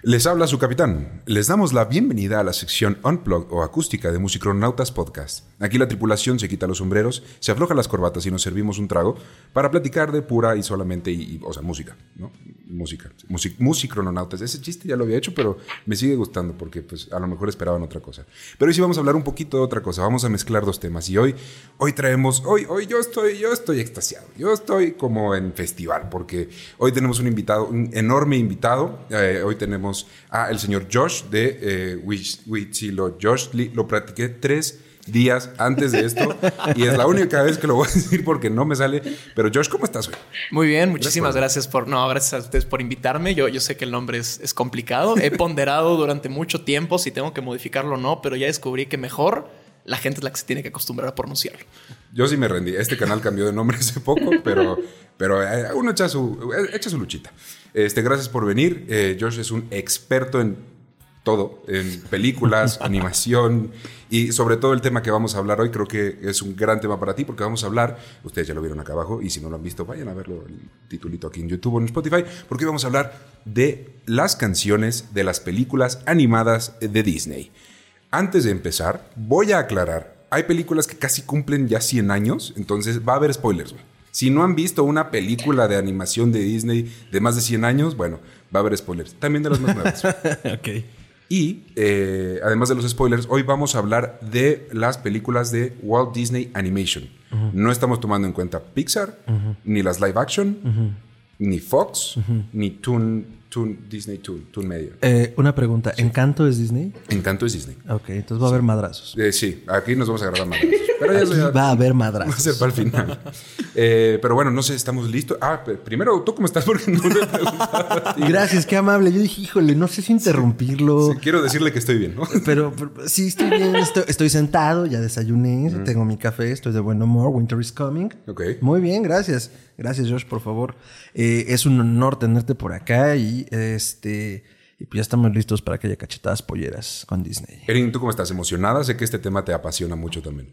Les habla su capitán. Les damos la bienvenida a la sección Unplugged o acústica de Musicronautas Podcast. Aquí la tripulación se quita los sombreros, se afloja las corbatas y nos servimos un trago para platicar de pura y solamente, música, ¿no? Musicronautas. Ese chiste ya lo había hecho, pero me sigue gustando porque pues a lo mejor esperaban otra cosa. Pero hoy sí vamos a hablar un poquito de otra cosa. Vamos a mezclar dos temas y hoy traemos, hoy yo estoy extasiado. Yo estoy como en festival porque hoy tenemos un enorme invitado. Hoy tenemos a el señor Josh de Huitzilo. Josh lo practiqué 3 días antes de esto y es la única vez que lo voy a decir porque no me sale. Pero Josh, ¿cómo estás hoy? Muy bien, muchísimas gracias gracias a ustedes por invitarme. Yo sé que el nombre es complicado. He ponderado durante mucho tiempo si tengo que modificarlo o no, pero ya descubrí que mejor la gente es la que se tiene que acostumbrar a pronunciarlo. Yo sí me rendí. Este canal cambió de nombre hace poco, pero uno echa su luchita. Gracias por venir. Josh es un experto en todo, en películas, animación y sobre todo el tema que vamos a hablar hoy. Creo que es un gran tema para ti porque vamos a hablar, ustedes ya lo vieron acá abajo y si no lo han visto vayan a verlo, el titulito aquí en YouTube o en Spotify, porque hoy vamos a hablar de las canciones de las películas animadas de Disney. Antes de empezar, voy a aclarar, hay películas que casi cumplen ya 100 años, entonces va a haber spoilers, güey. Si no han visto una película de animación de Disney de más de 100 años, bueno, va a haber spoilers. También de las más nuevas. Ok. Y además de los spoilers, hoy vamos a hablar de las películas de Walt Disney Animation. Uh-huh. No estamos tomando en cuenta Pixar, uh-huh, ni las live action, uh-huh, ni Fox, uh-huh, ni Disney Toon Media. Una pregunta, sí. ¿Encanto es Disney? Encanto es Disney. Ok, entonces va a haber madrazos. Sí, aquí nos vamos a agarrar madrazos. Pero ya va a haber madrazos. Va a ser para el final. Pero bueno, no sé, ¿estamos listos? Primero, ¿tú cómo estás? Porque no te he preguntado. Gracias, qué amable. Yo dije, híjole, no sé si interrumpirlo. Sí, quiero decirle que estoy bien, ¿no? Pero sí, estoy bien. Estoy sentado, ya desayuné, tengo mi café, estoy de buen humor. Winter is coming. Ok. Muy bien, gracias. Gracias, Josh, por favor. Es un honor tenerte por acá y pues ya estamos listos para que haya cachetadas polleras con Disney. Erin, ¿tú cómo estás? ¿Emocionada? Sé que este tema te apasiona mucho también.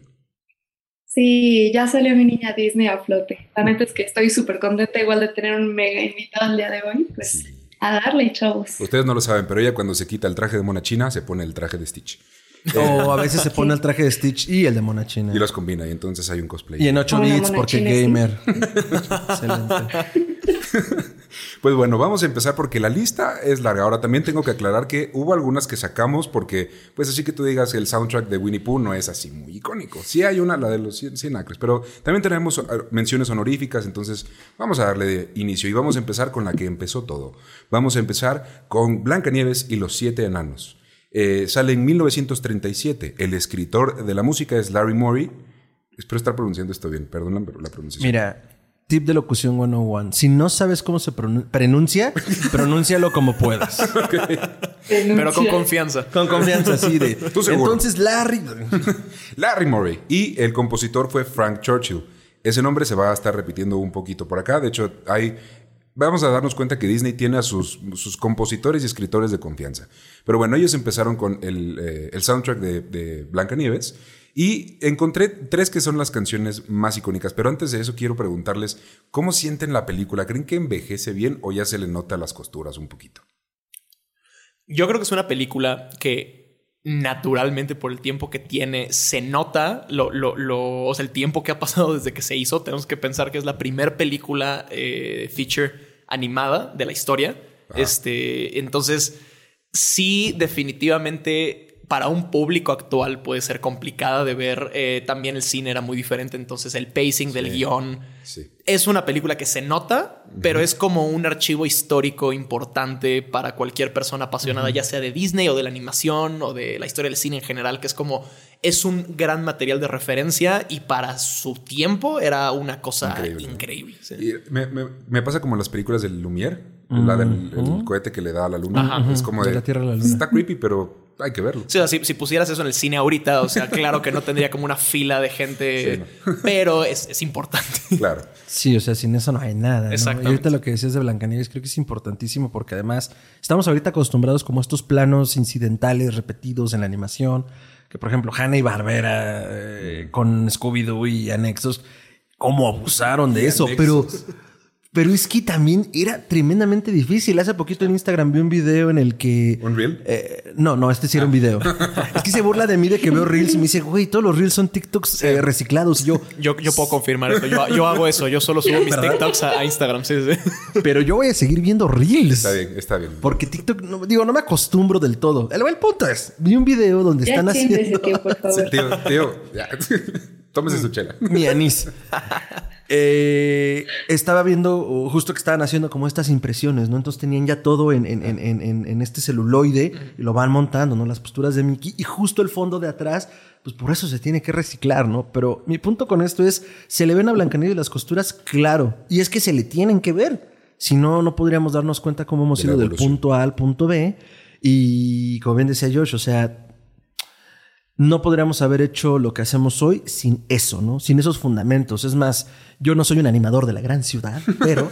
Sí, ya salió mi niña Disney a flote. La neta es que estoy súper contenta igual de tener un mega invitado el día de hoy. Pues sí, a darle, chavos. Ustedes no lo saben, pero ella cuando se quita el traje de Mona China se pone el traje de Stitch. O a veces se pone el traje de Stitch y el de Mona China. Y los combina y entonces hay un cosplay. Y en 8 bits porque gamer. Excelente. Pues bueno, vamos a empezar porque la lista es larga. Ahora también tengo que aclarar que hubo algunas que sacamos porque, pues así que tú digas, el soundtrack de Winnie Pooh no es así muy icónico. Sí hay una, la de los 100 acres, pero también tenemos menciones honoríficas, entonces vamos a darle de inicio y vamos a empezar con la que empezó todo. Vamos a empezar con Blancanieves y los 7 enanos. Sale en 1937. El escritor de la música es Larry Morey. Espero estar pronunciando esto bien, perdón la pronunciación. Mira, tip de locución 101. Si no sabes cómo se pronuncia, pronúncialo como puedas. Okay. Pero con confianza. Con confianza, sí. ¿Tú seguro? Entonces, Larry Morey. Y el compositor fue Frank Churchill. Ese nombre se va a estar repitiendo un poquito por acá. De hecho, vamos a darnos cuenta que Disney tiene a sus compositores y escritores de confianza. Pero bueno, ellos empezaron con el soundtrack de Blancanieves y encontré 3 que son las canciones más icónicas. Pero antes de eso quiero preguntarles, ¿cómo sienten la película? ¿Creen que envejece bien o ya se le nota las costuras un poquito? Yo creo que es una película que naturalmente por el tiempo que tiene se nota o sea, el tiempo que ha pasado desde que se hizo. Tenemos que pensar que es la primera película feature animada de la historia. Entonces sí, definitivamente para un público actual puede ser complicada de ver. También el cine era muy diferente, entonces el pacing del guión es una película que se nota, pero es como un archivo histórico importante para cualquier persona apasionada, ya sea de Disney o de la animación o de la historia del cine en general, que es un gran material de referencia y para su tiempo era una cosa increíble. Sí. Y me pasa como en las películas del Lumière, la del el cohete que le da a la luna. Ajá. Es como de la Tierra a la Luna. Está creepy, pero hay que verlo. Sí, o sea, si pusieras eso en el cine ahorita, o sea, claro que no tendría como una fila de gente, pero es importante. Claro. Sí, o sea, sin eso no hay nada, ¿no? Exactamente. Y ahorita lo que decías de Blancanieves creo que es importantísimo porque además estamos ahorita acostumbrados como a estos planos incidentales repetidos en la animación, que por ejemplo Hanna-Barbera con Scooby-Doo y anexos, cómo abusaron de eso, pero Pero es que también era tremendamente difícil. Hace poquito en Instagram vi un video en el que... ¿Un reel? No, este sí era un video. Es que se burla de mí de que veo reels y me dice, güey, todos los reels son TikToks reciclados. Y yo puedo confirmar eso. Yo hago eso. Yo solo subo mis TikToks a Instagram. Sí. Pero yo voy a seguir viendo reels. Está bien. Porque TikTok, no me acostumbro del todo. El punto es, vi un video donde están haciendo... Tío, por favor. Sí, tío, ya. Tómese su chela. Mi anís. Estaba viendo justo que estaban haciendo como estas impresiones, ¿no? Entonces tenían ya todo en este celuloide y lo van montando, ¿no? Las posturas de Mickey y justo el fondo de atrás, pues por eso se tiene que reciclar, ¿no? Pero mi punto con esto es, ¿se le ven a Blancanieves las costuras? Claro. Y es que se le tienen que ver. Si no, no podríamos darnos cuenta cómo hemos ido del punto A al punto B. Y como bien decía Josh, o sea... No podríamos haber hecho lo que hacemos hoy sin eso, ¿no? Sin esos fundamentos. Es más, yo no soy un animador de la gran ciudad, pero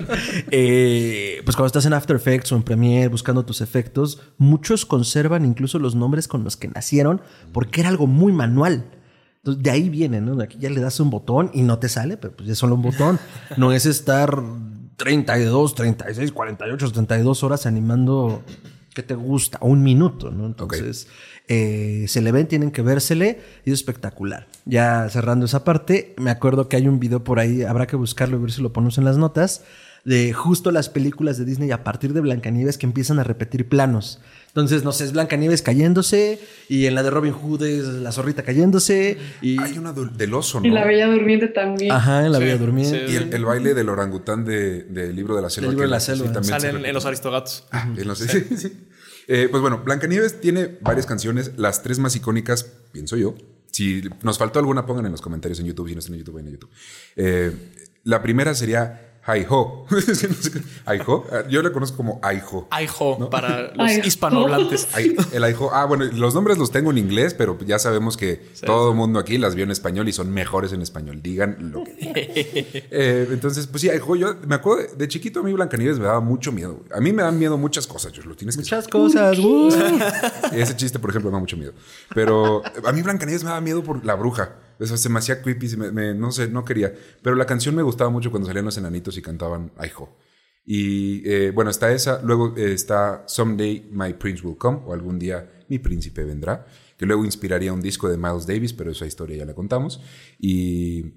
pues cuando estás en After Effects o en Premiere buscando tus efectos, muchos conservan incluso los nombres con los que nacieron porque era algo muy manual. Entonces, de ahí viene, ¿no? Aquí ya le das un botón y no te sale, pero pues ya es solo un botón. No es estar 32, 36, 48, 72 horas animando... ¿Qué te gusta? Un minuto, ¿no? Entonces, se le ven, tienen que vérsele y es espectacular. Ya cerrando esa parte, me acuerdo que hay un video por ahí, habrá que buscarlo y ver si lo ponemos en las notas, de justo las películas de Disney a partir de Blancanieves que empiezan a repetir planos. Entonces, no sé, es Blancanieves cayéndose y en la de Robin Hood es la zorrita cayéndose. Y... Hay una del oso, ¿no? Y la Bella Durmiente también. Ajá, en la Bella Durmiente. Sí. Y el baile del orangután del Libro de la Selva. El Libro de la Selva. Sí, también salen en Los Aristogatos. Sí. Pues bueno, Blancanieves tiene varias canciones. Las 3 más icónicas, pienso yo. Si nos faltó alguna, pongan en los comentarios en YouTube. Si no están en YouTube, vayan a YouTube. La primera sería... Hi-ho. Hi-ho. Yo la conozco como Hi-ho. Hi-ho, ¿no? Para los Hi-ho. hispanohablantes. El Hi-ho. Bueno, los nombres los tengo en inglés, pero ya sabemos que todo el mundo aquí las vio en español y son mejores en español. Digan lo que digan. Entonces, pues sí, Hi-ho. Yo me acuerdo de chiquito, a mí Blancanieves me daba mucho miedo. A mí me dan miedo muchas cosas, lo tienes que Muchas saber. cosas. Ese chiste, por ejemplo, me da mucho miedo. Pero a mí Blancanieves me daba miedo por la bruja. Eso se me hacía creepy, no sé, no quería. Pero la canción me gustaba mucho cuando salían los enanitos y cantaban Hi-ho. Y bueno, está esa. Luego está Someday My Prince Will Come, o Algún día mi príncipe vendrá, que luego inspiraría un disco de Miles Davis, pero esa historia ya la contamos. Y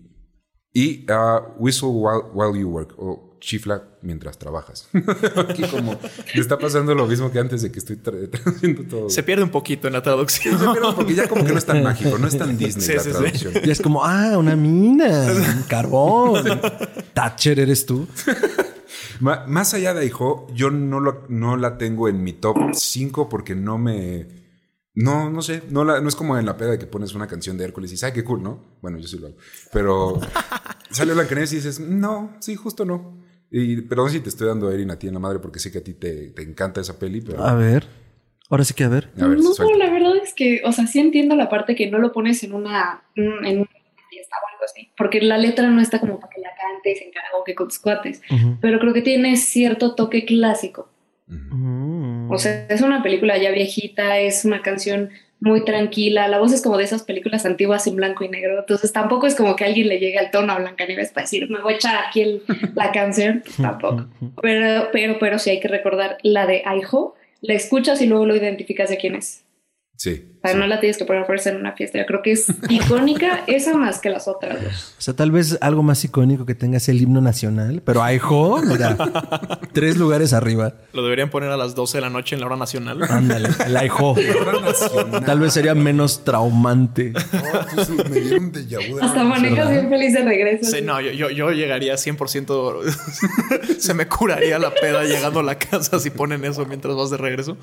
Whistle While You Work, o Chifla mientras trabajas. Aquí como me está pasando lo mismo que antes de que estoy traduciendo todo. Se pierde un poquito en la traducción. Se pierde porque ya como que no es tan mágico, no es tan Disney la traducción. Y es como, una mina, un carbón. Thatcher eres tú. Más allá de Hi-ho, yo no la tengo en mi top 5 porque no me... No sé, no es como en la peda de que pones una canción de Hércules y dices, ¡ay, qué cool!, ¿no? Bueno, yo sí lo hago. Pero sale Blancanieves y dices, no, sí, justo no. Y perdón si te estoy dando Erin a ti en la madre porque sé que a ti te encanta esa peli, pero... A ver, ahora sí que a ver. No, la verdad es que, o sea, sí entiendo la parte que no lo pones en una fiesta o algo así, porque la letra no está como para que la cantes en karaoke con tus cuates, pero creo que tiene cierto toque clásico. O sea, es una película ya viejita, es una canción muy tranquila, la voz es como de esas películas antiguas en blanco y negro, entonces tampoco es como que alguien le llegue al tono a Blancanieves para decir, me voy a echar aquí la canción, tampoco. Pero sí hay que recordar la de Hi-ho, la escuchas y luego lo identificas de quién es. Sí. O sea, no la tienes que poner a fuerza en una fiesta. Yo creo que es icónica esa más que las otras dos. O sea, tal vez algo más icónico que tenga es el himno nacional. Pero Hi-ho, mira, 3 lugares arriba. Lo deberían poner a las 12 de la noche en la hora nacional. Ándale, el Hi-ho. Tal vez sería menos traumante. Me dieron de déjà vu. Hasta manejas bien feliz de regreso. Sí, no, yo llegaría 100%. Se me curaría la peda llegando a la casa si ponen eso mientras vas de regreso.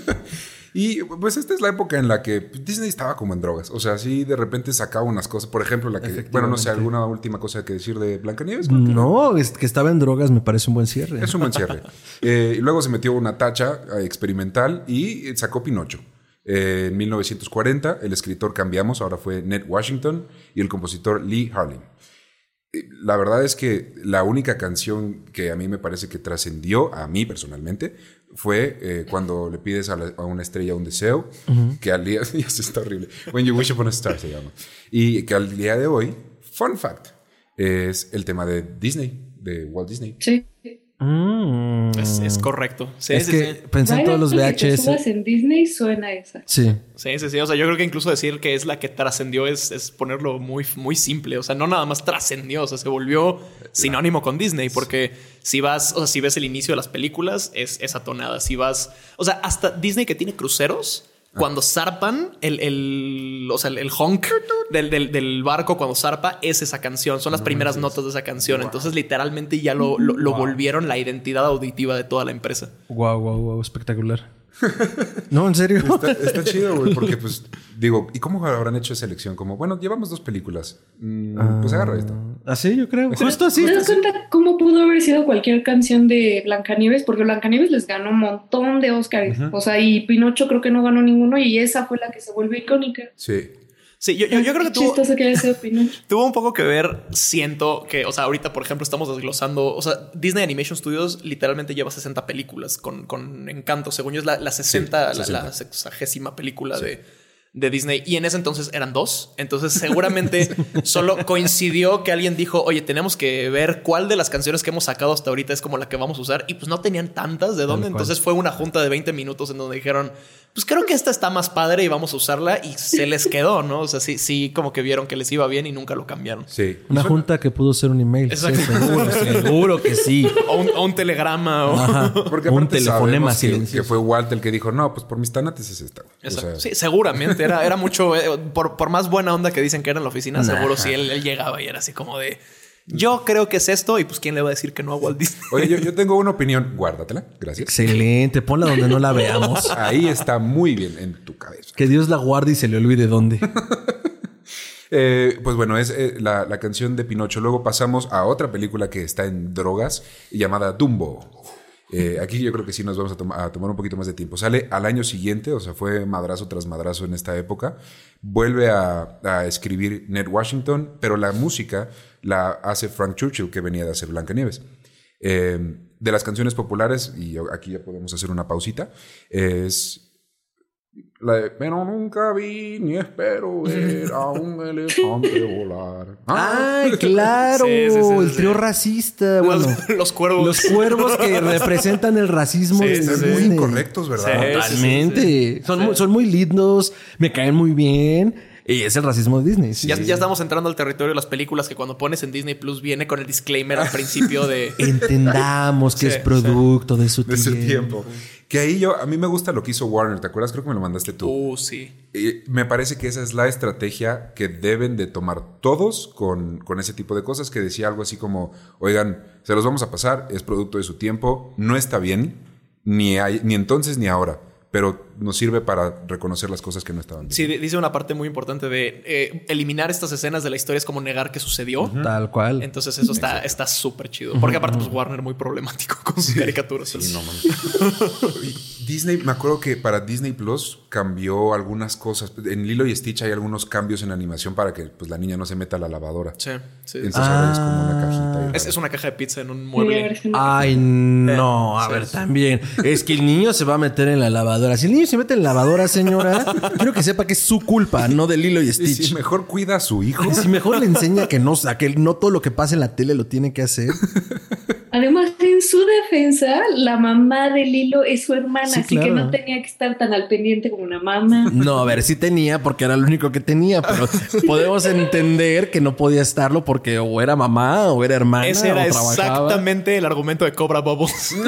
Y pues esta es la época en la que Disney estaba como en drogas. O sea, sí, de repente sacaba unas cosas. Por ejemplo, la que... Bueno, no sé, ¿alguna última cosa que decir de Blancanieves? No, es que estaba en drogas me parece un buen cierre. Es un buen cierre. Y luego se metió una tacha experimental y sacó Pinocho. En 1940, el escritor cambiamos, ahora fue Ned Washington, y el compositor Lee Harlem. La verdad es que la única canción que a mí me parece que trascendió, a mí personalmente, fue cuando le pides a una estrella un deseo, que al día... Ya se está horrible. When You Wish Upon a Star se llama. Y que al día de hoy, fun fact, es el tema de Disney, de Walt Disney. Sí. Es correcto. Sí, es sí, que sí. pensé en todos los Que te VHS. subas en Disney suena esa. Sí. Sí, sí, sí. O sea, yo creo que incluso decir que es la que trascendió es ponerlo muy, muy simple. O sea, no nada más trascendió, o sea, se volvió sinónimo con Disney. Porque si vas, o sea, si ves el inicio de las películas, es esa tonada. Si vas, o sea, hasta Disney que tiene cruceros, cuando zarpan, el honk del barco cuando zarpa es esa canción. Son las primeras notas de esa canción. Entonces, literalmente ya lo volvieron la identidad auditiva de toda la empresa. Wow, espectacular. No, en serio. Está chido, güey, porque pues digo, ¿y cómo habrán hecho esa elección? Como, bueno, llevamos 2 películas. Pues agarra esto. Así, yo creo. Justo así. ¿Te das cuenta cómo pudo haber sido cualquier canción de Blancanieves? Porque Blancanieves les ganó un montón de Oscars. O sea, y Pinocho creo que no ganó ninguno y esa fue la que se volvió icónica. Sí. Sí, yo creo que chistoso que haya sido Pinocho. tuvo un poco que ver, siento que, o sea, ahorita, por ejemplo, estamos desglosando, o sea, Disney Animation Studios literalmente lleva 60 películas con Encanto. Según yo es la 60, Sí, la 60ª película de Disney. Y en ese entonces eran 2. Entonces seguramente solo coincidió que alguien dijo, oye, tenemos que ver cuál de las canciones que hemos sacado hasta ahorita es como la que vamos a usar. Y pues no tenían tantas de dónde. Entonces fue una junta de 20 minutos en donde dijeron, pues creo que esta está más padre y vamos a usarla. Y se les quedó, ¿no? O sea, sí, como que vieron que les iba bien y nunca lo cambiaron. Sí. Una junta que pudo ser un email. Exacto. Sí, seguro que sí. O un telegrama. Ajá. Porque Un aparte telefonema sabemos que silencioso. fue Walt el que dijo, no, pues por mis tanates es esta. O sea, Sí, seguramente. Era mucho... por más buena onda que dicen que era en la oficina, seguro si él llegaba y era así como de... Yo creo que es esto y pues ¿quién le va a decir que no a Walt Disney? Oye, yo tengo una opinión. Guárdatela. Gracias. Excelente. Ponla donde no la veamos. Ahí está muy bien en tu cabeza. Que Dios la guarde y se le olvide dónde. Pues bueno, es la canción de Pinocho. Luego pasamos a otra película que está en drogas llamada Dumbo. Aquí yo creo que sí nos vamos a tomar un poquito más de tiempo. Sale al año siguiente, o sea, fue madrazo tras madrazo en esta época. Vuelve a escribir Ned Washington, pero la música la hace Frank Churchill, que venía de hacer Blancanieves. De las canciones populares, y aquí ya podemos hacer una pausita, es... la de, pero nunca vi ni espero ver a un elefante volar. ¡Ay, claro! Sí. El trío racista. Bueno, Los cuervos. los cuervos que representan el racismo. Sí, de sí, sí. Muy Disney. incorrectos, ¿verdad? Sí. Totalmente. Son muy lindos, me caen muy bien. Y es el racismo de Disney. Sí. Ya estamos entrando al territorio de las películas que cuando pones en Disney Plus viene con el disclaimer al principio de... Entendamos que Sí, es producto de su De ese tiempo. Que ahí a mí me gusta lo que hizo Warner, ¿te acuerdas? Creo que me lo mandaste tú. Sí. Me parece que esa es la estrategia que deben de tomar todos con ese tipo de cosas, que decía algo así como, oigan, se los vamos a pasar, es producto de su tiempo, no está bien, ni entonces ni ahora, pero nos sirve para reconocer las cosas que no estaban bien. Sí, dice una parte muy importante de eliminar estas escenas de la historia es como negar que sucedió. Tal cual. Entonces eso está súper chido. Porque aparte pues Warner muy problemático con sus caricaturas. Sí, no mames. Disney, me acuerdo que para Disney Plus cambió algunas cosas. En Lilo y Stitch hay algunos cambios en animación para que pues, la niña no se meta a la lavadora. Sí. Entonces ahora es como una cajita. Es una caja de pizza en un mueble. Ay, no. A Sí, ver, sí. también. Es que el niño se va a meter en la lavadora. Si el niño se mete en la lavadora, señora, quiero que sepa que es su culpa, no de Lilo y Y Stitch. si mejor cuida a su hijo. Si mejor le enseña que no todo lo que pasa en la tele lo tiene que hacer. Además, en su defensa, la mamá de Lilo es su hermana, Sí, así que claro. no tenía que estar tan al pendiente como una mamá. No, a ver, sí tenía porque era lo único que tenía, pero podemos entender que no podía estarlo porque o era mamá o era hermana Ese era o trabajaba. exactamente el argumento de Cobra Bubbles.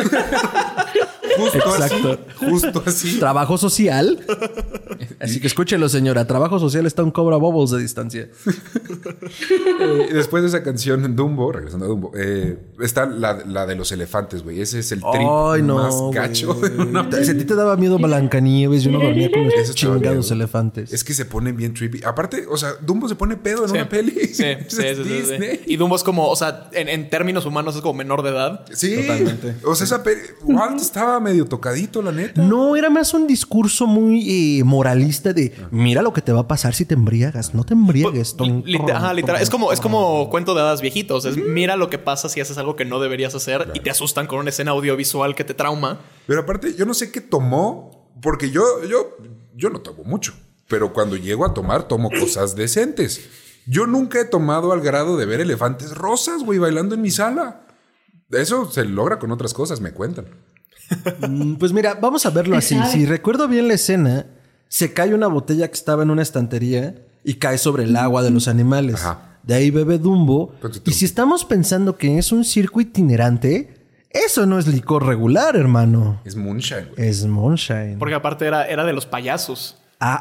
Exacto. Justo así. Trabajo social. Así que escúchelo, señora. Trabajo social está un Cobra Bubbles de distancia. Después de esa canción Dumbo, regresando a Dumbo, está la de los elefantes, güey. Ese es el trip Ay, no, más güey. gacho de una Si a ti te daba miedo Blancanieves, yo no dormía con Eso los estaba chingados miedo. elefantes. Es que se ponen bien trippy. Aparte, o sea, Dumbo se pone pedo en una peli. Sí. Es Disney. Y Dumbo es como, o sea, en términos humanos es como menor de edad. Sí, Totalmente. O sea, esa peli, Walt estaba medio tocadito, la neta. No, era más un discurso muy moralista de mira lo que te va a pasar si te embriagas. No te embriagues. Literal. Es como cuento de hadas viejitos. Es mira lo que pasa si haces algo que no deberías hacer y te asustan con una escena audiovisual que te trauma. Pero aparte, yo no sé qué tomó, porque yo no tomo mucho. Pero cuando llego a tomar, tomo cosas decentes. Yo nunca he tomado al grado de ver elefantes rosas, güey, bailando en mi sala. Eso se logra con otras cosas, me cuentan. Pues mira, vamos a verlo así. Si recuerdo bien la escena, se cae una botella que estaba en una estantería y cae sobre el agua de los animales. Ajá. De ahí bebe Dumbo. Y si estamos pensando que es un circo itinerante, eso no es licor regular, hermano. Es moonshine, güey. Es moonshine. Porque aparte era de los payasos.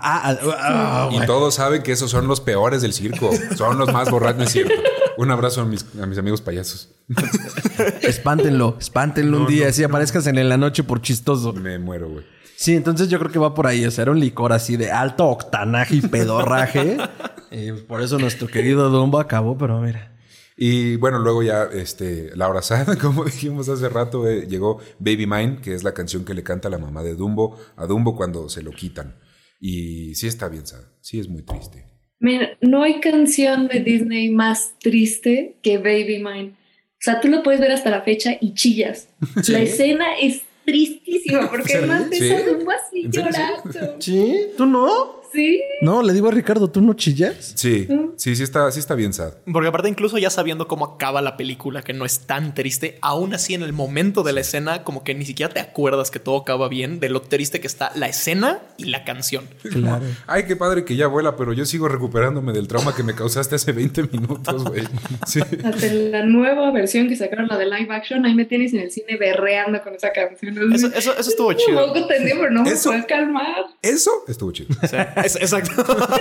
Y todos saben que esos son los peores del circo. Son los más borrachos del circo. Un abrazo a mis amigos payasos. Espántenlo un día. Así aparezcas en la noche por chistoso. Me muero, güey. Sí, entonces yo creo que va por ahí. O sea, era un licor así de alto octanaje y pedorraje. Por eso nuestro querido Dumbo acabó, pero mira. Y bueno, luego ya la abrazada, como dijimos hace rato, llegó Baby Mine, que es la canción que le canta la mamá de Dumbo a Dumbo cuando se lo quitan. Y sí está bien, ¿sabes? Sí es muy triste. Mira, no hay canción de Disney más triste que Baby Mine. O sea, tú lo puedes ver hasta la fecha y chillas. ¿Sí? La escena es tristísima porque además ves a Dumbo así llorando. ¿Sí? ¿Tú no? Sí. No, le digo a Ricardo, ¿tú no chillas? Sí está bien sad. Porque aparte incluso ya sabiendo cómo acaba la película, que no es tan triste, aún así en el momento de la escena como que ni siquiera te acuerdas que todo acaba bien de lo triste que está la escena y la canción. Claro. Ay, qué padre que ya vuela, pero yo sigo recuperándome del trauma que me causaste hace 20 minutos, güey. Sí. Hasta la nueva versión que sacaron, la de live action, ahí me tienes en el cine berreando con esa canción. Eso estuvo chido. Un poco tendí, pero no me puedes calmar. Eso estuvo chido. O sea, exacto.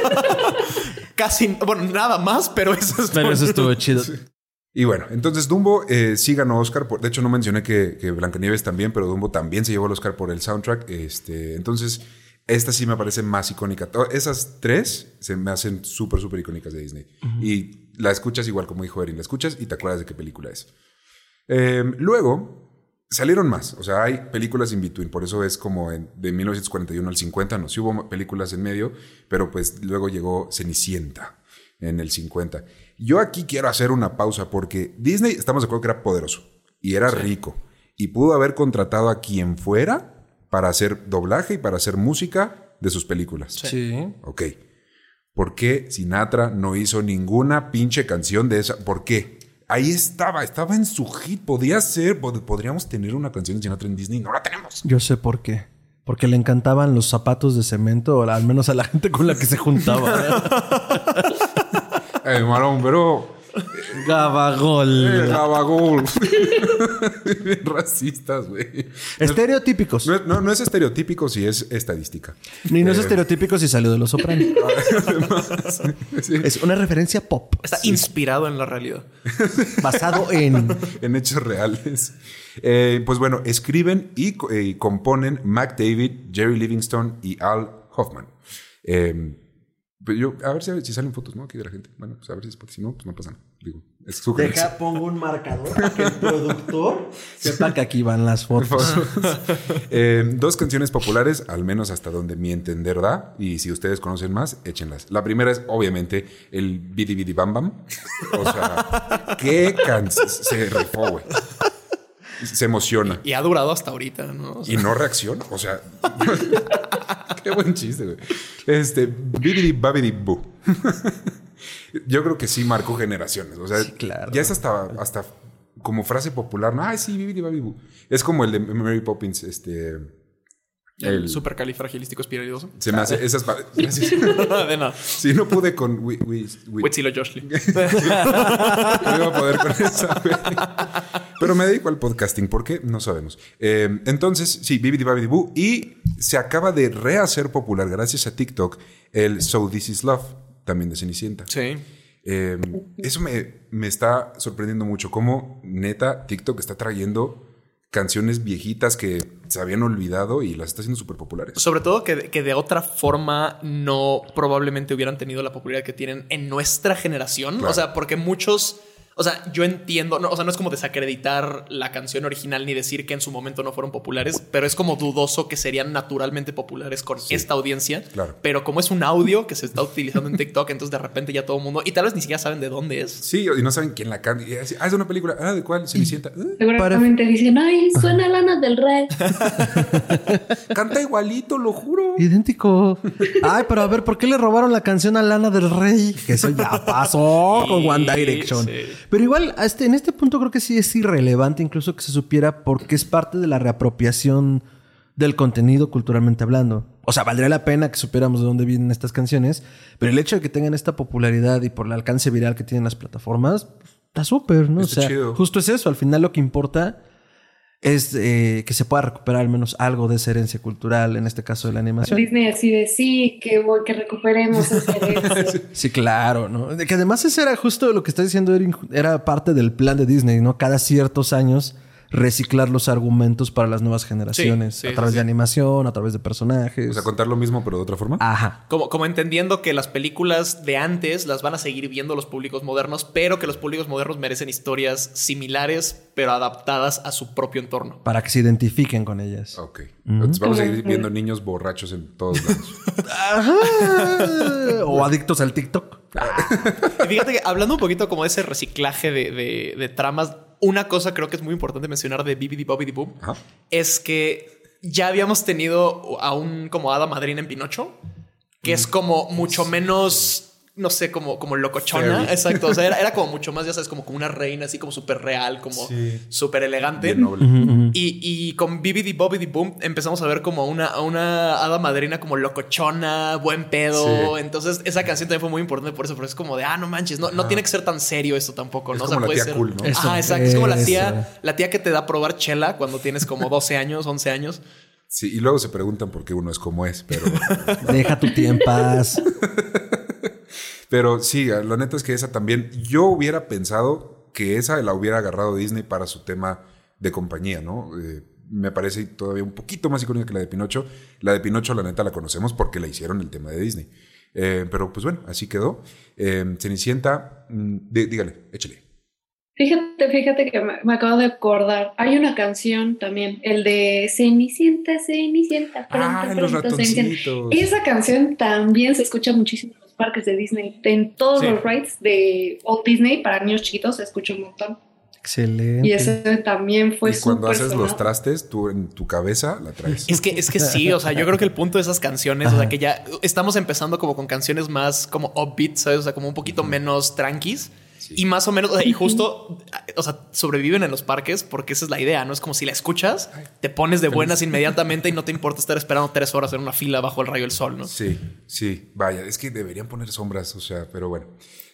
Casi, bueno, nada más, pero eso estuvo chido. Sí. Y bueno, entonces Dumbo sí ganó Oscar. De hecho, no mencioné que Blancanieves también, pero Dumbo también se llevó el Oscar por el soundtrack. Entonces, esta sí me parece más icónica. Esas tres se me hacen súper, súper icónicas de Disney. Uh-huh. Y la escuchas igual, como dijo Erin, la escuchas y te acuerdas de qué película es. Luego salieron más, o sea, hay películas in between, por eso es como de 1941 al 50, no, sí hubo películas en medio, pero pues luego llegó Cenicienta en el 50. Yo aquí quiero hacer una pausa porque Disney, estamos de acuerdo que era poderoso y era rico y pudo haber contratado a quien fuera para hacer doblaje y para hacer música de sus películas. Sí. Ok. ¿Por qué Sinatra no hizo ninguna pinche canción de esa? ¿Por qué? Ahí estaba en su hit. Podría ser, podríamos tener una canción de Sinatra en Disney. No la tenemos. Yo sé por qué. Porque le encantaban los zapatos de cemento, o al menos a la gente con la que se juntaba. Marón, pero... Gabagol. Gabagol. Racistas, güey. Estereotípicos. No es estereotípico si es estadística. Ni no es estereotípico si salió de Los Sopranos. Sí. Es una referencia pop. Está inspirado en la realidad. Basado en hechos reales. Pues bueno, escriben y componen Mac David, Jerry Livingston y Al Hoffman. Pues yo, a ver si salen fotos, ¿no? Aquí de la gente. Bueno, pues a ver si no, pues no pasa nada. Digo, es sugerencia. Pongo un marcador para que el productor sepa que aquí van las fotos. Dos canciones populares, al menos hasta donde mi entender da. Y si ustedes conocen más, échenlas. La primera es, obviamente, el Bidi Bidi Bam Bam. O sea, qué canción. Se rifó, güey. Se emociona. Y ha durado hasta ahorita, ¿no? O sea, y no reacciona. O sea, qué buen chiste, güey. Bibidi Babidi Boo. Yo creo que sí marcó generaciones. O sea, sí, claro. Ya es hasta como frase popular. No, ay, sí, Bibidi Babidi Boo. Es como el de Mary Poppins, el supercalifragilístico espiralidoso. Se me hace esas... Gracias. De nada. Sí, no pude con... Huitzilo Joshli. No iba a poder con esa, güey. Pero me dedico al podcasting. ¿Por qué? No sabemos. Entonces, sí, Bibidi Babidi Boo. Y se acaba de rehacer popular, gracias a TikTok, el So This Is Love, también de Cenicienta. Sí. Eso me está sorprendiendo mucho. Cómo, neta, TikTok está trayendo canciones viejitas que se habían olvidado y las está haciendo súper populares. Sobre todo que de otra forma no probablemente hubieran tenido la popularidad que tienen en nuestra generación. Claro. O sea, porque muchos... O sea, yo entiendo, no, o sea, no es como desacreditar la canción original ni decir que en su momento no fueron populares, pero es como dudoso que serían naturalmente populares con esta audiencia. Claro. Pero como es un audio que se está utilizando en TikTok, entonces de repente ya todo el mundo, y tal vez ni siquiera saben de dónde es. Sí, y no saben quién la canta. Es una película. ¿De cuál? Cenicienta. Seguramente dicen, ay, suena Lana del Rey. Canta igualito, lo juro. Idéntico. Ay, pero a ver, ¿por qué le robaron la canción a Lana del Rey? Que eso ya pasó con One Direction. Sí. Pero igual, en este punto creo que sí es irrelevante incluso que se supiera porque es parte de la reapropiación del contenido culturalmente hablando. O sea, valdría la pena que supiéramos de dónde vienen estas canciones, pero el hecho de que tengan esta popularidad y por el alcance viral que tienen las plataformas, está súper, ¿no? Está chido. Justo es eso. Al final lo que importa es que se pueda recuperar al menos algo de esa herencia cultural, en este caso de la animación. Disney así de sí, que recuperemos esa herencia. Sí, claro, ¿no? De que además ese era justo lo que está diciendo, era parte del plan de Disney, ¿no? Cada ciertos años reciclar los argumentos para las nuevas generaciones. A través de animación, a través de personajes. O sea, contar lo mismo pero de otra forma. Ajá. Como entendiendo que las películas de antes las van a seguir viendo los públicos modernos, pero que los públicos modernos merecen historias similares, pero adaptadas a su propio entorno. Para que se identifiquen con ellas. Ok. Entonces vamos a seguir viendo niños borrachos en todos lados. Ajá. O adictos al TikTok. Y fíjate que hablando un poquito como de ese reciclaje de tramas, una cosa creo que es muy importante mencionar de Bibbidi Bobbidi Boo es que ya habíamos tenido a un como hada madrina en Pinocho, que es como mucho menos, no sé, como locochona. Fairy. Exacto. O sea, era como mucho más, ya sabes, como una reina así como súper real, como súper elegante. Bien noble. Y con Bibbidi Bobbidi Boom empezamos a ver como una hada madrina como locochona, buen pedo. Sí. Entonces esa canción también fue muy importante por eso, porque es como de, no manches, no tiene que ser tan serio esto tampoco, Es ¿no? como o sea, la puede tía ser cool, ¿no? Eso, exacto. Es como la eso. tía que te da a probar chela cuando tienes como 12 años, 11 años. Sí, y luego se preguntan por qué uno es como es, pero... Deja tu tiempo en paz. Pero sí, la neta es que esa también... Yo hubiera pensado que esa la hubiera agarrado Disney para su tema de compañía, ¿no? Me parece todavía un poquito más icónica que la de Pinocho. La de Pinocho, la neta, la conocemos porque la hicieron el tema de Disney. Pero pues bueno, así quedó. Cenicienta, dígale, échale. Fíjate que me acabo de acordar. Hay una canción también, el de Cenicienta, pronto, los pronto, Cenicienta. ratoncitos. Esa canción también se escucha muchísimo en los parques de Disney. En todos los rides de Walt Disney para niños chiquitos se escucha un montón. Excelente. Y ese también fue Y cuando súper haces sonado. los trastes, tú en tu cabeza la traes. Es que sí, o sea, yo creo que el punto de esas canciones, o sea, que ya estamos empezando como con canciones más como upbeat, ¿sabes? O sea, como un poquito menos tranquis. Sí. Y más o menos, o sea, y justo, o sea, sobreviven en los parques porque esa es la idea, ¿no? Es como si la escuchas, te pones de buenas inmediatamente y no te importa estar esperando 3 horas en una fila bajo el rayo del sol, ¿no? Sí. Vaya, es que deberían poner sombras, o sea, pero bueno.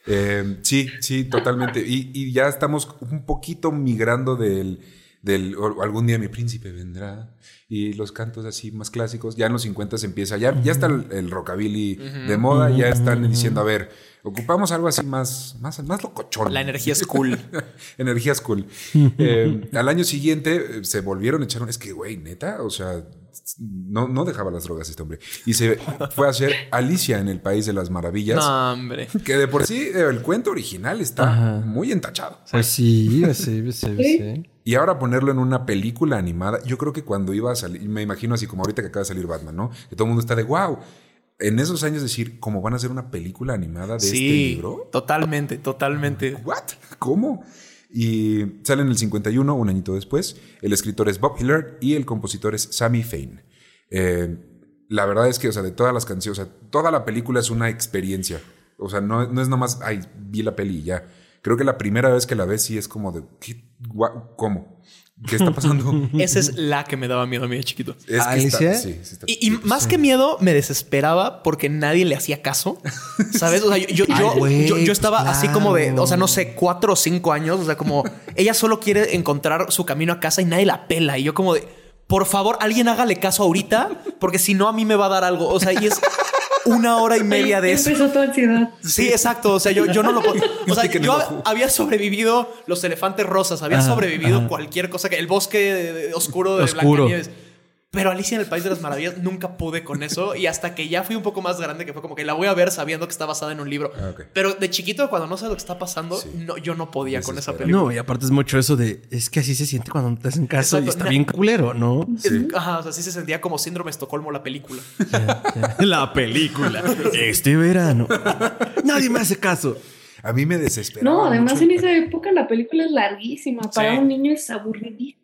Sí, totalmente. Y ya estamos un poquito migrando del algún día mi príncipe vendrá y los cantos así más clásicos. Ya en los 50 se empieza, ya está el rockabilly de moda, ya están diciendo, a ver, ocupamos algo así más locochón. La energía es cool. Energía es cool. Al año siguiente se volvieron, echaron, es que güey, neta, o sea, no dejaba las drogas este hombre. Y se fue a hacer Alicia en el País de las Maravillas. No, hombre. Que de por sí el cuento original está muy entachado. Pues sí. Y ahora ponerlo en una película animada, yo creo que cuando iba a salir, me imagino así como ahorita que acaba de salir Batman, ¿no? Que todo el mundo está de wow. En esos años decir, ¿cómo van a hacer una película animada de este libro? Totalmente. ¿What? ¿Cómo? Y sale en el 51, un añito después. El escritor es Bob Hillard y el compositor es Sammy Fain. La verdad es que, o sea, de todas las canciones, o sea, toda la película es una experiencia. O sea, no es nomás, vi la peli y ya. Creo que la primera vez que la ves sí es como de, ¿cómo? ¿Qué está pasando? Esa es la que me daba miedo a mí de chiquito. Es que ¿Alicia? está Y más que miedo, me desesperaba porque nadie le hacía caso. ¿Sabes? O sea, yo estaba así como de, o sea, no sé, 4 o 5 años. O sea, como ella solo quiere encontrar su camino a casa y nadie la pela. Y yo como de, por favor, alguien hágale caso ahorita, porque si no a mí me va a dar algo. O sea, y es 1 hora y media de eso. Empezó tu ansiedad. Sí, exacto. O sea, yo no lo puedo. O sea, yo había sobrevivido los elefantes rosas, había sobrevivido cualquier cosa, que el bosque oscuro de Blancanieves. Pero Alicia en el País de las Maravillas nunca pude con eso. Y hasta que ya fui un poco más grande, que fue como que la voy a ver sabiendo que está basada en un libro. Okay. Pero de chiquito, cuando no sabes lo que está pasando, yo no podía con esa película. No, y aparte es mucho eso de, es que así se siente cuando no te hacen caso. Exacto. Y está bien culero, ¿no? Sí. O sea, sí se sentía como síndrome de Estocolmo la película. La película. Este verano. Nadie me hace caso. A mí me desesperaba. No, además mucho. en esa época la película es larguísima. Para un niño es aburridísima.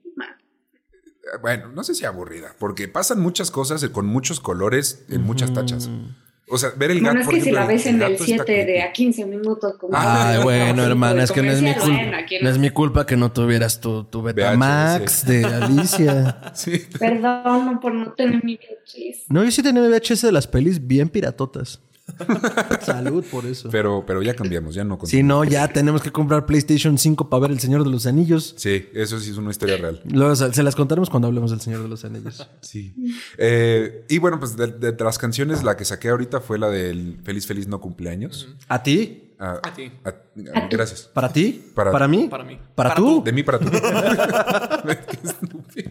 Bueno, no sé si aburrida, porque pasan muchas cosas con muchos colores en muchas tachas. O sea, ver el Bueno, gato, es por que si ejemplo, la ves el en el gato está 7 de creepy. a 15 minutos. Como Ay, bueno, hermana, es que no es mi comercial, culpa. bueno, aquí No es mi culpa que no tuvieras tu Betamax VHS. de Alicia. Sí. Perdón por no tener mi VHS. No, yo sí tenía mi VHS de las pelis bien piratotas. Salud por eso. Pero ya cambiamos, ya no. Si no, ya tenemos que comprar PlayStation 5 para ver El Señor de los Anillos. Sí, eso sí es una historia real. Luego se las contaremos cuando hablemos del Señor de los Anillos. Sí. Y bueno, pues de las canciones, la que saqué ahorita fue la del Feliz Feliz No Cumpleaños. ¿A ti? A ti. Gracias. ¿Para ti? Para- mí? Para mí. ¿Para Para tú? De mí para tú. Qué estúpido.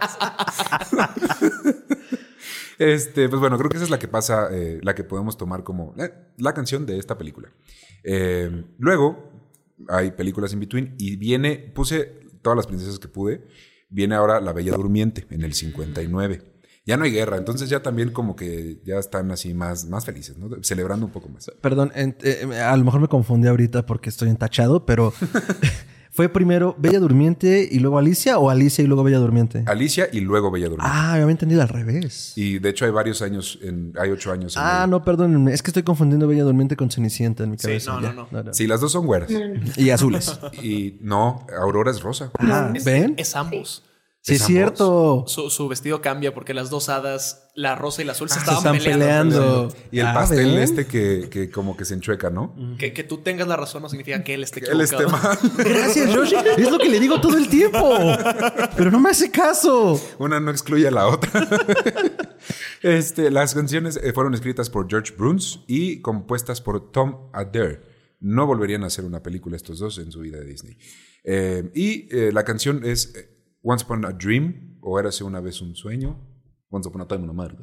Pues bueno, creo que esa es la que pasa, la que podemos tomar como la canción de esta película. Luego hay películas in between y puse todas las princesas que pude. Viene ahora La Bella Durmiente en el 59. Ya no hay guerra, entonces ya también como que ya están así más felices, ¿no? Celebrando un poco más. Perdón, a lo mejor me confundí ahorita porque estoy entachado, pero ¿fue primero Bella Durmiente y luego Alicia o Alicia y luego Bella Durmiente? Alicia y luego Bella Durmiente. Ah, me había entendido al revés. Y de hecho hay varios años, hay 8 años. No, perdónenme. Es que estoy confundiendo Bella Durmiente con Cenicienta en mi Sí, cabeza. no, Ya. no. Sí, las dos son güeras. Y azules. Y no, Aurora es rosa. Ah, ¿ven? Es ambos. Sí, es ¿Es cierto. Su vestido cambia porque las dos hadas, la rosa y la azul, se Se estaban están peleando. Y el pastel ¿ven? que como que se enchueca, ¿no? Que tú tengas la razón no significa que él esté Que él equivocado. esté mal. Gracias, Josh. Es lo que le digo todo el tiempo. Pero no me hace caso. Una no excluye a la otra. Las canciones fueron escritas por George Bruns y compuestas por Tom Adair. No volverían a hacer una película estos dos en su vida de Disney. La canción es Once Upon a Dream o Érase una vez un sueño. Once Upon a Time, una madre.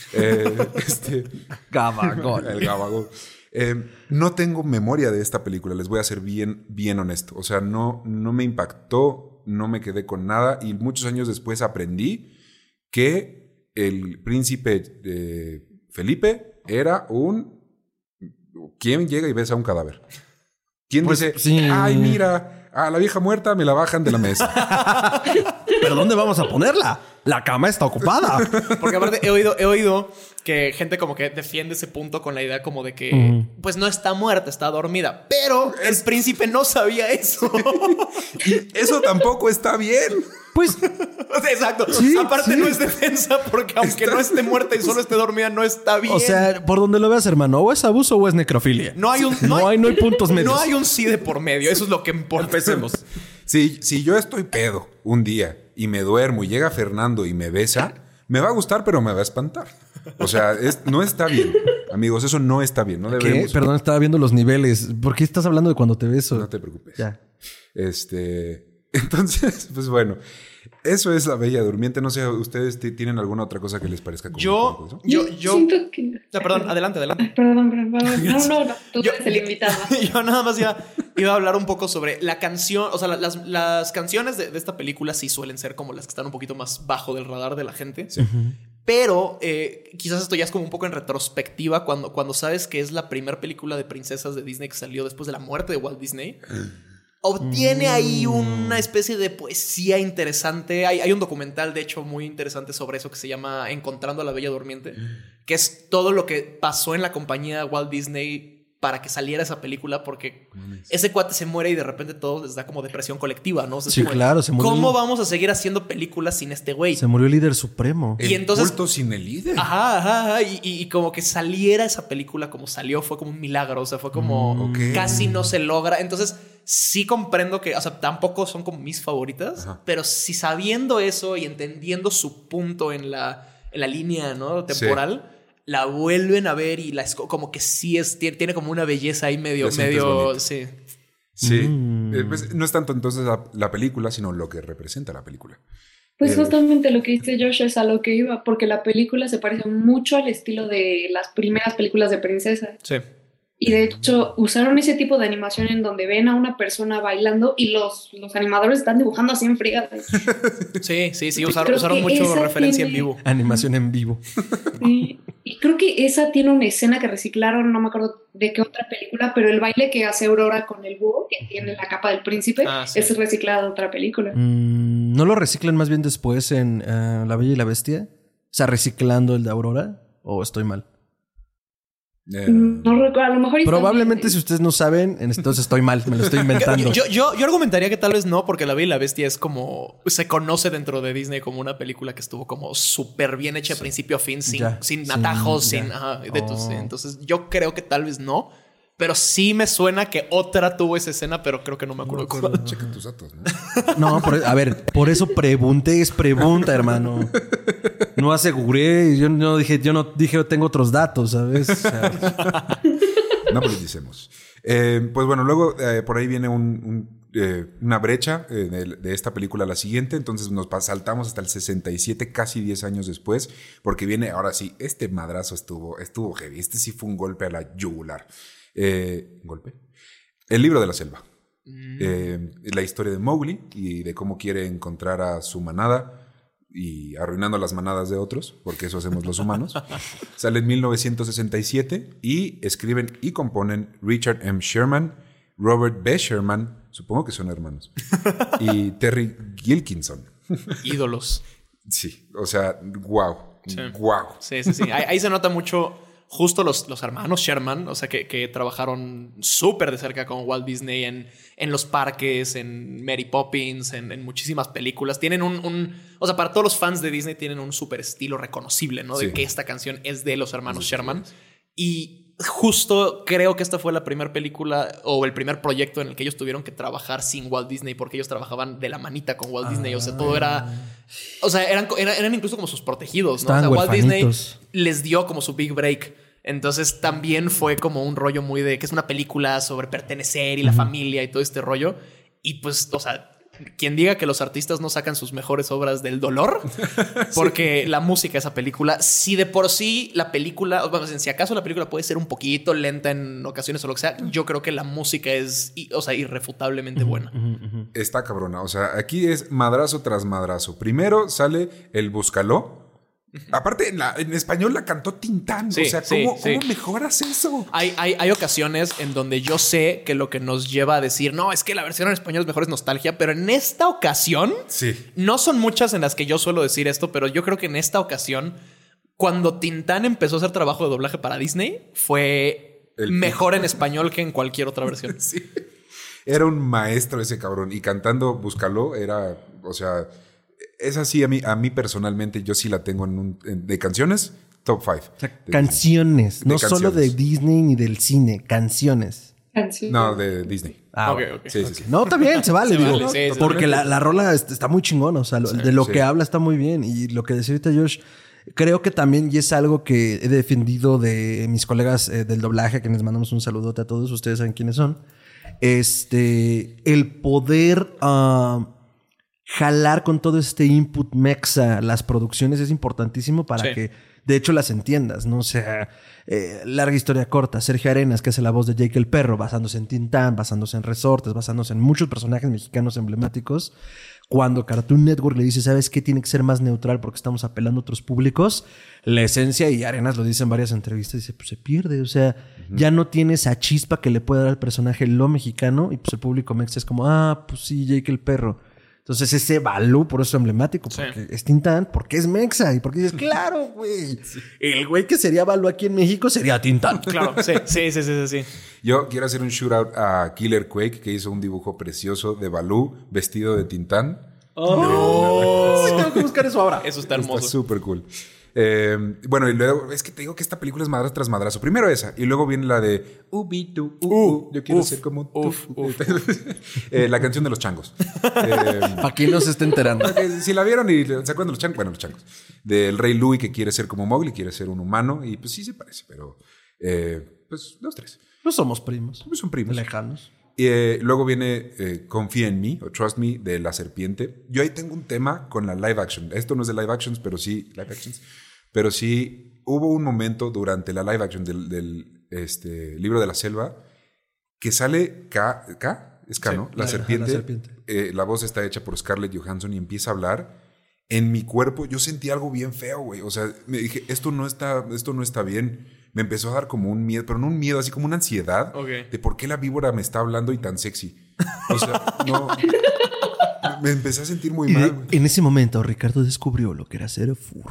Gabagol. El Gabagol. No tengo memoria de esta película, les voy a ser bien honesto. O sea, no me impactó, no me quedé con nada y muchos años después aprendí que el príncipe Felipe era ¿Quién llega y besa un cadáver? ¿Quién Pues, dice, sí. ay, mira, a la vieja muerta me la bajan de la mesa? ¿Pero dónde vamos a ponerla? La cama está ocupada. Porque aparte he oído que gente como que defiende ese punto con la idea como de que pues no está muerta, está dormida. Pero el príncipe no sabía eso. Y eso tampoco está bien. Pues O sea, exacto. Sí, Aparte sí. no es defensa porque aunque no esté muerta y solo esté dormida, no está bien. o sea, por donde lo veas, hermano, o es abuso o es necrofilia. no hay No hay puntos medios. No hay un sí de por medio. Eso es lo que importa. Empecemos. Si yo estoy pedo un día y me duermo y llega Fernando y me besa, me va a gustar, pero me va a espantar. O sea, no está bien. Amigos, eso no está bien. No ¿Qué? debemos. Perdón, estaba viendo los niveles. ¿Por qué estás hablando de cuando te beso? No te preocupes. Ya. Entonces, pues bueno, eso es La Bella Durmiente. No sé, ¿ustedes tienen alguna otra cosa que les parezca como Yo Siento que... perdón, adelante. Perdón. No. Tú eres el invitado. Yo nada más iba a hablar un poco sobre la canción. O sea, las canciones de esta película sí suelen ser como las que están un poquito más bajo del radar de la gente. Sí. Pero quizás esto ya es como un poco en retrospectiva cuando sabes que es la primera película de princesas de Disney que salió después de la muerte de Walt Disney. Obtiene ahí una especie de poesía interesante. Hay un documental, de hecho, muy interesante sobre eso que se llama Encontrando a la Bella Durmiente, que es todo lo que pasó en la compañía Walt Disney para que saliera esa película, porque ese cuate se muere y de repente todo les da como depresión colectiva, ¿no? O sea, Sí, es como, claro, se murió. ¿cómo vamos a seguir haciendo películas sin este güey? Se murió el líder supremo. Y entonces- culto sin el líder. Ajá. Y como que saliera esa película como salió fue como un milagro. O sea, fue como Ok. casi no se logra. Entonces, sí comprendo que, o sea, tampoco son como mis favoritas, Ajá. pero si sabiendo eso y entendiendo su punto en la línea, ¿no? Temporal, la vuelven a ver y como que sí tiene como una belleza ahí medio, La sientes bonita. sí. Sí. Pues, no es tanto entonces la película, sino lo que representa la película. Pues justamente lo que dice Josh es a lo que iba, porque la película se parece mucho al estilo de las primeras películas de princesa. Sí. Y de hecho usaron ese tipo de animación en donde ven a una persona bailando y los animadores están dibujando así en friega. Sí, Creo usaron que mucho esa referencia en tiene- vivo. Animación en vivo. Sí. Y creo que esa tiene una escena que reciclaron, no me acuerdo de qué otra película, pero el baile que hace Aurora con el búho, que tiene la capa del príncipe, Sí. es reciclado de otra película. ¿No lo reciclan más bien después en La Bella y la Bestia? O sea, reciclando el de Aurora. ¿O estoy mal? No recuerdo, a lo mejor... Probablemente si ustedes no saben, entonces estoy mal, me lo estoy inventando. Yo argumentaría que tal vez no, porque La Bella y la Bestia es como... Se conoce dentro de Disney como una película que estuvo como súper bien hecha de principio a fin, sin atajos, sin... Entonces yo creo que tal vez no. Pero sí me suena que otra tuvo esa escena, pero creo que no me acuerdo cuál. Chequen tus datos, ¿no? No, a ver, por eso pregunté, es pregunta, hermano. No aseguré, yo no dije tengo otros datos, ¿sabes? O sea, no politicemos. Pues bueno, luego por ahí viene una brecha de esta película a la siguiente. Entonces nos saltamos hasta el 67, casi 10 años después, porque viene, ahora sí, este madrazo estuvo heavy. Este sí fue un golpe a la yugular. ¿Golpe? El libro de la selva. La historia de Mowgli y de cómo quiere encontrar a su manada y arruinando las manadas de otros, porque eso hacemos los humanos. Sale en 1967 y escriben y componen Richard M. Sherman, Robert B. Sherman, supongo que son hermanos, y Terry Gilkinson. Ídolos. Sí, o sea, wow. Sí. Wow. Sí. Ahí se nota mucho justo los hermanos Sherman, o sea, que trabajaron súper de cerca con Walt Disney en los parques, en Mary Poppins, en muchísimas películas. Tienen o sea, para todos los fans de Disney tienen un súper estilo reconocible, ¿no? Sí. De que esta canción es de los hermanos Sherman. Y justo creo que esta fue la primera película o el primer proyecto en el que ellos tuvieron que trabajar sin Walt Disney, porque ellos trabajaban de la manita con Walt Disney. O sea, todo era... O sea, eran incluso como sus protegidos, ¿no? O sea, Walt Disney les dio como su big break. Entonces también fue como un rollo muy de que es una película sobre pertenecer y la familia y todo este rollo. Y pues, o sea, quien diga que los artistas no sacan sus mejores obras del dolor, porque la música de esa película, si de por sí la película, vamos, si acaso la película puede ser un poquito lenta en ocasiones o lo que sea, yo creo que la música es, o sea, irrefutablemente buena. Está cabrona. O sea, aquí es madrazo tras madrazo. Primero sale el Búscalo. Aparte, en español la cantó Tintán. Sí, o sea, ¿cómo mejoras eso? Hay ocasiones en donde yo sé que lo que nos lleva a decir, no, es que la versión en español es mejor, es nostalgia, pero en esta ocasión, no son muchas en las que yo suelo decir esto, pero yo creo que en esta ocasión, cuando Tintán empezó a hacer trabajo de doblaje para Disney, fue mejor en español que en cualquier otra versión. Sí. Era un maestro ese cabrón. Y cantando Búscalo era, o sea... Es así, a mí personalmente, yo sí la tengo de canciones, top 5. O sea, canciones, no solo de Disney ni del cine, canciones. No, de Disney. Okay. Sí. No, está bien, se vale, digo. Sí, porque la rola está muy chingona, o sea, de lo que habla está muy bien. Y lo que decía ahorita Josh, creo que también, y es algo que he defendido de mis colegas del doblaje, a quienes mandamos un saludote a todos, ustedes saben quiénes son, el poder... jalar con todo este input mexa las producciones es importantísimo para que de hecho las entiendas, ¿no? O sea, larga historia corta, Sergio Arenas, que hace la voz de Jake el Perro, basándose en Tintán, basándose en Resortes, basándose en muchos personajes mexicanos emblemáticos. Cuando Cartoon Network le dice, ¿sabes qué? Tiene que ser más neutral porque estamos apelando a otros públicos. La esencia, y Arenas lo dice en varias entrevistas, dice, pues se pierde. O sea, ya no tiene esa chispa que le puede dar al personaje lo mexicano y pues el público mexa es como, pues sí, Jake el Perro. Entonces ese Balú, por eso es emblemático, porque es Tintán, porque es mexa. Y porque dices, claro, güey. Sí. El güey que sería Balú aquí en México sería Tintán. Claro, sí. Yo quiero hacer un shootout a Killer Quake, que hizo un dibujo precioso de Balú vestido de Tintán. Tengo que buscar eso ahora. Eso está hermoso. Está súper cool. Bueno, y luego es que te digo que esta película es madrazo tras madrazo. Primero esa, y luego viene la de Ubitu, yo quiero ser como tú. La canción de los changos. Para quien no se esté enterando. Si la vieron y se acuerdan de los changos, bueno, los changos. Del Rey Louie que quiere ser como Mowgli, quiere ser un humano, y pues sí se parece, pero pues los tres. No somos primos. Pues son primos. Lejanos. Luego viene Confía en mí o Trust Me de La Serpiente. Yo ahí tengo un tema con la live action. Esto no es de live actions, pero sí live actions. Pero sí hubo un momento durante la live action del libro de la selva que sale es K, ¿no? La serpiente. La voz está hecha por Scarlett Johansson y empieza a hablar. En mi cuerpo yo sentí algo bien feo, güey. O sea, me dije, esto no está bien. Me empezó a dar como un miedo, pero no un miedo, así como una ansiedad de por qué la víbora me está hablando y tan sexy. O sea, no. me empecé a sentir muy mal, güey. En ese momento, Ricardo descubrió lo que era ser furro.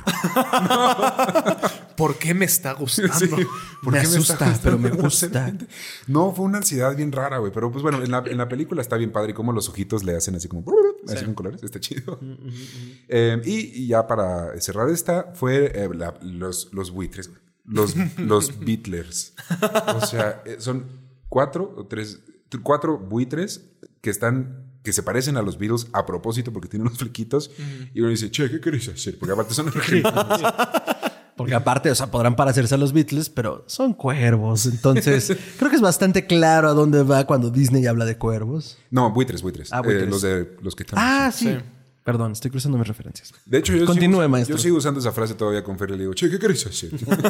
¿Por qué me está gustando? Sí. ¿Por Me qué asusta, está gustando pero me de gusta. repente? No, fue una ansiedad bien rara, güey. Pero pues bueno, en la película está bien padre y cómo los ojitos le hacen así como... Así con colores, está chido. Y ya para cerrar esta, fue los buitres, güey. Los Beatlers. O sea, son 4 buitres que se parecen a los Beatles a propósito porque tienen unos flequitos. Y uno dice, che, ¿qué querés hacer? Porque aparte son argentinos. Porque aparte, o sea, podrán parecerse a los Beatles, pero son cuervos. Entonces, creo que es bastante claro a dónde va cuando Disney habla de cuervos. No, buitres. Ah, buitres. Los que están. Ah, sí. Perdón, estoy cruzando mis referencias. De hecho, Continúe, maestro. Yo sigo usando esa frase todavía con Fer y le digo, che, ¿qué querés hacer?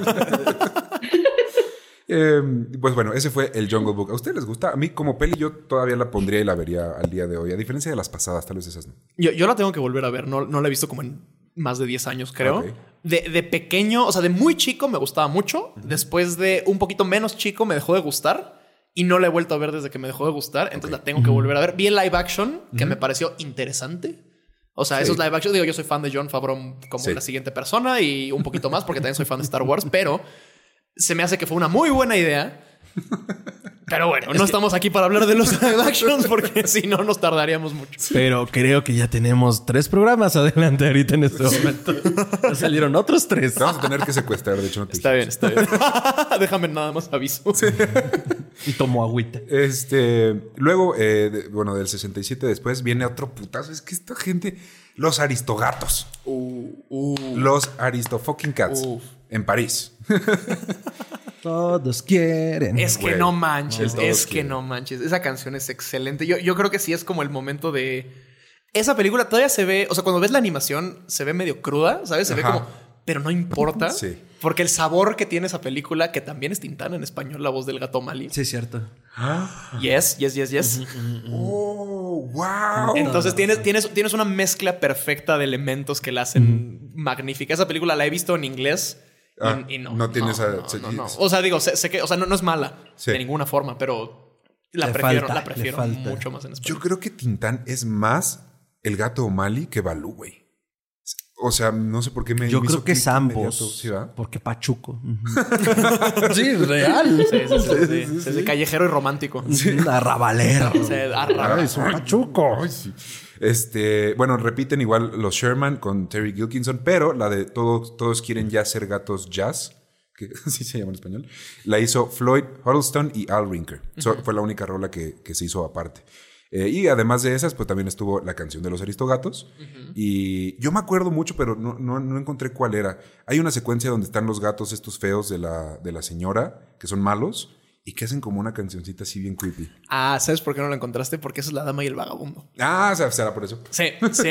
Pues bueno, ese fue el Jungle Book. ¿A ustedes les gusta? A mí como peli yo todavía la pondría y la vería al día de hoy. A diferencia de las pasadas, tal vez esas no. Yo la tengo que volver a ver. No la he visto como en más de 10 años, creo. Okay. De pequeño, o sea, de muy chico me gustaba mucho. Después de un poquito menos chico me dejó de gustar. Y no la he vuelto a ver desde que me dejó de gustar. Entonces la tengo que volver a ver. Vi el live action, que me pareció interesante. O sea, esos live action, digo, yo soy fan de Jon Favreau como la siguiente persona y un poquito más porque también soy fan de Star Wars, pero se me hace que fue una muy buena idea. Pero bueno, no estamos aquí para hablar de los live actions porque si no nos tardaríamos mucho. Pero creo que ya tenemos 3 programas adelante ahorita en este momento. Ya salieron otros 3. Te vamos a tener que secuestrar, de hecho no te Está dije. bien. Déjame nada más aviso. Sí. Y tomo agüita. Luego, del 67 después viene otro putazo. Es que esta gente... Los Aristogatos. Los Aristofucking Cats. En París. Todos quieren. Es que Güey, no manches. todos Es que quieren. no manches. Esa canción es excelente. Yo creo que sí es como el momento de... Esa película todavía se ve... O sea, cuando ves la animación se ve medio cruda, ¿sabes? Se ve como... Pero no importa. Sí. Porque el sabor que tiene esa película, que también es Tintana en español, la voz del gato Mali. Sí, es cierto. Yes. ¡Oh, wow! Entonces tienes una mezcla perfecta de elementos que la hacen magnífica. Esa película la he visto en inglés y no. No tiene esa... No. O sea, digo, sé que... O sea, no es mala Sí. de ninguna forma, pero la Le prefiero falta. mucho más en español. Yo creo que Tintán es más el gato O'Malley que Balú, güey. O sea, no sé por qué me Yo me creo hizo que clic es ambos. inmediato. ¿Sí, va? Porque Pachuco. Sí, real. Sí, callejero y romántico. Arrabalero. O sea, Es un Pachuco. Ay, sí. Bueno, repiten igual los Sherman con Terry Gilkinson, pero la de todos quieren ya ser gatos jazz, que así se llama en español, la hizo Floyd Huddleston y Al Rinker. Fue la única rola que se hizo aparte. Y además de esas, pues también estuvo la canción de los Aristogatos. Y yo me acuerdo mucho, pero no encontré cuál era. Hay una secuencia donde están los gatos estos feos de la señora, que son malos, y que hacen como una cancioncita así bien creepy. ¿sabes por qué no la encontraste? Porque esa es La Dama y el Vagabundo. Ah, será por eso. Sí.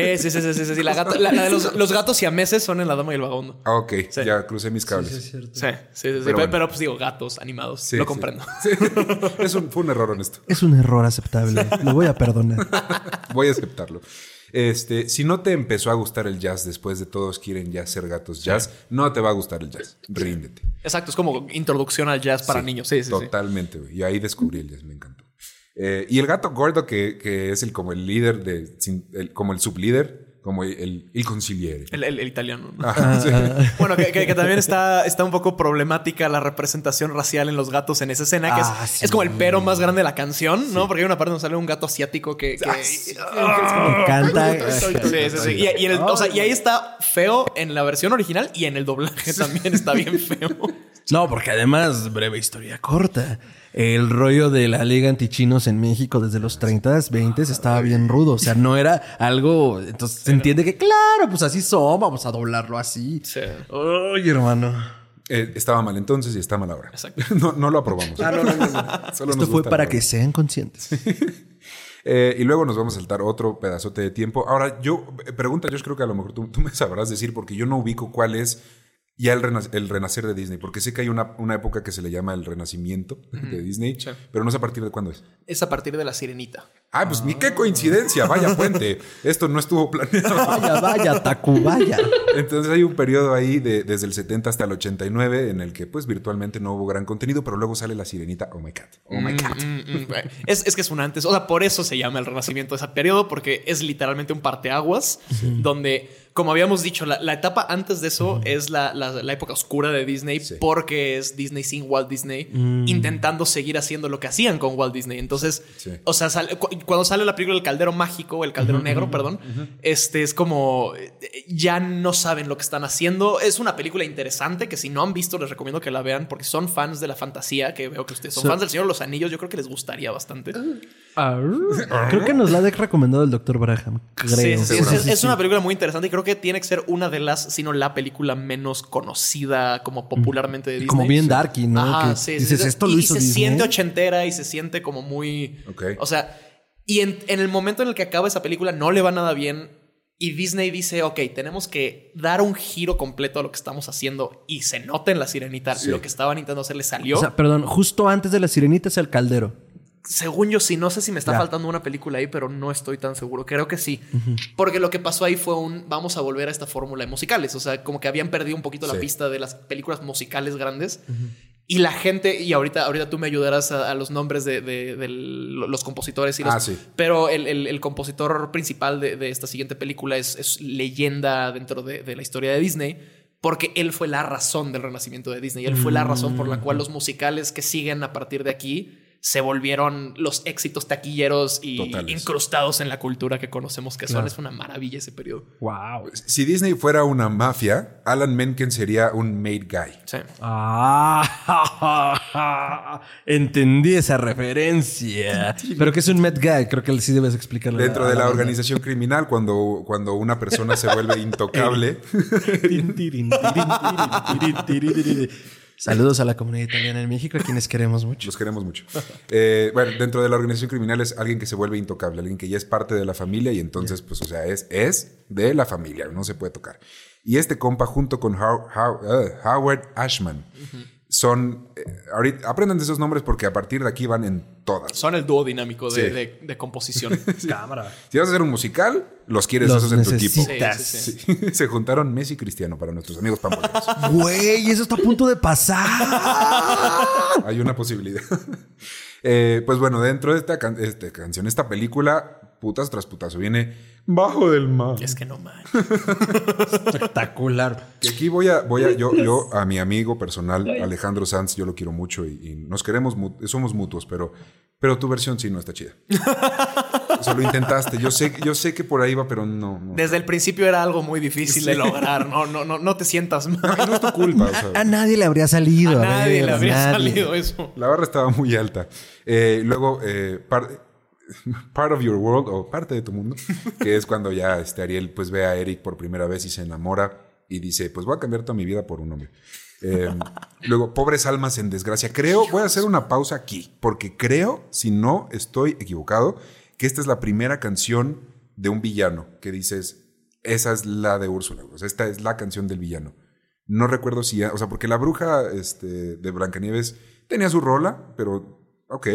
La de los gatos siameses son en La Dama y el Vagabundo. Ah, ok. Sí. Ya crucé mis cables. Sí, es cierto. Sí. Pero Pero pues digo, gatos animados. Sí, Lo sí. comprendo. Sí. Fue un error honesto. Es un error aceptable. Lo voy a perdonar. Voy a aceptarlo. Si no te empezó a gustar el jazz después de todos quieren ya ser gatos jazz, no te va a gustar el jazz. Ríndete. Exacto, es como introducción al jazz para niños. Sí. Totalmente, güey. Y ahí descubrí el jazz, me encantó. Y el gato gordo, que es como el líder, como el sublíder, como el conciliere. El italiano, ¿no? Ajá, sí. Bueno, que también está un poco problemática la representación racial en los gatos en esa escena, que Sí. es como el pero más grande de la canción, ¿no? Porque hay una parte donde sale un gato asiático que Me encanta. Sí. Y ahí está feo en la versión original y en el doblaje también está bien feo. No, porque además, breve historia corta. El rollo de la Liga Antichinos en México desde los 30s, 20s estaba bien rudo. O sea, no era algo... Entonces se entiende que, claro, pues así son. Vamos a doblarlo así. Sí. Ay, hermano. Estaba mal entonces y está mal ahora. Exacto. No lo aprobamos. No. Solo Esto nos fue gusta para la que sean conscientes. y luego nos vamos a saltar otro pedazote de tiempo. Ahora, pregunta, yo creo que a lo mejor tú me sabrás decir, porque yo no ubico cuál es ya el renacer de Disney, porque sé que hay una época que se le llama el renacimiento de Disney, Sí. pero no sé a partir de cuándo es. Es a partir de La Sirenita. Ah, pues ni qué coincidencia, vaya puente. Esto no estuvo planeado. Vaya, Tacubaya. Entonces hay un periodo ahí desde el 70 hasta el 89 en el que pues virtualmente no hubo gran contenido, pero luego sale La Sirenita. Oh my God. Oh my God. Es que es un antes. O sea, por eso se llama el renacimiento de ese periodo, porque es literalmente un parteaguas donde, como habíamos dicho, la etapa antes de eso es la época oscura de Disney, porque es Disney sin Walt Disney intentando seguir haciendo lo que hacían con Walt Disney. Entonces, o sea, cuando sale la película El Caldero Mágico, El Caldero Negro, perdón, es como ya no saben lo que están haciendo. Es una película interesante que si no han visto les recomiendo que la vean, porque son fans de la fantasía, que veo que ustedes son fans del Señor de los Anillos. Yo creo que les gustaría bastante. Creo que nos la ha recomendado el Dr. Braham. Creo. Sí. Es una película muy interesante y creo que tiene que ser una de las, si no la película menos conocida como popularmente de Disney. Como bien darky, ¿no? Ajá, que sí. Dices, esto lo hizo se Disney. siente ochentera y se siente como muy... Okay. O sea, y en el momento en el que acaba esa película no le va nada bien y Disney dice, ok, tenemos que dar un giro completo a lo que estamos haciendo y se nota en La Sirenita lo que estaban intentando hacer le salió. O sea, perdón, justo antes de La Sirenita es El Caldero. Según yo sí, no sé si me está faltando una película ahí, pero no estoy tan seguro. Creo que sí. Porque lo que pasó ahí fue vamos a volver a esta fórmula de musicales. O sea, como que habían perdido un poquito la pista de las películas musicales grandes. Y la gente, y ahorita tú me ayudarás a los nombres de los compositores y los... Pero el compositor principal de esta siguiente película es leyenda dentro de la historia de Disney. Porque él fue la razón del renacimiento de Disney. Él fue la razón por la cual los musicales que siguen a partir de aquí se volvieron los éxitos taquilleros y incrustados en la cultura que conocemos que son. Es una maravilla ese periodo. Wow. Si Disney fuera una mafia, Alan Menken sería un made guy. Sí. Entendí esa referencia. Pero que es un Met Guy, creo que sí debes explicarle. Dentro de la organización criminal, cuando una persona se vuelve intocable. Saludos a la comunidad italiana en México, a quienes queremos mucho. Los queremos mucho. Bueno, dentro de la organización criminal es alguien que se vuelve intocable, alguien que ya es parte de la familia y entonces, pues, o sea, es de la familia, no se puede tocar. Y este compa, junto con Howard Ashman, son... ahorita, aprendan de esos nombres porque a partir de aquí van en todas. Son el dúo dinámico de composición. Cámara. Si vas a hacer un musical, los quieres esos en tu equipo. Sí. Se juntaron Messi y Cristiano para nuestros amigos pamboleros. Güey, eso está a punto de pasar. Hay una posibilidad. Pues bueno, dentro de esta canción, esta película, putas tras putazo, viene Bajo del Mar. Es que no manches. Espectacular. Que aquí yo a mi amigo personal, Alejandro Sanz, yo lo quiero mucho y nos queremos, somos mutuos, pero tu versión sí no está chida. O sea, lo intentaste. Yo sé que por ahí va, pero no. Desde el principio era algo muy difícil de lograr. No te sientas mal. No es tu culpa. O sea, A nadie le habría salido. A nadie le habría salido eso. la barra estaba muy alta. Luego, Part of Your World, o Parte de tu Mundo, que es cuando ya Ariel pues ve a Eric por primera vez y se enamora y dice, pues voy a cambiar toda mi vida por un hombre. Luego, Pobres Almas en Desgracia. Voy a hacer una pausa aquí, porque creo, si no estoy equivocado, que esta es la primera canción de un villano que dices, esa es la de Úrsula, o sea, esta es la canción del villano. No recuerdo si, o sea, porque la bruja de Blancanieves tenía su rola, pero ok.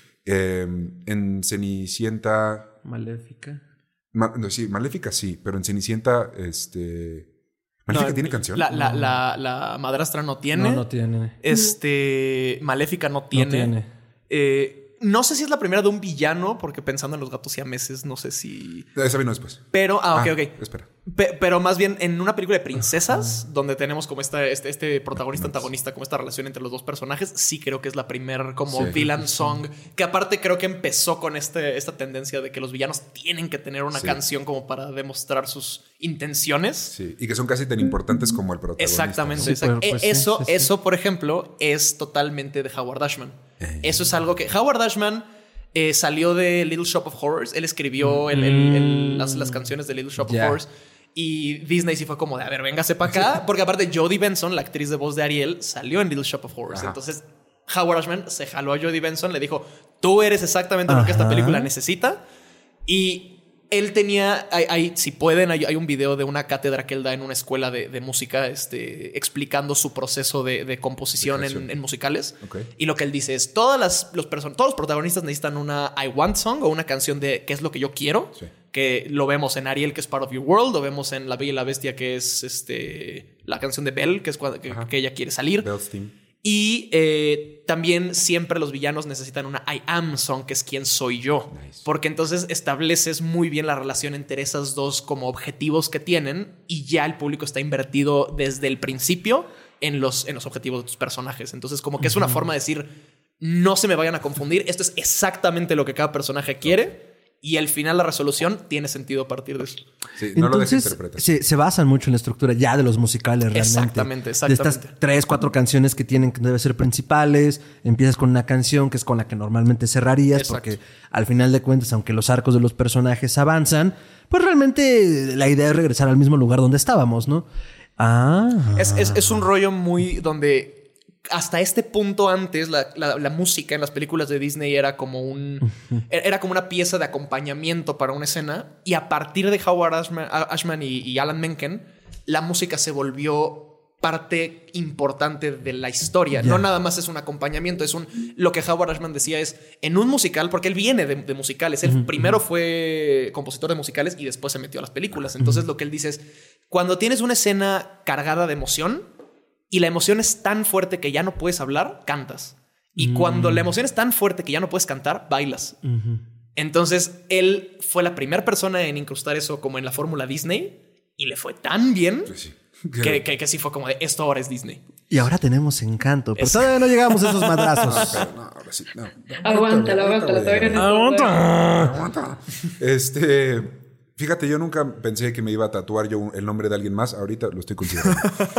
En Cenicienta... Maléfica. Sí, Maléfica sí, pero en Cenicienta, ¿Maléfica tiene canción? La madrastra no tiene. No tiene. Maléfica no tiene. No sé si es la primera de un villano, porque pensando en los gatos siameses, no sé si... Esa vino después. Pero, ok. Espera. Pero más bien en una película de princesas, donde tenemos como este protagonista antagonista, como esta relación entre los dos personajes, sí creo que es la primera como villain song, que aparte creo que empezó con esta tendencia de que los villanos tienen que tener una canción como para demostrar sus intenciones. Sí, y que son casi tan importantes como el protagonista. Exactamente. ¿No? Eso, por ejemplo, es totalmente de Howard Ashman. Eso es algo que Howard Ashman salió de Little Shop of Horrors. Él escribió las canciones de Little Shop of Horrors. Y Disney sí fue como de, a ver, véngase para acá. Porque aparte Jodie Benson, la actriz de voz de Ariel, salió en Little Shop of Horrors. Ajá. Entonces Howard Ashman se jaló a Jodie Benson, le dijo, tú eres exactamente lo que esta película necesita. Y él tenía, si pueden, hay un video de una cátedra que él da en una escuela de música, explicando su proceso de composición en musicales. Okay. Y lo que él dice es, todos los protagonistas necesitan una I want song o una canción de qué es lo que yo quiero. Sí. Que lo vemos en Ariel, que es Part of Your World, lo vemos en La Bella y la Bestia, que es la canción de Belle, que es que ella quiere salir. Belle's Theme. Y también siempre los villanos necesitan una I am song, que es quién soy yo. Nice. Porque entonces estableces muy bien la relación entre esas dos como objetivos que tienen y ya el público está invertido desde el principio en los objetivos de tus personajes. Entonces como que es una forma de decir, no se me vayan a confundir, esto es exactamente lo que cada personaje quiere. Y al final la resolución tiene sentido a partir de eso. Sí, no Entonces, lo dejes interpretar. se basan mucho en la estructura ya de los musicales realmente. Exactamente. De estas 3, 4 canciones que tienen que deben ser principales. Empiezas con una canción que es con la que normalmente cerrarías. Exacto. Porque al final de cuentas, aunque los arcos de los personajes avanzan, pues realmente la idea es regresar al mismo lugar donde estábamos, ¿no? Es un rollo muy donde... Hasta este punto antes, la música en las películas de Disney era como una pieza de acompañamiento para una escena. Y a partir de Howard Ashman y Alan Menken, la música se volvió parte importante de la historia. No nada más es un acompañamiento, lo que Howard Ashman decía es, en un musical, porque él viene de musicales. Él primero fue compositor de musicales y después se metió a las películas. Entonces lo que él dice es, cuando tienes una escena cargada de emoción, y la emoción es tan fuerte que ya no puedes hablar, cantas. Y cuando la emoción es tan fuerte que ya no puedes cantar, bailas. Entonces, él fue la primera persona en incrustar eso como en la fórmula Disney. Y le fue tan bien Sí. que sí fue como de, esto ahora es Disney. Y ahora tenemos Encanto. Pero todavía no llegamos a esos madrazos. Pero no, ahora sí. No. Aguántalo, todavía no. Aguanta. Fíjate, yo nunca pensé que me iba a tatuar yo el nombre de alguien más. Ahorita lo estoy considerando.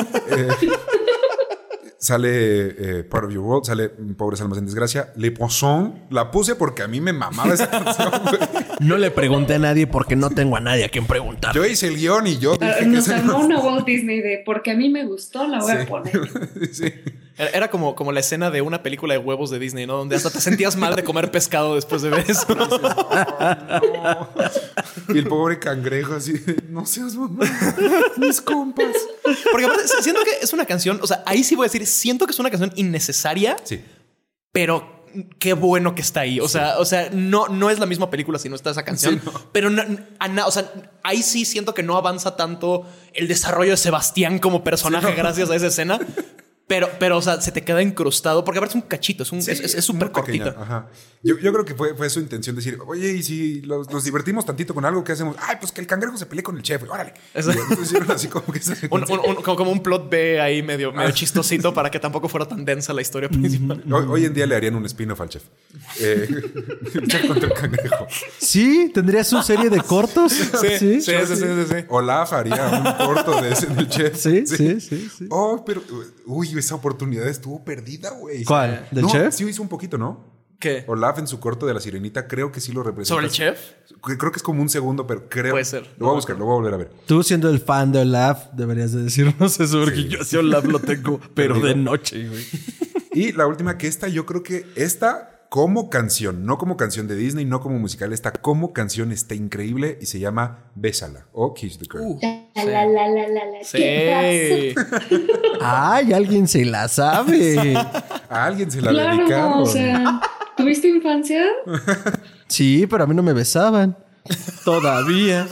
Sale Part of Your World, sale Pobres Almas en Desgracia. Le Poisson, la puse porque a mí me mamaba esa canción, güey. No le pregunté a nadie porque no tengo a nadie a quien preguntar. Yo hice el guión y yo dije Nos que armó una Walt Disney de porque a mí me gustó, la voy a Sí. poner. Sí. Era como la escena de una película de huevos de Disney, ¿no? Donde hasta te sentías mal de comer pescado después de ver eso. No. Y el pobre cangrejo así de, no seas mamá, mis compas. Porque aparte, siento que es una canción, o sea, ahí sí voy a decir, siento que es una canción innecesaria, Sí. pero qué bueno que está ahí. O sea, no es la misma película si no está esa canción. Sí, no. Pero o sea, ahí sí siento que no avanza tanto el desarrollo de Sebastián como personaje gracias a esa escena. Pero, o sea, se te queda incrustado porque aparte es un cachito, es súper muy pequeña. cortita. Ajá. Yo creo que fue su intención decir, oye, y si nos divertimos tantito con algo, ¿qué hacemos? Ay, pues que el cangrejo se pelee con el chef, órale. Eso. Y entonces hicieron así como que esa secuencia. Como un plot B ahí medio chistosito para que tampoco fuera tan densa la historia principal. Hoy en día le harían un spin-off al chef. El chef contra el cangrejo. Sí, tendría su serie de cortos. Sí. Olaf haría un corto de ese del chef. Sí. Oh, pero... Uy, esa oportunidad estuvo perdida, güey. ¿Cuál? ¿Del no, chef? Sí hizo un poquito, ¿no? ¿Qué? Olaf en su corto de La Sirenita creo que sí lo representa. ¿Sobre el chef? Creo que es como un segundo, pero creo... Puede ser. Lo voy a buscar, lo voy a volver a ver. Tú siendo el fan de Olaf, deberías de decirnos eso, porque yo sí Olaf lo tengo, pero de noche, güey. Y la última, que yo creo que esta como canción, no como canción de Disney, no como musical, esta como canción está increíble y se llama Bésala o Kiss the Girl. Sí. ¿Qué Ay, alguien se la sabe. A alguien se la Claro, dedicaron. o sea, ¿tuviste infancia? Sí, pero a mí no me besaban. Todavía.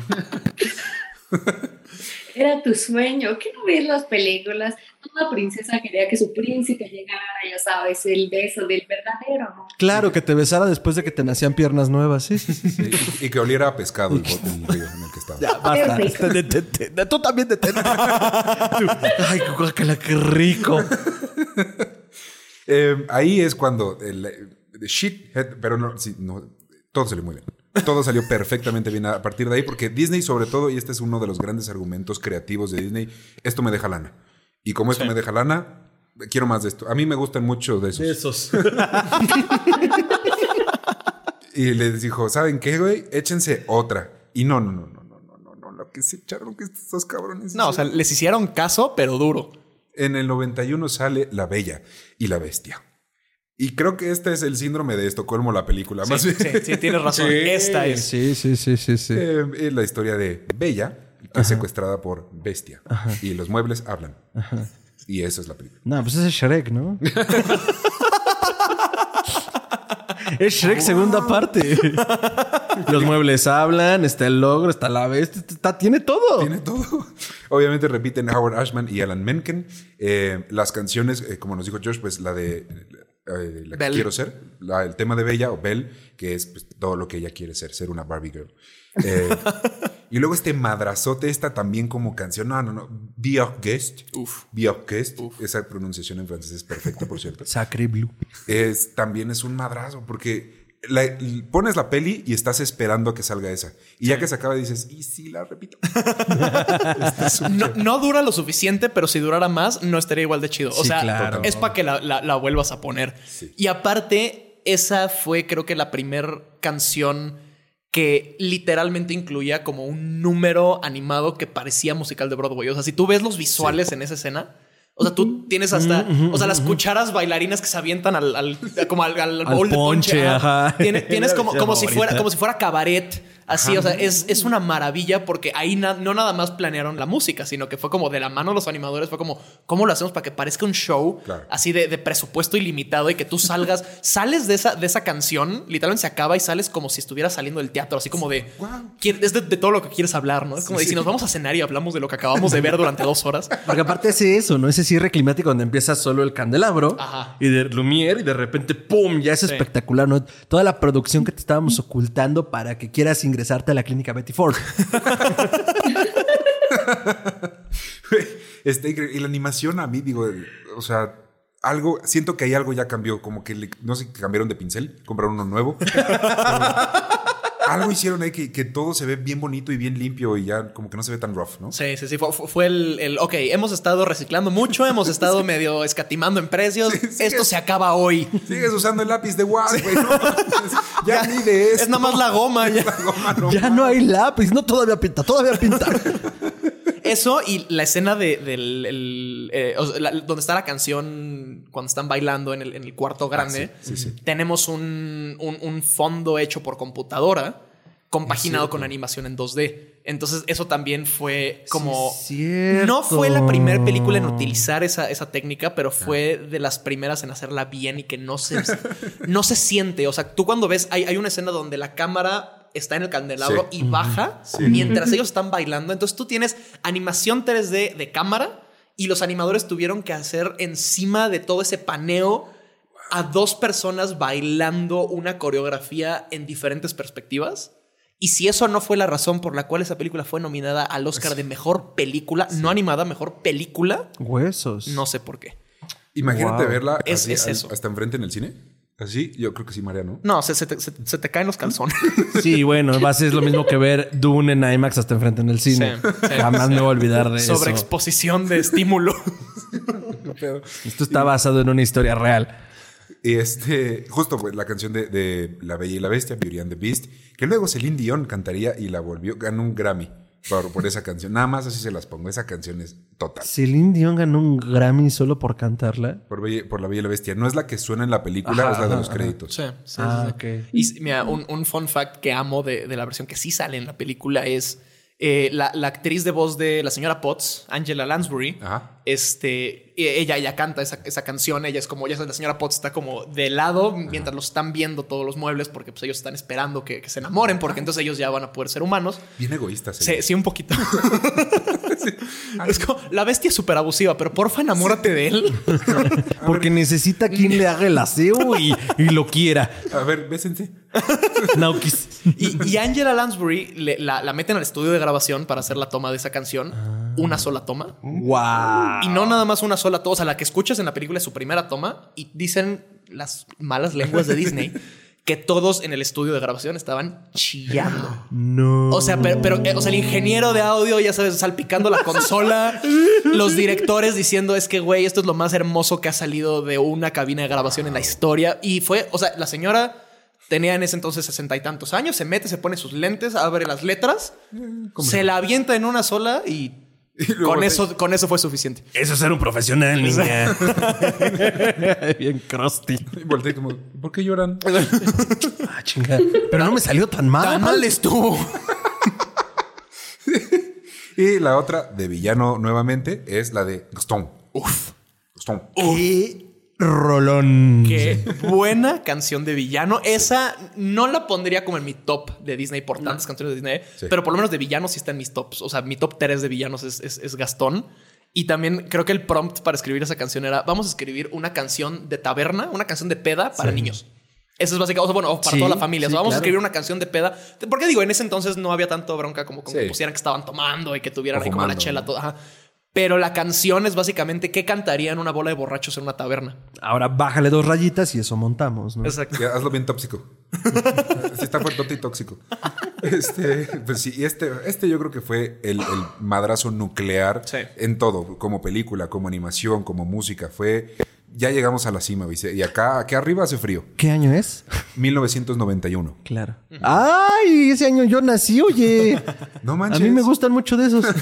Era tu sueño. ¿Qué no ves las películas? Toda princesa quería que su príncipe llegara, ya sabes, el beso del verdadero, ¿no? Claro, que te besara después de que te nacían piernas nuevas. Sí. Sí, y que oliera a pescado el río en el que estaba. Ya, basta. Perfecto. Detente. Tú también detente. Ay, guácala, qué rico. Ahí es cuando the shit, pero no, todo salió muy bien. Todo salió perfectamente bien a partir de ahí, porque Disney, sobre todo, y este es uno de los grandes argumentos creativos de Disney, esto me deja lana. Y como esto me deja lana, quiero más de esto. A mí me gustan mucho de esos. Y les dijo, ¿saben qué, güey? Échense otra. Y no, lo que se echaron que estos dos cabrones. No, o sea, les hicieron caso, pero duro. En el 91 sale La Bella y la Bestia. Y creo que este es el síndrome de Estocolmo, la película. Sí, Más bien. sí, tienes razón. Esta es. Sí. Es la historia de Bella, que es secuestrada por Bestia. Ajá. Y los muebles hablan. Ajá. Y eso es la película. No, pues ese es Shrek, ¿no? Es Shrek segunda parte. Los muebles hablan, está el ogro, está la bestia, tiene todo. Tiene todo. Obviamente repiten Howard Ashman y Alan Menken. Las canciones, como nos dijo Josh, pues la de la que quiero ser, el tema de Bella o Belle, que es pues, todo lo que ella quiere ser una Barbie Girl. Y luego este madrazote, esta también como canción. No. Be Our Guest. Be Our Guest. Esa pronunciación en francés es perfecta, por cierto. Sacré Blue. También es un madrazo porque pones la peli y estás esperando a que salga esa. Y ya que se acaba dices, ¿y si la repito? No dura lo suficiente, pero si durara más, no estaría igual de chido. O sea, claro. Es para que la vuelvas a poner. Sí. Y aparte, esa fue creo que la primer canción que literalmente incluía como un número animado que parecía musical de Broadway. O sea, si tú ves los visuales en esa escena, o sea, tú tienes hasta, o sea, las cucharas bailarinas que se avientan al bowl de ponche. Ajá. Tienes como si fuera cabaret. Así, o sea, es una maravilla porque ahí no nada más planearon la música, sino que fue como de la mano de los animadores, fue como, ¿cómo lo hacemos para que parezca un show así de presupuesto ilimitado y que tú sales de esa canción, literalmente se acaba y sales como si estuvieras saliendo del teatro, así como de, es de todo lo que quieres hablar, ¿no? Es como de si nos vamos a cenar y hablamos de lo que acabamos de ver durante 2 horas. Porque aparte hace eso, ¿no? Ese cierre climático donde empieza solo el candelabro y de Lumière y de repente, ¡pum! Ya es espectacular, ¿no? Toda la producción que te estábamos ocultando para que quieras ingresarte a la clínica Betty Ford. Y la animación a mí, digo, o sea, siento que ahí algo ya cambió, como que no sé, cambiaron de pincel, compraron uno nuevo. Algo hicieron ahí que todo se ve bien bonito y bien limpio y ya como que no se ve tan rough, ¿no? Sí. Fue el ok, hemos estado reciclando mucho, hemos estado medio escatimando en precios. Esto se acaba hoy. Sigues usando el lápiz de WAS, güey. No, ya ni de esto. Es nada más la goma. Ya no hay lápiz. No, todavía pinta. Eso y la escena donde está la canción cuando están bailando en el cuarto grande. Sí. Tenemos un fondo hecho por computadora compaginado con animación en 2D. Entonces eso también fue como... No fue la primera película en utilizar esa técnica, pero fue de las primeras en hacerla bien y que no se siente. O sea, tú cuando ves... Hay una escena donde la cámara está en el candelabro y baja mientras ellos están bailando. Entonces tú tienes animación 3D de cámara y los animadores tuvieron que hacer encima de todo ese paneo a 2 personas bailando una coreografía en diferentes perspectivas. Y si eso no fue la razón por la cual esa película fue nominada al Oscar de Mejor Película, no animada, Mejor Película. Huesos. No sé por qué. Imagínate verla así, es eso. hasta enfrente en el cine. Así, yo creo que sí, María, ¿no? No, se te caen los calzones. Sí, bueno, es lo mismo que ver Dune en IMAX hasta enfrente en el cine. Sí. Jamás me voy a olvidar de eso. Sobreexposición de estímulo. Esto está basado en una historia real. Y justo pues, la canción de La Bella y la Bestia, Beauty and the Beast, que luego Celine Dion cantaría y ganó un Grammy por esa canción. Nada más así se las pongo. Esa canción es total. Celine Dion ganó un Grammy solo por cantarla. Por La Bella y la Bestia. No es la que suena en la película, es la de los créditos. Sí. Okay. Y mira, un fun fact que amo de la versión que sí sale en la película es la actriz de voz de la señora Potts, Angela Lansbury. Ella canta esa canción. Ella es la señora Potts está como de lado mientras los están viendo todos los muebles porque pues ellos están esperando que se enamoren porque entonces ellos ya van a poder ser humanos. Bien egoístas. Sí, un poquito. Es como, la bestia es súper abusiva, pero porfa enamórate de él. Porque necesita quien le haga el aseo y lo quiera. A ver, bésense. Naukis. Y Angela Lansbury la meten al estudio de grabación para hacer la toma de esa canción. Una sola toma. ¡Wow! Y no nada más una sola toma. O sea, la que escuchas en la película es su primera toma. Y dicen las malas lenguas de Disney que todos en el estudio de grabación estaban chillando. No. O sea, pero el ingeniero de audio, ya sabes, salpicando la consola. Los directores diciendo, es que, güey, esto es lo más hermoso que ha salido de una cabina de grabación en la historia. Y fue, o sea, la señora tenía en ese entonces 60 y tantos años. Se mete, se pone sus lentes, abre las letras, se la avienta en una sola y Con eso fue suficiente. Eso es ser un profesional, niña. Bien crusty. Y volteé como, ¿por qué lloran? Ah, chinga. Pero no me salió tan mal. Tan mal estuvo. Y la otra de villano nuevamente es la de Gaston. Gaston. ¡Qué rolón! Qué buena canción de villano. Esa no la pondría como en mi top de Disney por tantas canciones de Disney, Sí. pero por lo menos de villanos sí está en mis tops. O sea, mi top 3 de villanos es Gastón. Y también creo que el prompt para escribir esa canción era: vamos a escribir una canción de taberna, una canción de peda para niños. Eso es básicamente, o sea, bueno, para Sí, toda la familia. O sea, vamos a claro. escribir una canción de peda. Porque digo, en ese entonces no había tanto bronca como Sí. que pusieran que estaban tomando y que tuvieran O ahí como la fumando, chela ¿no? toda. Ajá. Pero la canción es básicamente qué cantarían una bola de borrachos en una taberna. Ahora bájale 2 rayitas y eso montamos, ¿no? Exacto. Ya, hazlo bien tóxico. Sí, está fuertote y tóxico. Pues sí, y este yo creo que fue el madrazo nuclear Sí. en todo, como película, como animación, como música. Ya llegamos a la cima, ¿viste? Y acá arriba hace frío. ¿Qué año es? 1991. Claro. ¡Ay! Ese año yo nací, oye. No A manches. mí me gustan mucho de esos.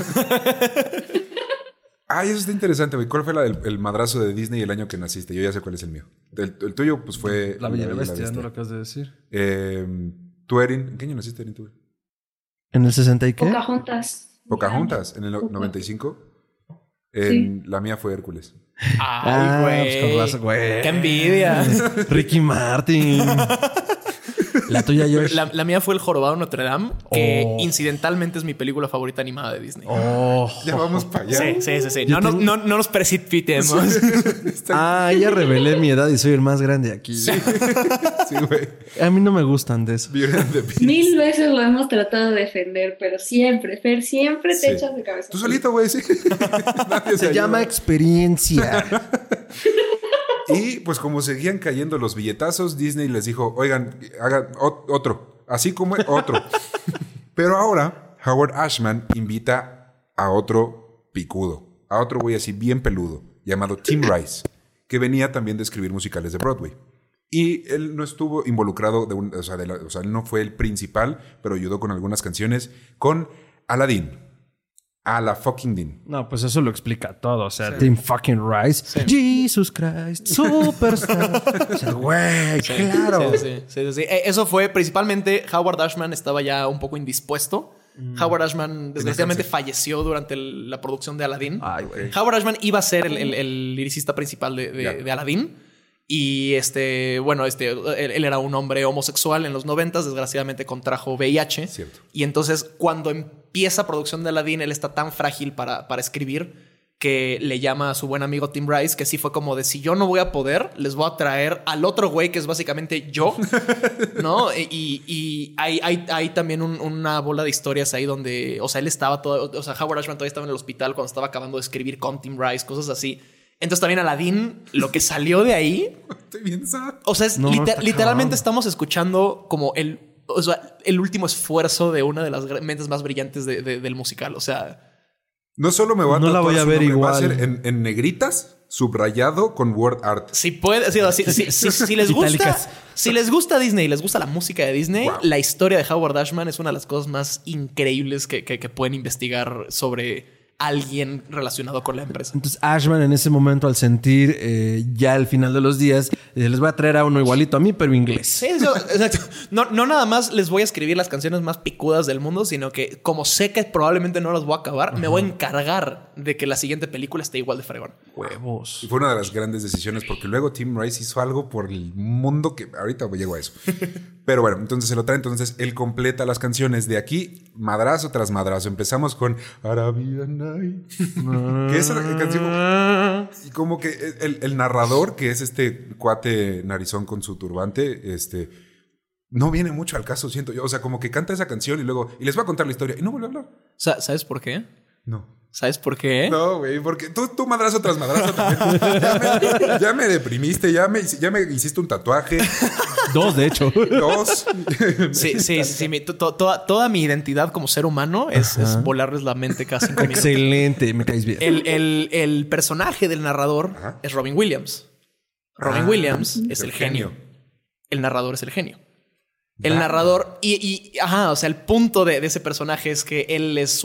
Ay, eso está interesante, güey. ¿Cuál fue el madrazo de Disney el año que naciste? Yo ya sé cuál es el mío. El tuyo, pues fue... La Bella y la Bestia, ¿no lo acabas de decir? ¿Tú, Erin? ¿En qué año naciste, Erin? ¿Tú? ¿En el 60 y qué? Pocahontas, en el 95. Sí. La mía fue Hércules. Ay, güey. pues con razón, güey. Qué envidia. Ricky Martin. La tuya, Josh. La mía fue El Jorobado de Notre Dame, que Oh. incidentalmente es mi película favorita animada de Disney. Oh. Ya vamos para allá. Sí. No nos precipitemos. Ya revelé mi edad y soy el más grande aquí. Sí, güey. A mí no me gustan de eso. Beauty and the Beast. 1000 veces lo hemos tratado de defender, pero siempre, Fer, siempre te Sí. echas de cabeza. Tú solito, güey, sí. Nadie Se llama ayuda. experiencia. Y pues como seguían cayendo los billetazos, Disney les dijo, oigan, hagan otro. Así como otro. Pero ahora Howard Ashman invita a otro picudo. A otro güey así bien peludo, llamado Tim Rice, que venía también de escribir musicales de Broadway. Y él no estuvo involucrado, él no fue el principal, pero ayudó con algunas canciones con Aladdin. A la fucking Din. No, pues eso lo explica todo. O sea, Tim fucking Rice. Jesus Christ. Superstar. O sea, güey, claro. Sí. Eso fue principalmente Howard Ashman estaba ya un poco indispuesto. Howard Ashman desgraciadamente falleció durante la producción de Aladdin. Ay, güey. Howard Ashman iba a ser el liricista principal de Aladdin. Y él era un hombre homosexual en los 90s, desgraciadamente contrajo VIH. Cierto. Y entonces cuando empieza producción de Aladdin, él está tan frágil para escribir que le llama a su buen amigo Tim Rice, que sí fue como de: si yo no voy a poder, les voy a traer al otro güey que es básicamente yo, ¿no? Y hay también una bola de historias ahí donde, o sea, él estaba todo, o sea, Howard Ashman todavía estaba en el hospital cuando estaba acabando de escribir con Tim Rice, cosas así. Entonces también Aladdin, lo que salió de ahí, Estoy bien sad. o sea, es No, está literalmente cabrón. estamos escuchando como el último esfuerzo de una de las mentes más brillantes del musical. O sea, No solo me va a No la tatuar voy a su ver nombre, va a igual. ser en negritas, subrayado con word art. si puede, si les gusta, Itálicas. si les gusta Disney, les gusta la música de Disney, Wow. la historia de Howard Ashman es una de las cosas más increíbles que pueden investigar sobre alguien relacionado con la empresa. Entonces Ashman en ese momento, al sentir ya el final de los días, les voy a traer a uno igualito a mí, pero inglés. Sí, exacto. No nada más les voy a escribir las canciones más picudas del mundo, sino que como sé que probablemente no las voy a acabar, me voy a encargar de que la siguiente película esté igual de fregón. Huevos. Y fue una de las grandes decisiones porque luego Tim Rice hizo algo por el mundo que ahorita llego a eso. Pero bueno, entonces se lo trae. Entonces él completa las canciones de aquí, madrazo tras madrazo. Empezamos con Arabian Night. Que esa canción, y como que el narrador, que es este cuate narizón con su turbante, no viene mucho al caso, siento yo. O sea, como que canta esa canción y luego, y les va a contar la historia y no vuelve a hablar. ¿Sabes por qué? No. ¿Sabes por qué? No, güey, porque tú madrazo tras madrazo también. Ya me deprimiste, ya me hiciste un tatuaje. 2, de hecho. 2. Sí. Toda mi identidad como ser humano es volarles la mente cada 5 minutos. Excelente, me caes bien. El personaje del narrador Ajá. es Robin Williams. Robin Williams es el genio. El narrador es el genio. El narrador o sea, el punto de ese personaje es que él es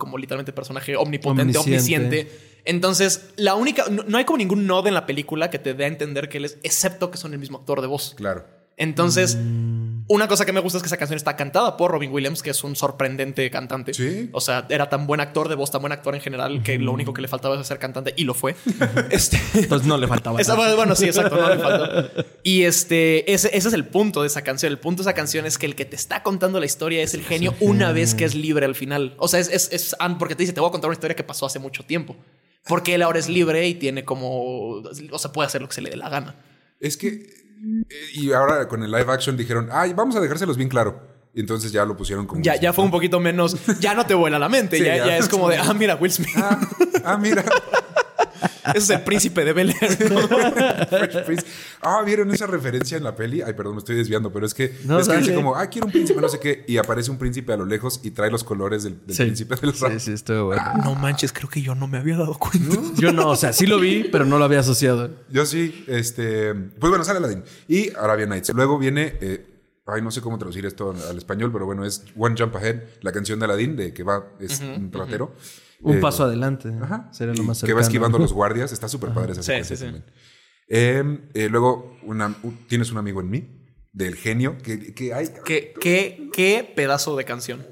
como literalmente personaje omnipotente, omnisciente. Entonces, no hay como ningún nod en la película que te dé a entender que él es, excepto que son el mismo actor de voz. Claro. Entonces, una cosa que me gusta es que esa canción está cantada por Robin Williams, que es un sorprendente cantante. Sí. O sea, era tan buen actor de voz, tan buen actor en general, que lo único que le faltaba era ser cantante y lo fue. Entonces no le faltaba. Bueno, sí, exacto, no le faltó. Y ese es el punto de esa canción. El punto de esa canción es que el que te está contando la historia es el genio una vez que es libre al final. O sea, es porque te dice, te voy a contar una historia que pasó hace mucho tiempo. Porque él ahora es libre y tiene como... O sea, puede hacer lo que se le dé la gana. Es que... Y ahora con el live action dijeron, ay, vamos a dejárselos bien claro. Y entonces ya lo pusieron como... Ya fue un poquito menos... Ya no te vuela la mente. Sí, ya es como de... mira, Will Smith. Mira. Ese es el príncipe de Bel-Air, ¿no? ¿Vieron esa referencia en la peli? Ay, perdón, me estoy desviando, pero es que... No, es que dice como, quiero un príncipe, no sé qué. Y aparece un príncipe a lo lejos y trae los colores del príncipe del rap. Sí, estuvo bueno. No manches, creo que yo no me había dado cuenta. Yo no, o sea, sí lo vi, pero no lo había asociado. Yo sí, pues bueno, sale Aladdin. Y Arabian Nights. Luego viene... no sé cómo traducir esto al español, pero bueno, es One Jump Ahead, la canción de Aladdin, de que es un ratero. Un paso adelante. Ajá. Sería lo más cercano. Que va esquivando a los guardias. Está súper padre esa secuencia también. Luego, tienes un amigo en mí, del genio, que hay... ¿Qué pedazo de canción?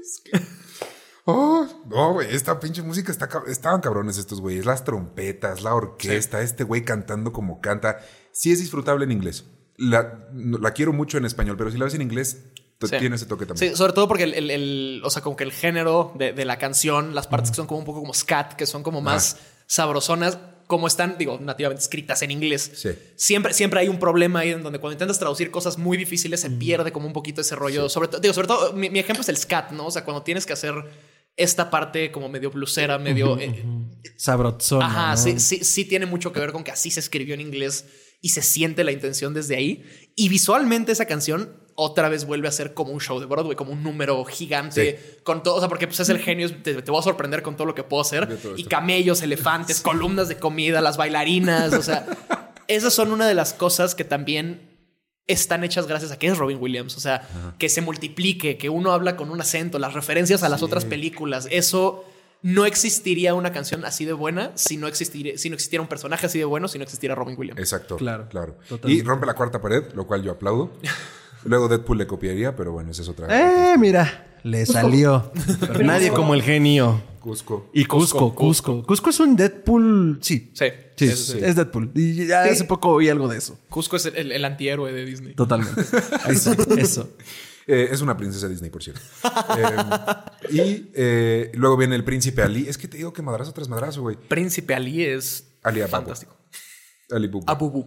Güey, esta pinche música estaban cabrones estos güeyes. Las trompetas, la orquesta, este güey cantando como canta. Sí es disfrutable en inglés. La quiero mucho en español, pero si la ves en inglés... Tiene ese toque también. Sí, sobre todo porque o sea, como que el género de la canción, las partes que son como un poco como scat, que son como más sabrosonas, como están, nativamente escritas en inglés. Sí. Siempre hay un problema ahí en donde cuando intentas traducir cosas muy difíciles se pierde como un poquito ese rollo. Sí. Sobre todo, mi ejemplo es el scat, ¿no? O sea, cuando tienes que hacer esta parte como medio blusera, medio... sabrosona. Ajá, ¿no? sí tiene mucho que ver con que así se escribió en inglés y se siente la intención desde ahí. Y visualmente esa canción otra vez vuelve a ser como un show de Broadway, como un número gigante con todo, o sea, porque pues es el genio, te voy a sorprender con todo lo que puedo hacer. Y camellos, elefantes, columnas de comida, las bailarinas, o sea, esas son una de las cosas que también están hechas gracias a que es Robin Williams, o sea, que se multiplique, que uno habla con un acento, las referencias a las otras películas, eso... No existiría una canción así de buena si no existiera un personaje así de bueno, si no existiera Robin Williams. Exacto. Claro. Totalmente. Y rompe la cuarta pared, lo cual yo aplaudo. Luego Deadpool le copiaría, pero bueno, esa es otra. Mira, le salió. Pero nadie como el genio. Cusco. Y Cusco. Cusco es un Deadpool. Sí. Es Deadpool. Y ya hace poco oí algo de eso. Cusco es el antihéroe de Disney. Totalmente. Ahí está. Eso. Es una princesa Disney, por cierto. Y luego viene el príncipe Ali. Es que te digo que madrazo tras madrazo, güey. Príncipe Ali es fantástico. Abubu.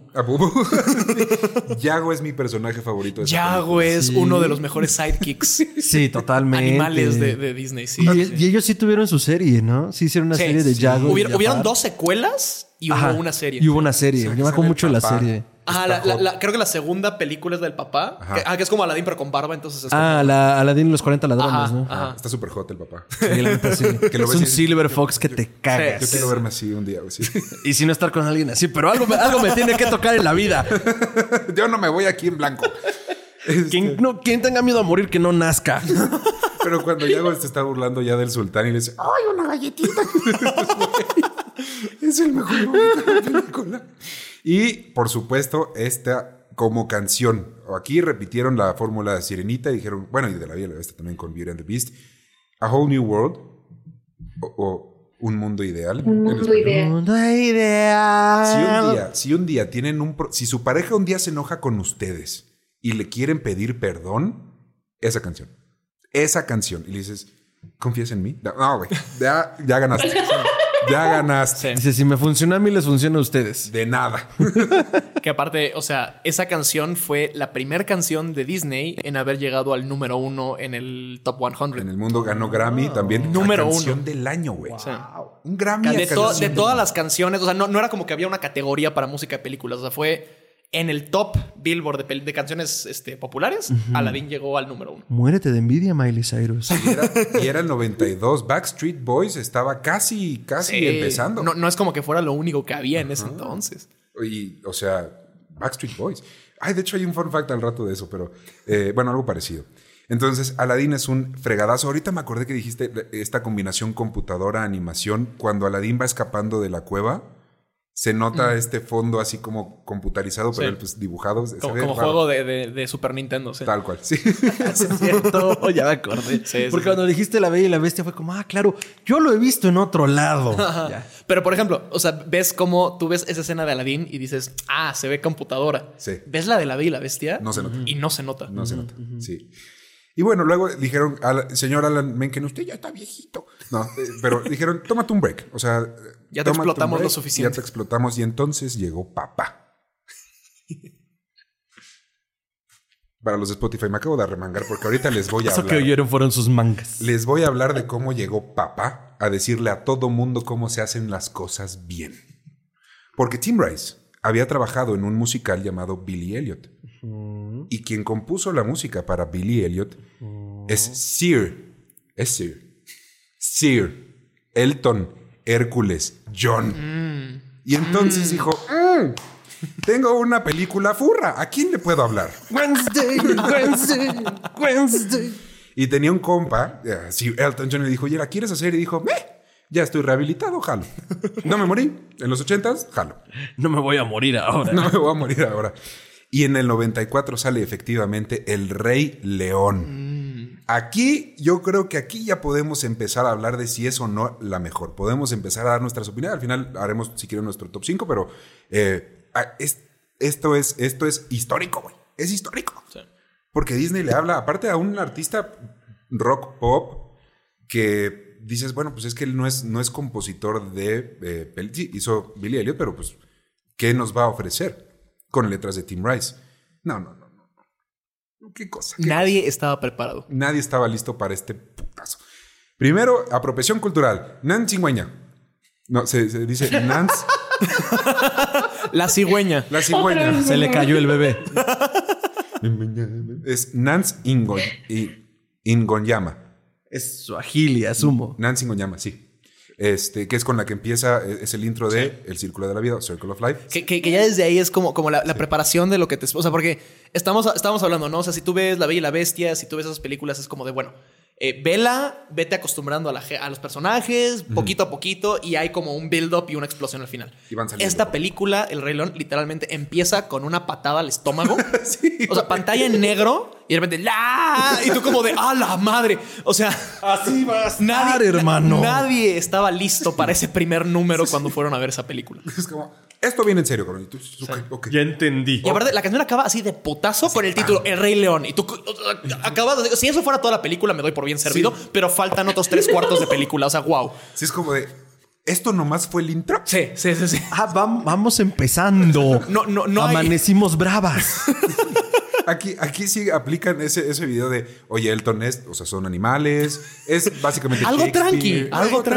Yago es mi personaje favorito. Yago es uno de los mejores sidekicks. Sí, totalmente. Animales de Disney, sí. Y ellos sí tuvieron su serie, ¿no? Sí hicieron una serie de Yago. Hubieron 2 secuelas y hubo una serie. Y hubo una serie. Yo me acuerdo mucho de la serie. Creo que la segunda película es del papá. Que es como Aladdin, pero con barba. Entonces es Aladdin y los 40 ladrones, ¿no? Está súper hot el papá. Sí, la neta, sí. Que lo es un Silver Fox que te cagas. Yo quiero verme así un día. Sí. Y si no estar con alguien así, pero algo me tiene que tocar en la vida. Yo no me voy aquí en blanco. Quien tenga miedo a morir, que no nazca. Pero cuando Yago se está burlando ya del sultán y le dice, ¡ay, una galletita! Es el mejor momento de la película. Y, por supuesto, esta como canción. Aquí repitieron la fórmula de Sirenita y dijeron, bueno, y de la Bella y la Bestia también con Beauty and the Beast. A Whole New World o Un Mundo Ideal. Un mundo ideal. Mundo ideal. Si un día tienen si su pareja un día se enoja con ustedes y le quieren pedir perdón, esa canción. Y le dices, ¿confías en mí? No, güey, ya ganaste. Ya ganaste. Dice, si me funciona a mí, les funciona a ustedes. De nada. Que aparte, o sea, esa canción fue la primera canción de Disney en haber llegado al número 1 en el Top 100. En el mundo ganó Grammy también. Número 1. Canción del año, güey. Wow. Un Grammy. De todas las canciones, o sea, no era como que había una categoría para música de películas. O sea, fue en el top Billboard de canciones populares. Aladdin llegó al número 1. Muérete de envidia, Miley Cyrus. Y era el 92. Backstreet Boys estaba casi empezando. No es como que fuera lo único que había en ese entonces. Y, o sea, Backstreet Boys. De hecho hay un fun fact al rato de eso, pero bueno, algo parecido. Entonces, Aladdin es un fregadazo. Ahorita me acordé que dijiste esta combinación computadora-animación. Cuando Aladdin va escapando de la cueva, se nota este fondo así como computarizado, pero él pues dibujado. Como juego de Super Nintendo, sí. Tal cual, sí. Es cierto, ya me acordé. Sí, porque cuando dijiste La Bella y la Bestia fue como, claro, yo lo he visto en otro lado. Ya. Pero, por ejemplo, o sea, ves cómo tú ves esa escena de Aladdin y dices, se ve computadora. Sí. ¿Ves la de La Bella y la Bestia? No se nota. Y no se nota. No se nota, sí. Y bueno, luego dijeron, señor Alan Menken, usted ya está viejito. No, pero dijeron, tómate un break. O sea, ya te explotamos lo suficiente. Ya te explotamos y entonces llegó papá. Para los de Spotify me acabo de arremangar porque ahorita les voy a hablar. Eso que oyeron fueron sus mangas. Les voy a hablar de cómo llegó papá a decirle a todo mundo cómo se hacen las cosas bien. Porque Tim Rice había trabajado en un musical llamado Billy Elliot. Y quien compuso la música para Billy Elliot es Sir Elton Hércules John. Y entonces dijo, tengo una película furra, ¿a quién le puedo hablar? Wednesday. Y tenía un compa, Sir Elton John, le dijo, oye, ¿la quieres hacer? Y dijo, ya estoy rehabilitado, jalo. No me morí. En los 80s, jalo. No me voy a morir ahora. No me voy a morir ahora. Y en el 94 sale efectivamente El Rey León. Aquí, yo creo que aquí ya podemos empezar a hablar de si es o no la mejor. Podemos empezar a dar nuestras opiniones. Al final haremos, si quieren, nuestro top 5, pero esto es histórico, güey. Es histórico. Sí. Porque Disney le habla, aparte a un artista rock pop que dices, bueno, pues es que él no es compositor de sí, hizo Billy Elliot, pero pues, ¿qué nos va a ofrecer? Con letras de Tim Rice. No. ¿Qué cosa? Nadie estaba preparado. Nadie estaba listo para este putazo. Primero, apropiación cultural. Nancingüeña. No, se dice Nance. La cigüeña. La cigüeña. Se le cayó el bebé. Es Nance Ingonyama. Es Suajili, asumo. Nance Ingonyama, sí. Que es con la que empieza, es el intro de El Círculo de la Vida, Circle of Life. Que ya desde ahí es como la preparación de lo que te... O sea, porque estamos hablando, ¿no? O sea, si tú ves La Bella y la Bestia, si tú ves esas películas, es como de, bueno, vete acostumbrando a los personajes, poquito a poquito, y hay como un build-up y una explosión al final. Y van saliendo. Esta película, El Rey León, literalmente empieza con una patada al estómago. Sí. O sea, pantalla en negro, y de repente, ¡la! Y tú como de, ¡ah, la madre! O sea, así va a estar, hermano. Nadie estaba listo para ese primer número cuando fueron a ver esa película. Es como, esto viene en serio, coronel. Okay. Ya entendí. Y aparte, la canción acaba así de putazo con el título El Rey León. Y tú acabas de... Si eso fuera toda la película, me doy por bien servido. Sí. Pero faltan otros 3/4 de película. O sea, wow. Sí, es como de... ¿Esto nomás fue el intro? Sí. Vamos empezando. No amanecimos bravas. Aquí sí aplican ese video de, oye, Elton o sea, son animales. Es básicamente algo tranqui.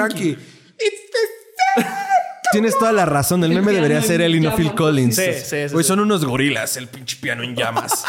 Tienes toda la razón. El meme debería ser él y no Phil Collins. Sí. Pues son unos gorilas, el pinche piano en llamas.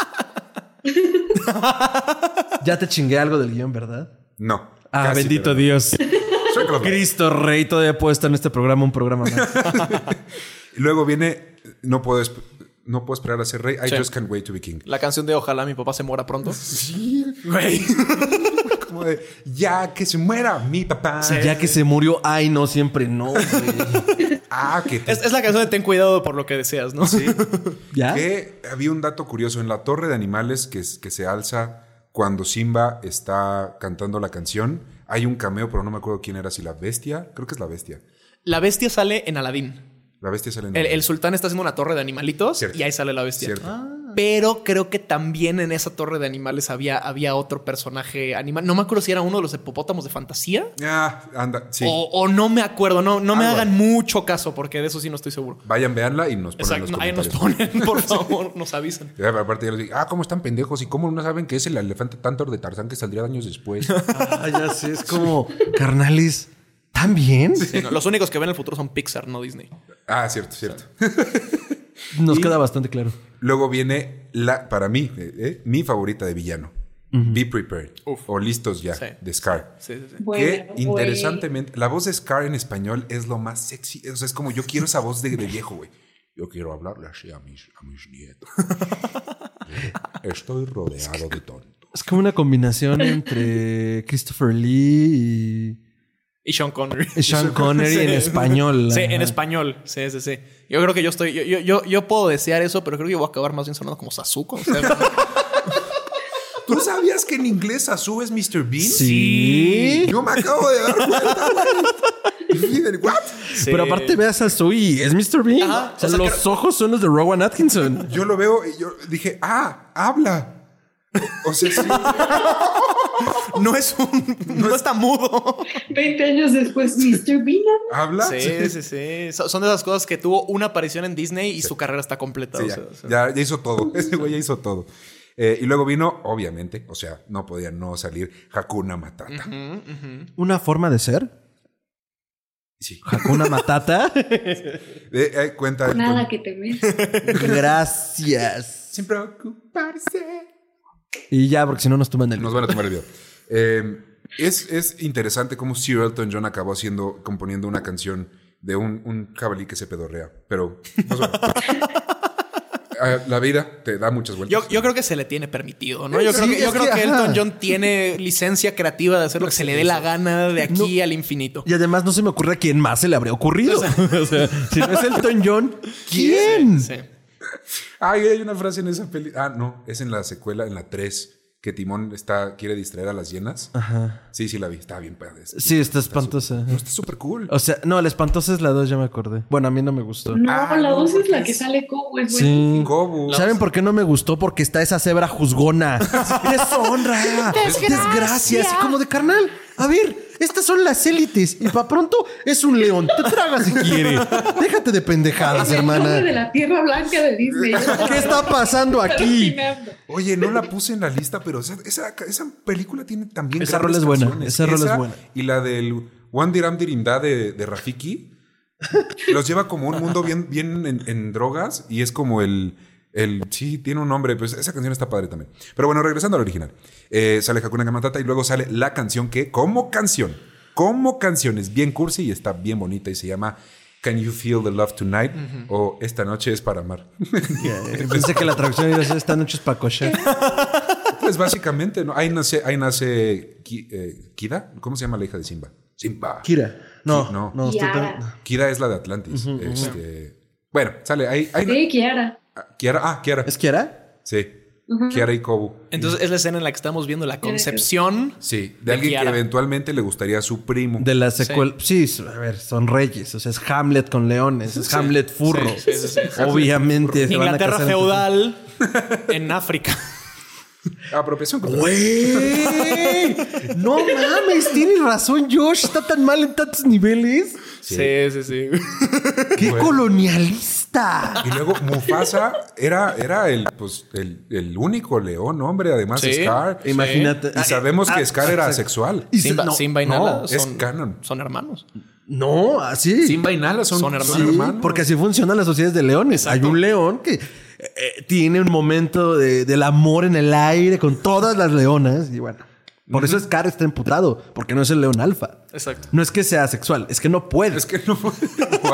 Ya te chingué algo del guión, ¿verdad? No. Bendito Dios. Cristo Rey, todavía puedo estar en este programa, un programa más. Y luego viene, no puedo esperar a ser rey. I just can't wait to be king. La canción de Ojalá mi papá se muera pronto. Sí, güey. Como de, ya que se muera mi papá. Sí. Ya que se murió, ay, no, siempre no, güey. Es la canción de Ten cuidado por lo que deseas, ¿no? Sí. ¿Ya? Que había un dato curioso en la torre de animales que se alza cuando Simba está cantando la canción. Hay un cameo, pero no me acuerdo quién era, si la bestia. Creo que es la bestia. La bestia sale en Aladdin. La bestia sale en el sultán está haciendo una torre de animalitos. Cierto. Y ahí sale la bestia. Cierto. Pero creo que también en esa torre de animales había otro personaje animal. No me acuerdo si era uno de los hipopótamos de fantasía. Anda, sí. O no me acuerdo. No me hagan mucho caso porque de eso sí no estoy seguro. Vayan, véanla y nos ponen los comentarios. Ahí nos ponen, por favor, nos avisan. Aparte ya les digo, ¿cómo están pendejos? ¿Y cómo no saben que es el elefante Tantor de Tarzán que saldría años después? Ya sé, es como, carnales, ¿tan bien? Sí, no, los únicos que ven el futuro son Pixar, no Disney. Cierto. Nos queda bastante claro. Luego viene para mí, mi favorita de villano. Be Prepared. O Listos Ya, de Scar. Sí. Que interesantemente, la voz de Scar en español es lo más sexy. O sea, es como yo quiero esa voz de viejo, güey. Yo quiero hablarle así a mis nietos. Estoy rodeado de tontos. Es como una combinación entre Christopher Lee Y Sean Connery. y Sean Connery en español. Sí, Ajá. en español. Sí. Yo creo que yo puedo desear eso, pero creo que voy a acabar más bien sonando como Sasuke. O sea, ¿Tú sabías que en inglés Sasu es Mr. Bean? Sí. Yo me acabo de dar cuenta, güey. ¿What? sí. Pero aparte veas a Zoe, es Mr. Bean. Ajá. O sea, O sea, los ojos son los de Rowan Atkinson. Yo lo veo y yo dije, habla. O sea, sí. No está mudo. 20 años después, Mr. Bean. ¿Habla? Sí. Son de esas cosas que tuvo una aparición en Disney y su carrera está completa. Sí, ya hizo todo. Ese güey ya hizo todo. Y luego vino, obviamente, o sea, no podía no salir Hakuna Matata. ¿Una forma de ser? Sí. Hakuna Matata. Cuenta. Nada que temer. Gracias. Sin preocuparse. Y ya, porque si no nos toman el Nos van a tomar el video. Es interesante cómo Sir Elton John acabó componiendo una canción de un jabalí que se pedorrea. Pero, pues bueno. La vida te da muchas vueltas. Yo creo que se le tiene permitido, ¿no? Yo Sí, creo que ajá. Elton John tiene licencia creativa de hacer lo que se le dé la gana de aquí al infinito. Y además no se me ocurre a quién más se le habría ocurrido. O sea, si no es Elton John, ¿quién? Sí. Ay, hay una frase en esa peli. Ah, no, es en la secuela, en la 3, que Timón quiere distraer a las hienas. Ajá. Sí, la vi. Está bien padre. Sí, está espantosa. No, está súper cool. O sea, no, la espantosa es la 2, ya me acordé. Bueno, a mí no me gustó. No, Ah, la no, 2 es porque la que es- sale Cobo. Es Sí. buenísimo. Gobu. ¿Saben por qué no me gustó? Porque está esa cebra juzgona. ¡Deshonra! ¡Desgracia! Así como de carnal. A ver, estas son las élites. Y para pronto es un león. Te tragas si quiere. Déjate de pendejadas, Es el nombre de hermana. la Tierra Blanca de Disney. ¿Qué está pasando aquí? Alucinando. Oye, no la puse en la lista, pero esa película tiene también Esa grandes rola es buena, canciones. esa rola es buena. Y la del One Diram Dirimda de Rafiki los lleva como un mundo bien en drogas y es como sí, tiene un nombre, pues esa canción está padre también. Pero bueno, regresando al original. Sale Hakuna Matata y luego sale la canción que como canción es bien cursi y está bien bonita y se llama Can You Feel the Love Tonight? O Esta noche es para amar. Pensé que la traducción iba a ser esta noche es para cocher. Pues básicamente, ¿no? Ahí nace Kida. ¿Cómo se llama la hija de Simba? Simba. Kira. No, No. no. Kiara. Kida es la de Atlantis. Bueno, sale ahí. Sí, Kiara. Kiara. ¿Es Kiara? Sí. Kiara y Kobu. Entonces es la escena en la que estamos viendo la concepción. Sí, de de alguien Kiara. que eventualmente le gustaría a su primo. De la secuela. Sí. A ver, son reyes. O sea, es Hamlet con leones. Es Hamlet furro. Sí. Obviamente. se van a Inglaterra casar feudal en África. Apropiación cultural. ¡Güey! No mames, tienes razón, Josh. Está tan mal en tantos niveles. Sí. ¡Qué Bueno. colonialista! Y luego Mufasa era el único león, hombre. Además, Sí. Scar. Imagínate. Y sabemos que Scar era exacto. asexual. Y Simba y Nala es canon. son hermanos. No, así. Simba y Nala son hermanos. Porque así funcionan las sociedades de leones. Exacto. Hay un león que tiene un momento del amor en el aire con todas las leonas. Y bueno, por eso Scar está emputado. Porque no es el león alfa. Exacto. No es que sea sexual, es que no puede. Es que no. Wow.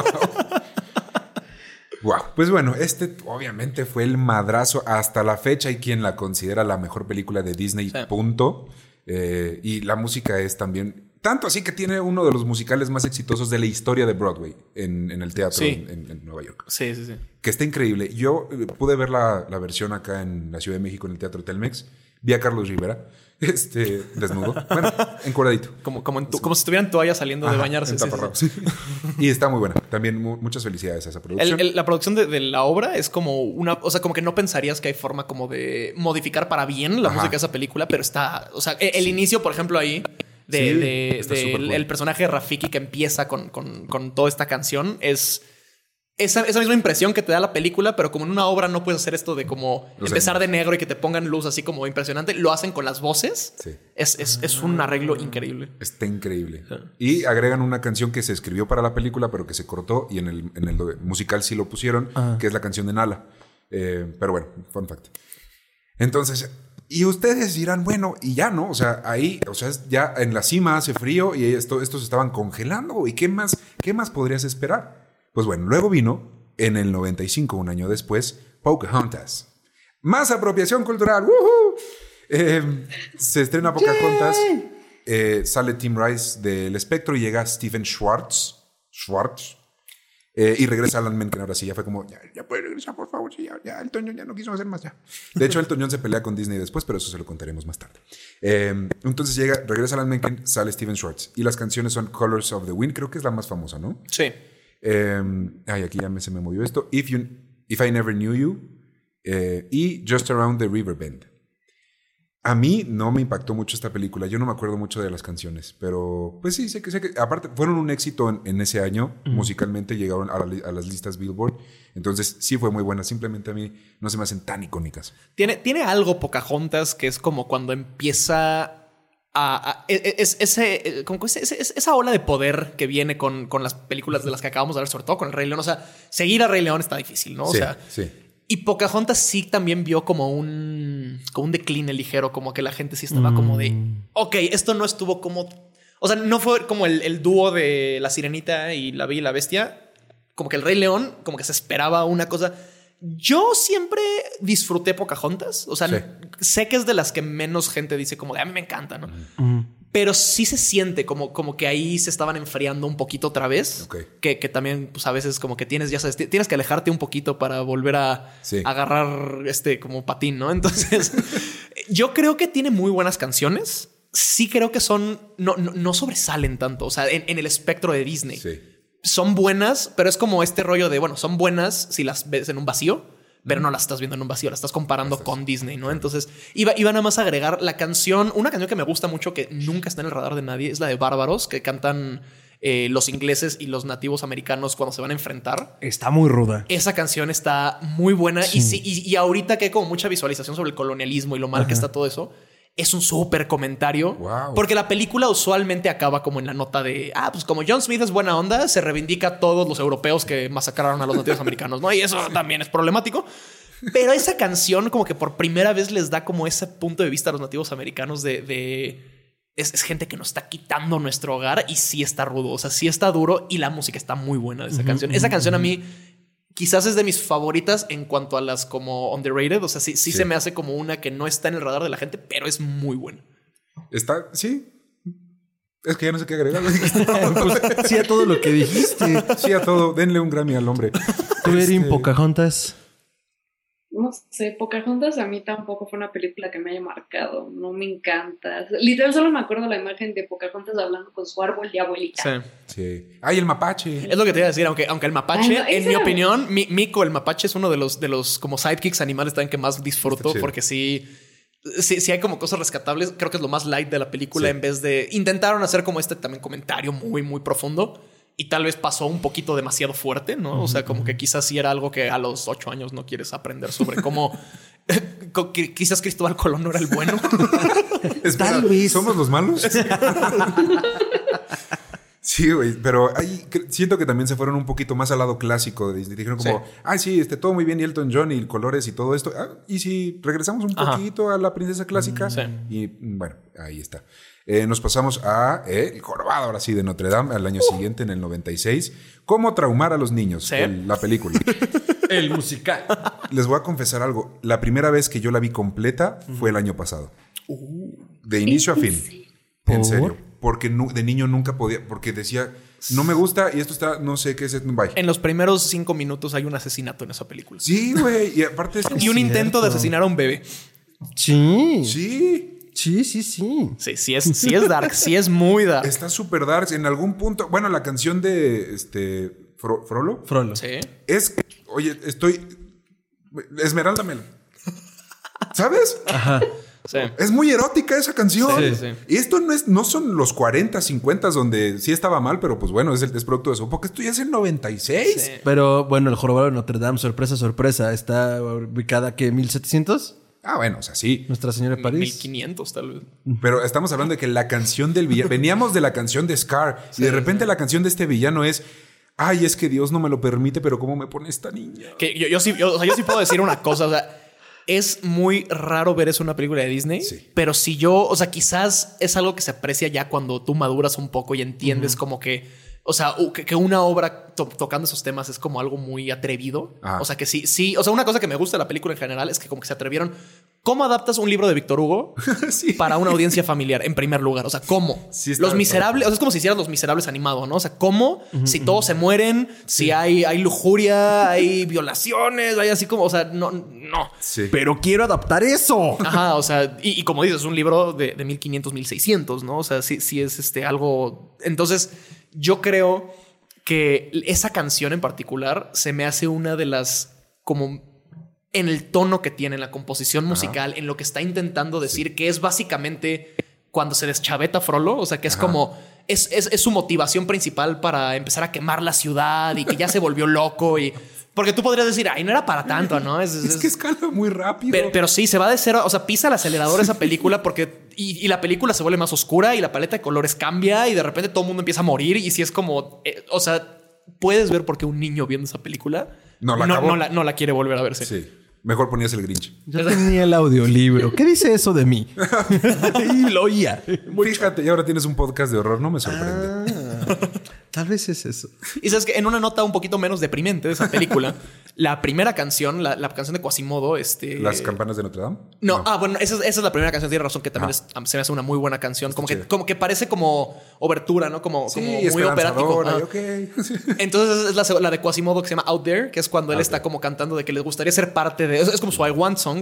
Wow. Pues bueno, obviamente fue el madrazo hasta la fecha. Hay quien la considera la mejor película de Disney, Sí. punto. Y la música es también. Tanto así que tiene uno de los musicales más exitosos de la historia de Broadway en el teatro Sí. en Nueva York. Sí. Que está increíble. Yo pude ver la versión acá en la Ciudad de México en el Teatro Telmex. Vi a Carlos Rivera, desnudo. Bueno, encueradito. Como si estuvieran toallas saliendo de Ajá, bañarse. en Sí. taparrabos. Y está muy buena. También muchas felicidades a esa producción. La producción de la obra es como o sea, como que no pensarías que hay forma como de modificar para bien la Ajá. música de esa película, pero está, o sea, el inicio, por ejemplo, ahí está de súper cool. el personaje de Rafiki que empieza con toda esta canción es esa misma impresión que te da la película, pero como en una obra no puedes hacer esto de como Los empezar de negro y que te pongan luz así como impresionante. Lo hacen con las voces. Sí. Es un arreglo increíble. Está increíble. Y agregan una canción que se escribió para la película, pero que se cortó y en el musical sí lo pusieron, que es la canción de Nala. Pero bueno, fun fact. Entonces, y ustedes dirán, bueno, y ya no, o sea, ahí, o sea, ya en la cima hace frío y estos estaban congelando. ¿Y qué más podrías esperar? Pues bueno, luego vino en el 95, un año después, Pocahontas. Más apropiación cultural. ¡Woohoo! Se estrena Pocahontas. Sale Tim Rice del Espectro y llega Stephen Schwartz. Y regresa Alan Menken. Ahora sí, ya fue como, ya puede regresar, por favor. Sí, ya Elton John ya no quiso hacer más ya. De hecho, Elton John se pelea con Disney después, pero eso se lo contaremos más tarde. Entonces regresa Alan Menken, sale Stephen Schwartz. Y las canciones son Colors of the Wind, creo que es la más famosa, ¿no? Sí. Aquí se me movió esto. If I Never Knew You. Y Just Around the River Bend. A mí no me impactó mucho esta película. Yo no me acuerdo mucho de las canciones. Pero pues sí, sé que aparte fueron un éxito en ese año. Musicalmente llegaron a las listas Billboard. Entonces sí fue muy buena. Simplemente a mí no se me hacen tan icónicas. Tiene algo Pocahontas que es como cuando empieza esa ola de poder que viene con las películas de las que acabamos de ver, sobre todo con el Rey León. O sea, seguir a Rey León está difícil, ¿no? O sea, sí. Y Pocahontas sí también vio como un decline ligero, como que la gente sí estaba como de, ok, esto no estuvo como, o sea, no fue como el dúo de La Sirenita y La Bella y la Bestia, como que el Rey León, como que se esperaba una cosa. Yo siempre disfruté Pocahontas, o sea, sé que es de las que menos gente dice como de, a mí me encanta, ¿no? Pero sí se siente como que ahí se estaban enfriando un poquito otra vez. Okay. Que también, pues a veces como que tienes que alejarte un poquito para volver a agarrar como patín, ¿no? Entonces, yo creo que tiene muy buenas canciones. Sí creo que no sobresalen tanto. O sea, en el espectro de Disney. Sí. Son buenas, pero es como este rollo de, bueno, son buenas si las ves en un vacío, pero no las estás viendo en un vacío, las estás comparando con Disney, ¿no? Entonces, iba nada más a agregar una canción que me gusta mucho, que nunca está en el radar de nadie, es la de Bárbaros, que cantan los ingleses y los nativos americanos cuando se van a enfrentar. Está muy ruda. Esa canción está muy buena. Sí. Y ahorita que hay como mucha visualización sobre el colonialismo y lo mal que está todo eso, es un súper comentario. Wow. Porque la película usualmente acaba como en la nota de, pues como John Smith es buena onda, se reivindica a todos los europeos que masacraron a los nativos americanos, ¿no? Y eso también es problemático. Pero esa canción como que por primera vez les da como ese punto de vista a los nativos americanos es gente que nos está quitando nuestro hogar y sí está rudo. O sea, sí está duro y la música está muy buena de esa canción. Esa canción a mí quizás es de mis favoritas en cuanto a las como underrated. O sea, sí se me hace como una que no está en el radar de la gente, pero es muy buena. Sí. Es que ya no sé qué agregar. Pues, sí a todo lo que dijiste. Sí a todo. Denle un Grammy al hombre. ¿Tú eres Pocahontas? No sé, Pocahontas a mí tampoco fue una película que me haya marcado. No me encanta. Literal, solo me acuerdo la imagen de Pocahontas hablando con su árbol de abuelita. Sí. Ay, el mapache. Es lo que te iba a decir, aunque el mapache, en mi opinión, era... Miko, el mapache es uno de los como sidekicks animales también que más disfruto, porque sí hay como cosas rescatables. Creo que es lo más light de la película, en vez de... Intentaron hacer como también comentario muy, muy profundo. Y tal vez pasó un poquito demasiado fuerte, ¿no? O sea, como que quizás sí era algo que a los 8 años no quieres aprender sobre cómo... quizás Cristóbal Colón no era el bueno. Espera, ¿somos los malos? Sí, güey. Pero ahí siento que también se fueron un poquito más al lado clásico de Disney. Dijeron como, todo muy bien y Elton John y colores y todo esto. Y si regresamos un poquito a la princesa clásica. Y bueno, ahí está. Nos pasamos a El Jorobado, ahora sí, de Notre Dame, al año siguiente, en el 96. ¿Cómo traumar a los niños? La película. El musical. Les voy a confesar algo. La primera vez que yo la vi completa fue el año pasado. De inicio a fin. En serio. Porque de niño nunca podía... Porque decía, no me gusta y esto está... No sé qué es... Bye. En los primeros 5 minutos hay un asesinato en esa película. Sí, güey. Y aparte es que... Y un intento de asesinar a un bebé. Sí. Sí. Sí. Sí es dark, sí es muy dark. Está súper dark. En algún punto... Bueno, la canción de Frollo. Sí. Es... Oye, Esmeralda Mel. ¿Sabes? Ajá. Sí. Es muy erótica esa canción. Sí. Y esto no son los 40, 50 donde sí estaba mal, pero pues bueno, es producto de eso. Porque esto ya es el 96. Sí. Pero bueno, El Jorobado de Notre Dame, sorpresa, está ubicada ¿qué? ¿1700? Bueno, o sea, sí. Nuestra Señora de París. 1500 tal vez. Pero estamos hablando de que la canción del villano... Veníamos de la canción de Scar. Y de repente la canción de este villano es... Ay, es que Dios no me lo permite, pero ¿cómo me pone esta niña? Que yo sí puedo decir una cosa, o sea... Es muy raro ver eso en una película de Disney, pero si quizás es algo que se aprecia ya cuando tú maduras un poco y entiendes como que, o sea, que una obra tocando esos temas es como algo muy atrevido. O sea, que sí. O sea, una cosa que me gusta de la película en general es que como que se atrevieron ¿Cómo adaptas un libro de Víctor Hugo Sí. para una audiencia familiar? En primer lugar, o sea, ¿cómo? Sí, está Los Miserables, o sea, es como si hicieras Los Miserables animado, ¿no? O sea, ¿cómo? Si todos se mueren, si hay lujuria, hay violaciones, hay así como, o sea, no. Sí. Pero quiero adaptar eso. Ajá, o sea, y como dices, es un libro de 1500, 1600, ¿no? O sea, sí es algo. Entonces, yo creo que esa canción en particular se me hace una de las como en el tono que tiene, en la composición musical, en lo que está intentando decir, que es básicamente cuando se deschaveta Frollo, o sea, que es como es su motivación principal para empezar a quemar la ciudad y que ya se volvió loco y porque tú podrías decir, ay, no era para tanto, ¿no? Es que escala muy rápido. Pero sí, se va de cero, o sea, pisa el acelerador esa película porque y la película se vuelve más oscura y la paleta de colores cambia y de repente todo el mundo empieza a morir y si es como, o sea, puedes ver por qué un niño viendo esa película no la quiere volver a verse. Sí. Mejor ponías el Grinch. Yo tenía el audiolibro. ¿Qué dice eso de mí? Y lo oía. Fíjate, y ahora tienes un podcast de horror. No me sorprende. Tal vez es eso. Y sabes que en una nota un poquito menos deprimente de esa película, la primera canción, la canción de Quasimodo, ¿Las campanas de Notre Dame? No. Bueno, esa es la primera canción, tienes razón, que también se me hace una muy buena canción. Como que parece como obertura, ¿no? Como muy operático. Okay. Entonces es la de Quasimodo que se llama Out There, que es cuando él está como cantando de que les gustaría ser parte de... Es como su I Want Song.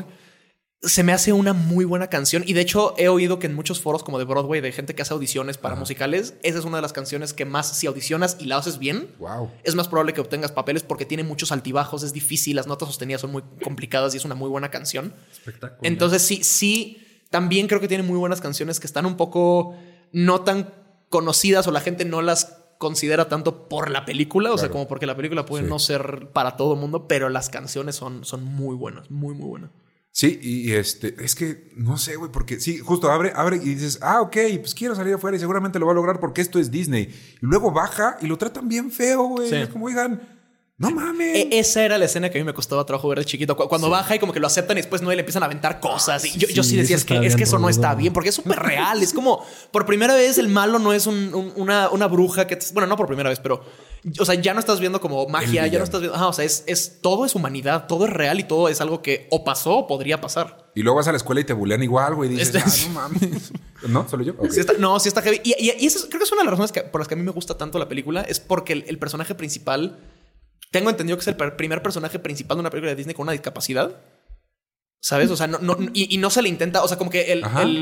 Se me hace una muy buena canción. Y de hecho he oído que en muchos foros como de Broadway, de gente que hace audiciones para musicales, esa es una de las canciones que más, si audicionas y la haces bien, es más probable que obtengas papeles porque tiene muchos altibajos, es difícil, las notas sostenidas son muy complicadas y es una muy buena canción. Espectacular. Entonces sí, también creo que tiene muy buenas canciones que están un poco no tan conocidas o la gente no las considera tanto por la película, o sea, como porque la película puede no ser para todo el mundo, pero las canciones son muy buenas, muy buenas. Sí, y es que no sé, güey, porque sí, justo abre y dices, ok, pues quiero salir afuera y seguramente lo va a lograr porque esto es Disney. Y luego baja y lo tratan bien feo, güey. Sí. Es como, oigan, no mames. Esa era la escena que a mí me costaba trabajo ver de chiquito. Cuando baja y como que lo aceptan y después no le empiezan a aventar cosas. Y yo sí decía, es que eso no está bien porque es súper real. Es como, por primera vez el malo no es una bruja que... Bueno, no por primera vez, pero... O sea, ya no estás viendo como magia, ya no estás viendo... o sea, todo es humanidad, todo es real y todo es algo que o pasó o podría pasar. Y luego vas a la escuela y te bulean igual, güey. Y dices, no mames. ¿No? ¿Solo yo? Okay. Sí está heavy. Y eso creo que es una de las razones por las que a mí me gusta tanto la película. Es porque el personaje principal... Tengo entendido que es el primer personaje principal de una película de Disney con una discapacidad. ¿Sabes? O sea, y no se le intenta... O sea, como que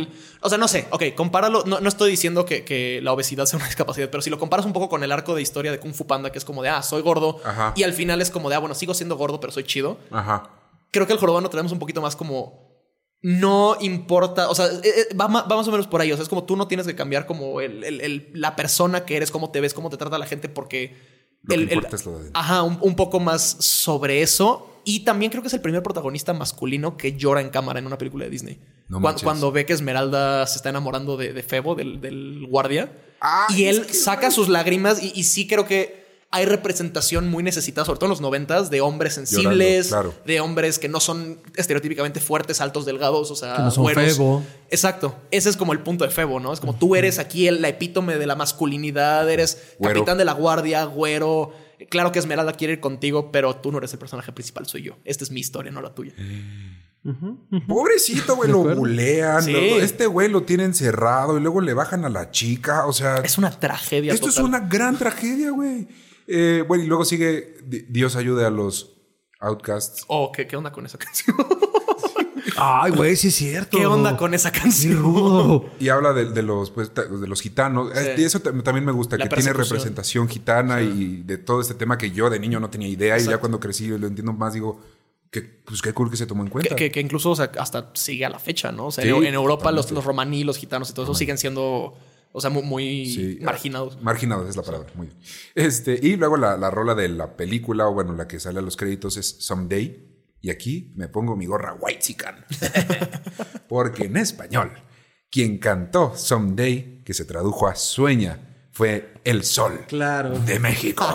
o sea, no sé. Ok, compáralo. No estoy diciendo que la obesidad sea una discapacidad, pero si lo comparas un poco con el arco de historia de Kung Fu Panda, que es como de, soy gordo. Ajá. Y al final es como de, bueno, sigo siendo gordo, pero soy chido. Ajá. Creo que el jorobano tenemos un poquito más como... No importa, o sea, va más o menos por ahí. O sea, es como tú no tienes que cambiar como la persona que eres, cómo te ves, cómo te trata la gente, porque... Lo que importa es lo de... Ajá, un poco más sobre eso. Y también creo que es el primer protagonista masculino que llora en cámara en una película de Disney. Cuando ve que Esmeralda se está enamorando de Febo, del guardia. Y él saca sus lágrimas y sí creo que hay representación muy necesitada, sobre todo en los 90s, de hombres sensibles, llorando, de hombres que no son estereotípicamente fuertes, altos, delgados, o sea, que no son güeros. Febo. Exacto. Ese es como el punto de Febo, ¿no? Es como tú eres aquí la epítome de la masculinidad, eres güero, capitán de la guardia, güero. Claro que Esmeralda quiere ir contigo, pero tú no eres el personaje principal, soy yo. Esta es mi historia, no la tuya. Pobrecito, güey, lo bulean. Sí. Este güey lo tiene encerrado y luego le bajan a la chica. O sea, es una tragedia. Esto total. Es una gran tragedia, güey. Bueno, y luego sigue Dios ayude a los outcasts. ¿Qué onda con esa canción? Ay, güey, sí es cierto. ¿Qué onda con esa canción? Y habla de los gitanos. Sí. Y eso también me gusta, que tiene representación gitana y de todo este tema que yo de niño no tenía idea. Exacto. Y ya cuando crecí lo entiendo más, digo, pues qué cool que se tomó en cuenta. Que incluso, o sea, hasta sigue a la fecha, ¿no? O sea, sí, en Europa los romaní, los gitanos y todo eso siguen siendo... O sea, muy marginados. Marginados es la palabra. Muy bien. Y luego la rola de la película, o bueno, la que sale a los créditos es Someday. Y aquí me pongo mi gorra whitezican. Porque en español, quien cantó Someday, que se tradujo a Sueña, fue El Sol de México.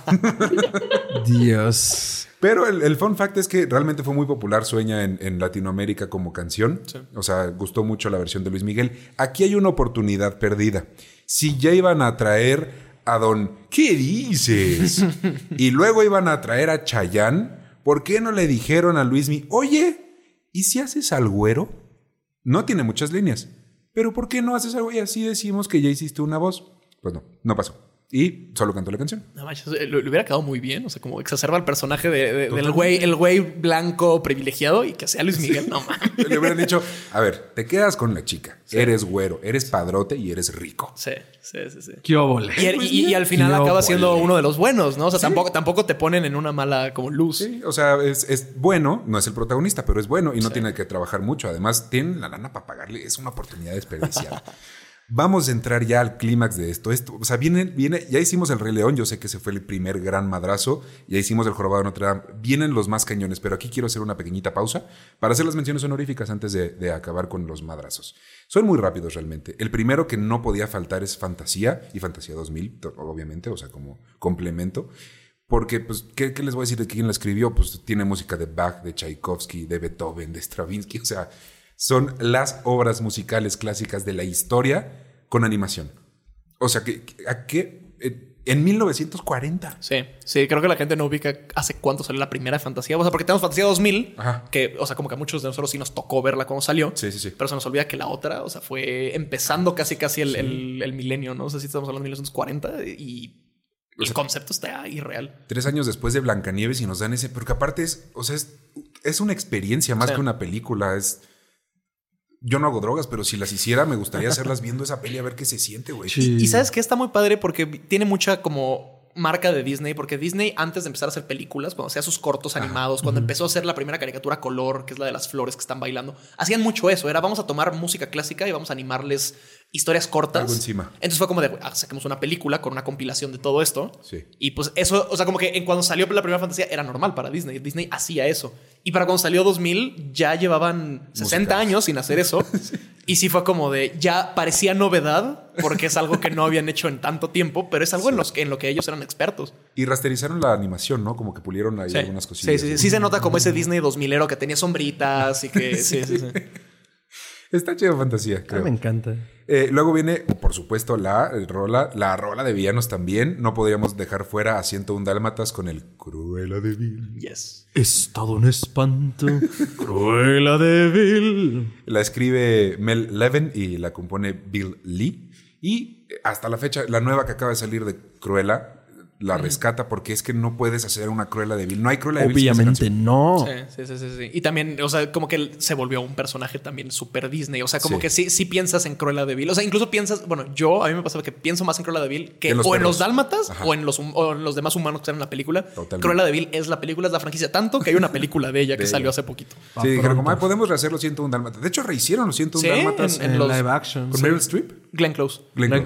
Dios. Pero el fun fact es que realmente fue muy popular Sueña en Latinoamérica como canción. Sí. O sea, gustó mucho la versión de Luis Miguel. Aquí hay una oportunidad perdida. Si ya iban a traer a don ¿Qué dices? Y luego iban a traer a Chayanne, ¿por qué no le dijeron a Luismi, oye, ¿y si haces al güero? No tiene muchas líneas. ¿Pero por qué no haces algo y así decimos que ya hiciste una voz? Pues no pasó. Y solo cantó la canción. No manches, le hubiera quedado muy bien. O sea, como exacerba el personaje del güey, el güey blanco privilegiado y que sea Luis Miguel. No mames. Le hubieran dicho, a ver, te quedas con la chica. Sí. Eres güero, eres padrote y eres rico. Sí. ¡Qué óvole! Y al final acaba siendo uno de los buenos, ¿no? O sea, tampoco te ponen en una mala como luz. Sí, o sea, es bueno. No es el protagonista, pero es bueno y no tiene que trabajar mucho. Además, tiene la lana para pagarle. Es una oportunidad desperdiciada. Vamos a entrar ya al clímax de esto. O sea, viene, ya hicimos el Rey León. Yo sé que ese fue el primer gran madrazo. Ya hicimos el Jorobado de Notre Dame. Vienen los más cañones, pero aquí quiero hacer una pequeñita pausa para hacer las menciones honoríficas antes de acabar con los madrazos. Son muy rápidos realmente. El primero que no podía faltar es Fantasía y Fantasía 2000, obviamente, o sea, como complemento. Porque, pues, ¿qué les voy a decir de quién la escribió? Pues tiene música de Bach, de Tchaikovsky, de Beethoven, de Stravinsky, o sea... Son las obras musicales clásicas de la historia con animación. O sea, que en 1940. Sí, creo que la gente no ubica hace cuánto salió la primera de Fantasía. O sea, porque tenemos Fantasía 2000, que, o sea, como que a muchos de nosotros sí nos tocó verla cuando salió. Sí. Pero se nos olvida que la otra, o sea, fue empezando casi el milenio, ¿no? O sea, sí estamos hablando de 1940 y... El concepto está irreal. 3 años después de Blancanieves y nos dan ese... Porque aparte es una experiencia más que una película. Yo no hago drogas, pero si las hiciera, me gustaría hacerlas viendo esa peli a ver qué se siente, güey. Sí. Y ¿sabes qué? Está muy padre porque tiene mucha como marca de Disney, porque Disney antes de empezar a hacer películas, cuando hacía sus cortos animados, cuando empezó a hacer la primera caricatura color, que es la de las flores que están bailando, hacían mucho eso. Era vamos a tomar música clásica y vamos a animarles historias cortas. Algo encima. Entonces fue como de saquemos una película con una compilación de todo esto. Sí. Y pues eso, o sea, como que cuando salió la primera Fantasía era normal para Disney. Disney hacía eso. Y para cuando salió 2000 ya llevaban 60 años sin hacer eso. Sí. Y sí fue como de ya parecía novedad porque es algo que no habían hecho en tanto tiempo, pero es algo en lo que ellos eran expertos. Y rasterizaron la animación, ¿no? Como que pulieron ahí algunas cosillas. Sí se nota como ese Disney 2000ero que tenía sombritas y que sí. Está chido Fantasía, creo. Me encanta. Luego viene, por supuesto, la rola de villanos también. No podríamos dejar fuera a 101 Dálmatas con el Cruella de Vil. Yes. Es todo un espanto, Cruella de Vil. La escribe Mel Levin y la compone Bill Lee. Y hasta la fecha, la nueva que acaba de salir de Cruella la rescata porque es que no puedes hacer una Cruella de Vil. No hay Cruella de Vil. Obviamente no. Sí. Y también, o sea, como que él se volvió un personaje también súper Disney. O sea, como que sí piensas en Cruella de Vil. O sea, incluso piensas, bueno, a mí me pasaba que pienso más en Cruella de Vil que en los Dálmatas o en los demás humanos que están en la película. Totalmente. Cruella de Vil es la franquicia. Tanto que hay una película de ella que salió hace poquito. Sí, dijeron como, podemos rehacer los 101 Dálmatas. De hecho, rehicieron los 101 Dálmatas en los live action. ¿Con Meryl Streep? Glenn Close.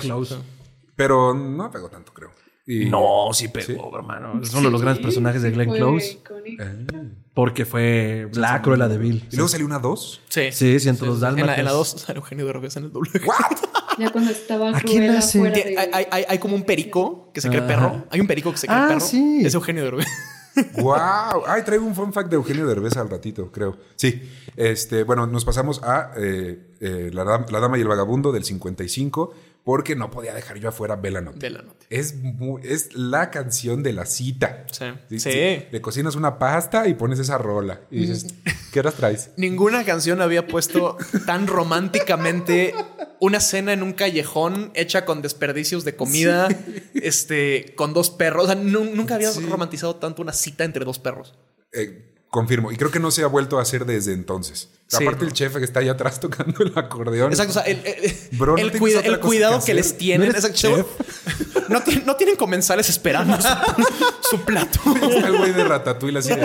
Pero no pegó tanto, creo. No, sí pegó, hermano. Es uno de los grandes personajes de Glenn Close. Porque fue la Cruella de Vil. ¿Y luego salió una 2? Sí, 102 Dálmatas. En la 2 sale Eugenio Derbez en el doble. Ya cuando estaba Cruella fuera de... Hay como un perico que se cree perro. Hay un perico que se cree perro. Sí. Es Eugenio Derbez. ¡Wow! Ay, traigo un fun fact de Eugenio Derbez al ratito, creo. Sí. Bueno, nos pasamos a la Dama y el Vagabundo del 55 porque no podía dejar yo afuera Bella Notte. Es la canción de la cita. Sí. Le cocinas una pasta y pones esa rola y dices, ¿qué horas traes? Ninguna canción había puesto tan románticamente una cena en un callejón hecha con desperdicios de comida, con dos perros. O sea, nunca había romantizado tanto una cita entre dos perros. Confirmo. Y creo que no se ha vuelto a hacer desde entonces. Aparte el chef que está allá atrás tocando el acordeón. Exacto. O sea, el cuidado que les tienen. Exacto. No tienen comensales esperando su plato. Está el güey de Ratatouille así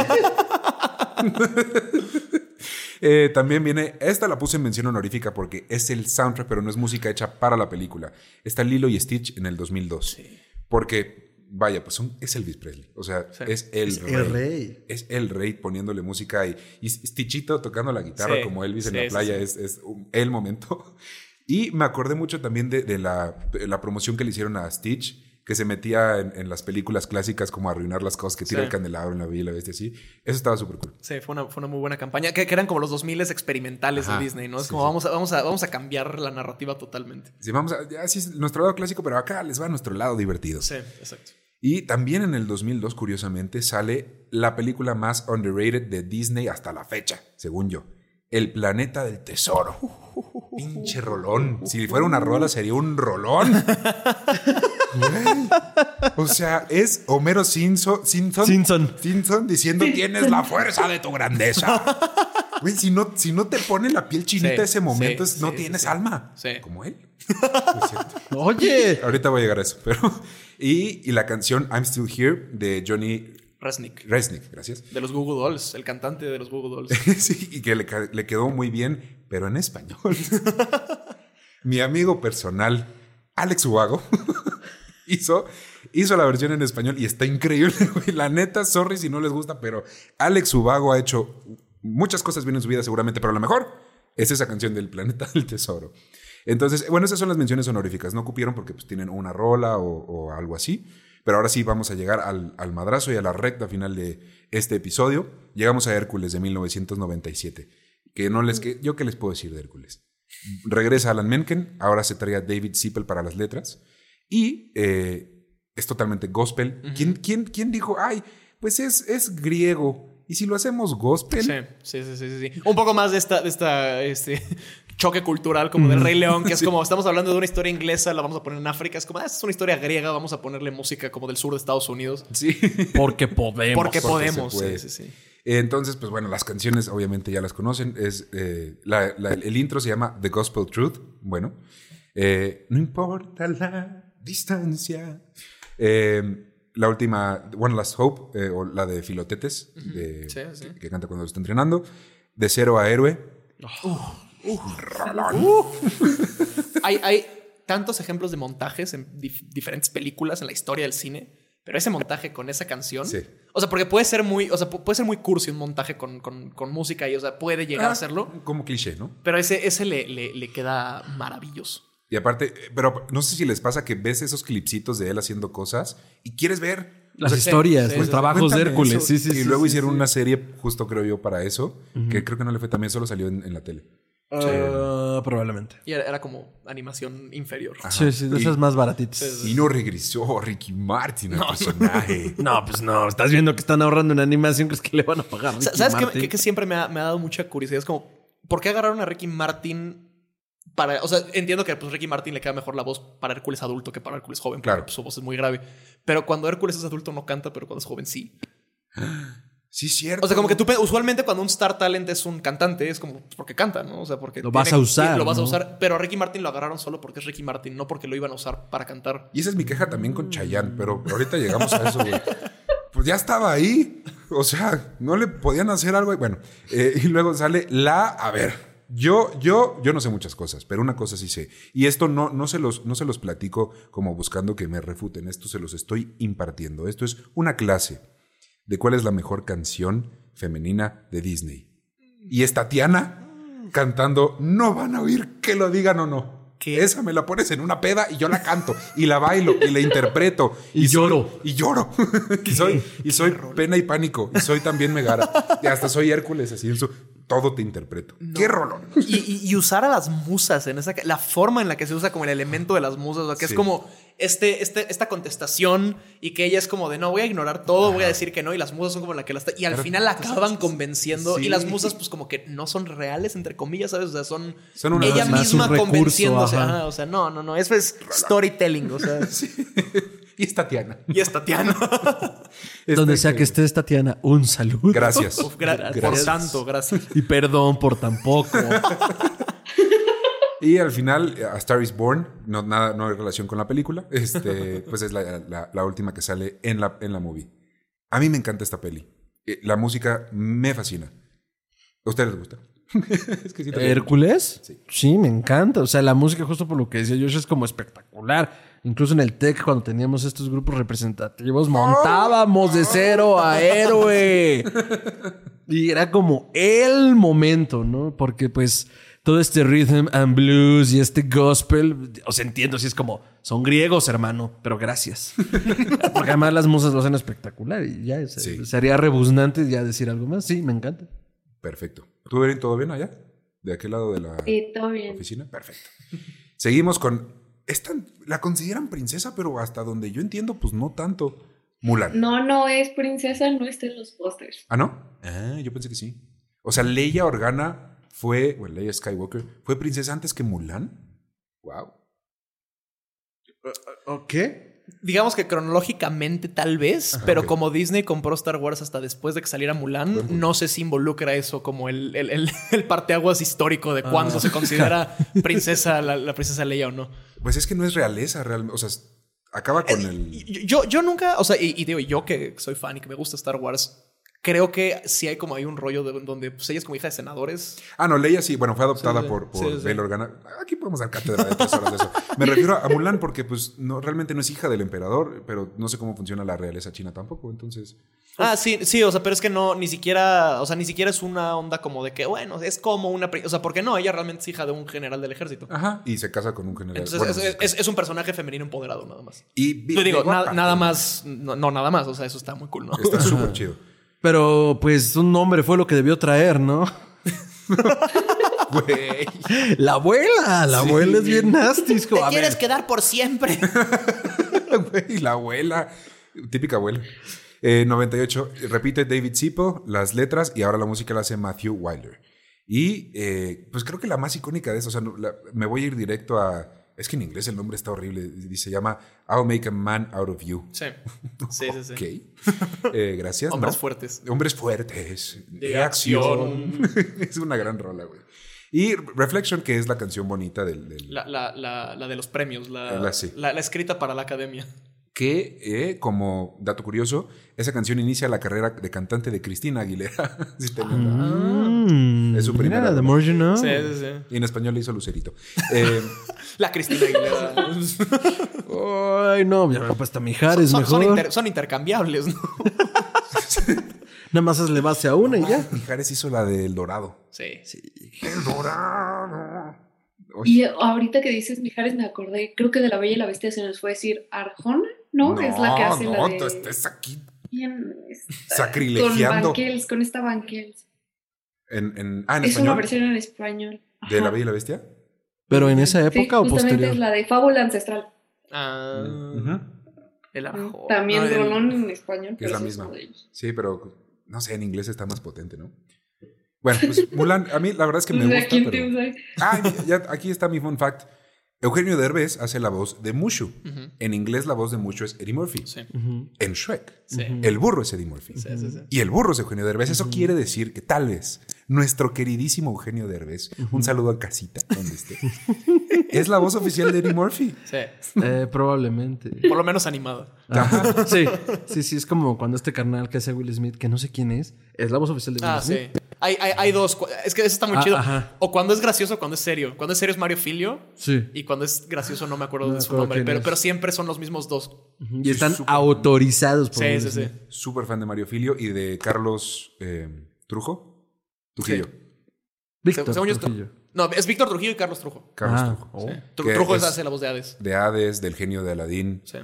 de... también viene... Esta la puse en mención honorífica porque es el soundtrack, pero no es música hecha para la película. Está Lilo y Stitch en el 2002. Sí. Porque... Vaya, pues es Elvis Presley. O sea, es el rey. Es el rey poniéndole música y Stitchito tocando la guitarra como Elvis en la playa. Es el momento. Y me acordé mucho también de la promoción que le hicieron a Stitch, que se metía en las películas clásicas como a arruinar las cosas, que tira el candelabro en la Bella y la Bestia, así. Eso estaba súper cool. Sí, fue una muy buena campaña, que eran como los 2000 experimentales de Disney, ¿no? Es como vamos a cambiar la narrativa totalmente. Sí, así es nuestro lado clásico, pero acá les va nuestro lado divertido. Sí, exacto. Y también en el 2002, curiosamente, sale la película más underrated de Disney hasta la fecha, según yo. El planeta del tesoro. Pinche rolón. Si fuera una rola, sería un rolón. Güey. O sea, es Homero Simpson diciendo: tienes la fuerza de tu grandeza. Güey, si no te pone la piel chinita ese momento, no tienes alma. Sí. Como él. Es cierto. Oye. Ahorita voy a llegar a eso. Pero, y la canción I'm Still Here de Johnny Resnick, gracias. de los Goo Goo Dolls, el cantante de los Goo Goo Dolls. Sí, y que le quedó muy bien, pero en español. Mi amigo personal, Alex Ubago, hizo la versión en español y está increíble, güey. La neta, sorry si no les gusta, pero Alex Ubago ha hecho muchas cosas bien en su vida seguramente, pero lo mejor es esa canción del Planeta del Tesoro. Entonces, bueno, esas son las menciones honoríficas. No cupieron porque pues tienen una rola o algo así. Pero ahora sí vamos a llegar al madrazo y a la recta final de este episodio. Llegamos a Hércules de 1997. ¿Yo qué les puedo decir de Hércules? Regresa Alan Menken, ahora se trae a David Zippel para las letras. Y es totalmente gospel. Uh-huh. ¿Quién dijo, ay, pues es griego? ¿Y si lo hacemos gospel? Sí. Un poco más de esta choque cultural como del Rey León, que es como, estamos hablando de una historia inglesa, la vamos a poner en África. Es como, es una historia griega, vamos a ponerle música como del sur de Estados Unidos. Sí. Porque podemos. Porque podemos, sí. Entonces, pues bueno, las canciones obviamente ya las conocen. El intro se llama The Gospel Truth. Bueno, no importa la distancia. La última, One Last Hope, o la de Filotetes, que canta cuando lo está entrenando. De Cero a Héroe. Hay tantos ejemplos de montajes en diferentes películas en la historia del cine, pero ese montaje con esa canción, o sea, porque puede ser muy cursi un montaje con música y, o sea, puede llegar a serlo como cliché, ¿no? Pero ese le queda maravilloso. Y aparte, pero no sé si les pasa que ves esos clipsitos de él haciendo cosas y quieres ver las historias, los trabajos de Hércules. Sí, y luego hicieron una serie, justo creo yo, para eso, que creo que no le fue también, solo salió en la tele. Probablemente. Y era como animación inferior. Ajá. Sí, de esas más baratitas. Y no regresó Ricky Martin al personaje. No, pues no. Estás viendo que están ahorrando en animación, ¿crees que le van a pagar Ricky ¿Sabes Martin? que siempre me ha dado mucha curiosidad? Es como, ¿por qué agarraron a Ricky Martin para...? O sea, entiendo que pues Ricky Martin le queda mejor la voz para Hércules adulto que para Hércules joven. Claro. Porque su voz es muy grave. Pero cuando Hércules es adulto no canta, pero cuando es joven sí. Sí, es cierto. O sea, como que usualmente cuando un star talent es un cantante, es como porque canta, ¿no? O sea, porque lo vas a usar. Lo vas a usar. Pero a Ricky Martin lo agarraron solo porque es Ricky Martin, no porque lo iban a usar para cantar. Y esa es mi queja también con Chayanne, pero ahorita llegamos a eso, güey. Pues ya estaba ahí. O sea, no le podían hacer algo. Bueno, y luego sale a ver, yo no sé muchas cosas, pero una cosa sí sé. Y esto no se los platico como buscando que me refuten. Esto se los estoy impartiendo. Esto es una clase de cuál es la mejor canción femenina de Disney. Y es Tatiana cantando No van a oír que lo digan o no. ¿Qué? Esa me la pones en una peda y yo la canto y la bailo y la interpreto y lloro. Y soy pena y pánico y soy también Megara y hasta soy Hércules, así todo te interpreto. No. ¡Qué rolón! Y usar a las musas en la forma en la que se usa como el elemento de las musas, o sea, que es como esta contestación y que ella es como de no, voy a ignorar todo, voy a decir que no, y las musas son como la que la está, y al final la acaban convenciendo, y las musas pues como que no son reales, entre comillas, ¿sabes? O sea, son ella misma convenciéndose. O sea, no, eso es storytelling, o sea. Sí. Y es Tatiana. Donde sea que estés, Tatiana, un saludo. Gracias. Gracias. Por tanto, gracias. Y perdón por tan poco. Y al final, A Star is Born, no hay relación con la película, pues es la última que sale en la movie. A mí me encanta esta peli. La música me fascina. ¿A ustedes les gusta? Es que ¿Hércules? Sí, me encanta. O sea, la música, justo por lo que decía Josh, es como espectacular. Incluso en el TEC, cuando teníamos estos grupos representativos, montábamos de Cero a Héroe. Y era como el momento, ¿no? Porque pues todo este rhythm and blues y este gospel, o sea, entiendo si es como, son griegos, hermano, pero gracias. Porque además las musas lo hacen espectacular y ya sería rebuznante ya decir algo más. Sí, me encanta. Perfecto. ¿Tú, Erin, todo bien allá? ¿De aquel lado de la todo bien. Oficina? Perfecto. Seguimos con... la consideran princesa, pero hasta donde yo entiendo, pues no tanto. Mulan. No es princesa, no está en los pósters. ¿Ah, no? Yo pensé que sí. O sea, Leia Organa Leia Skywalker, fue princesa antes que Mulan. Wow. ¿Qué? Digamos que cronológicamente tal vez, pero como Disney compró Star Wars hasta después de que saliera Mulan, no sé si involucra eso como el parteaguas histórico de cuándo se considera princesa la princesa Leia o no. Pues es que no es realeza, realmente. O sea, acaba con el... Yo nunca, o sea, y digo, yo que soy fan y que me gusta Star Wars, creo que sí hay como un rollo donde pues, ella es como hija de senadores. No, Leia sí, bueno, fue adoptada por Bail Organa. Aquí podemos dar cátedra de 3 horas de eso. Me refiero a Mulan porque pues realmente no es hija del emperador, pero no sé cómo funciona la realeza china tampoco, entonces... Sí, o sea, pero es que ni siquiera es una onda como de que, bueno, es como una... O sea, porque no, ella realmente es hija de un general del ejército. Ajá, y se casa con un general. Entonces es un personaje femenino empoderado nada más. Y yo digo, nada más, no nada más, o sea, eso está muy cool, ¿no? Está súper chido. Pero, pues, un nombre fue lo que debió traer, ¿no? Güey. La abuela es bien nasty. Es como, ¿Te quieres quedar por siempre? Güey, la abuela. Típica abuela. 98. Repite David Zipo las letras y ahora la música la hace Matthew Wilder. Y pues creo que la más icónica de eso, o sea, me voy a ir directo a... Es que en inglés el nombre está horrible. Se llama I'll Make a Man Out of You. Sí. Ok. Gracias. Hombres fuertes. Hombres fuertes. De acción. Es una gran rola, güey. Y Reflection, que es la canción bonita del... La de los premios. Sí. La escrita para la academia. Que, como dato curioso, esa canción inicia la carrera de cantante de Cristina Aguilera. Sí, es su primera. Mira, The More You Know. Sí. Y en español le hizo Lucerito. La Cristina Aguilera. Ay, no, ya me he puesto a Mijares mejor. Son intercambiables, ¿no? Nada más hazle base a una y ya. Mijares hizo la del Dorado. Sí. El Dorado. Y ahorita que dices Mijares me acordé, creo que de La Bella y la Bestia se nos fue a decir Arjona, ¿no? Es la que hace la de... No, tú estás aquí Bien, sacrilegiando. Con esta Banquels. ¿En es español? una versión en español. Ajá. ¿De La Bella y la Bestia? ¿Pero en esa época o posterior? Es la de Fábula Ancestral. El Arjona. También rolón en español. Que es la misma. Sí, pero no sé, en inglés está más potente, ¿no? Bueno, pues Mulan, a mí la verdad es que me gusta, pero... ya, aquí está mi fun fact. Eugenio Derbez hace la voz de Mushu. En inglés la voz de Mushu es Eddie Murphy. Sí. En Shrek, sí. el burro es Eddie Murphy. Sí. Y el burro es Eugenio Derbez. Eso quiere decir que tal vez nuestro queridísimo Eugenio Derbez, un saludo a casita, donde esté, es la voz oficial de Eddie Murphy. Sí. Probablemente. Por lo menos animada. Ajá. Sí, es como cuando este carnal que hace Will Smith, que no sé quién es la voz oficial de Will Smith. Sí. Hay dos. Es que eso está muy chido. Ajá. O cuando es gracioso o cuando es serio. Cuando es serio es Mario Filio. Sí. Y cuando es gracioso no me acuerdo de su nombre. Pero siempre son los mismos dos. Y están autorizados por Will Smith. Súper fan de Mario Filio y de Carlos Trujillo. Víctor Trujillo. No, es Víctor Trujillo y Carlos Trujo. Carlos Trujo. Sí. Trujo hace la voz de Hades. De Hades, del genio de Aladín. Sí.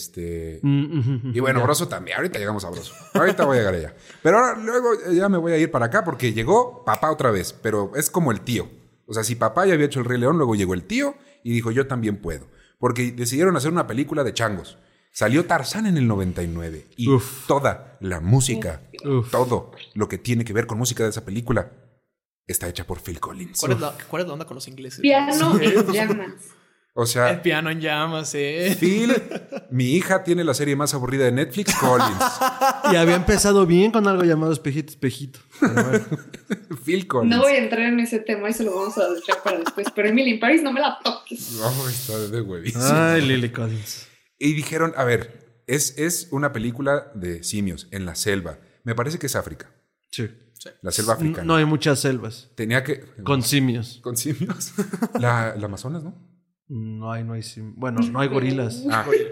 Y bueno, Broso también. Ahorita llegamos a Broso. Ahorita voy a llegar allá. Pero ahora luego ya me voy a ir para acá porque llegó papá otra vez. Pero es como el tío. O sea, si papá ya había hecho El Rey León, luego llegó el tío y dijo, yo también puedo. Porque decidieron hacer una película de changos. Salió Tarzán en el 99. Y toda la música, todo lo que tiene que ver con música de esa película está hecha por Phil Collins. ¿Cuál es la onda con los ingleses? Piano en llamas. O sea, el piano en llamas, Phil, mi hija tiene la serie más aburrida de Netflix, Collins. Y había empezado bien con algo llamado Espejito. Pero bueno. Phil Collins. No voy a entrar en ese tema y se lo vamos a dejar para después. Pero Emily in Paris no me la toques. No, está de huevísimo. Ay, Lily Collins. Y dijeron, a ver, es una película de simios en la selva. Me parece que es África. Sí. La selva africana. No hay muchas selvas. Tenía que... Con simios. Con simios. La Amazonas, ¿no? No hay simios. Bueno, no hay gorilas.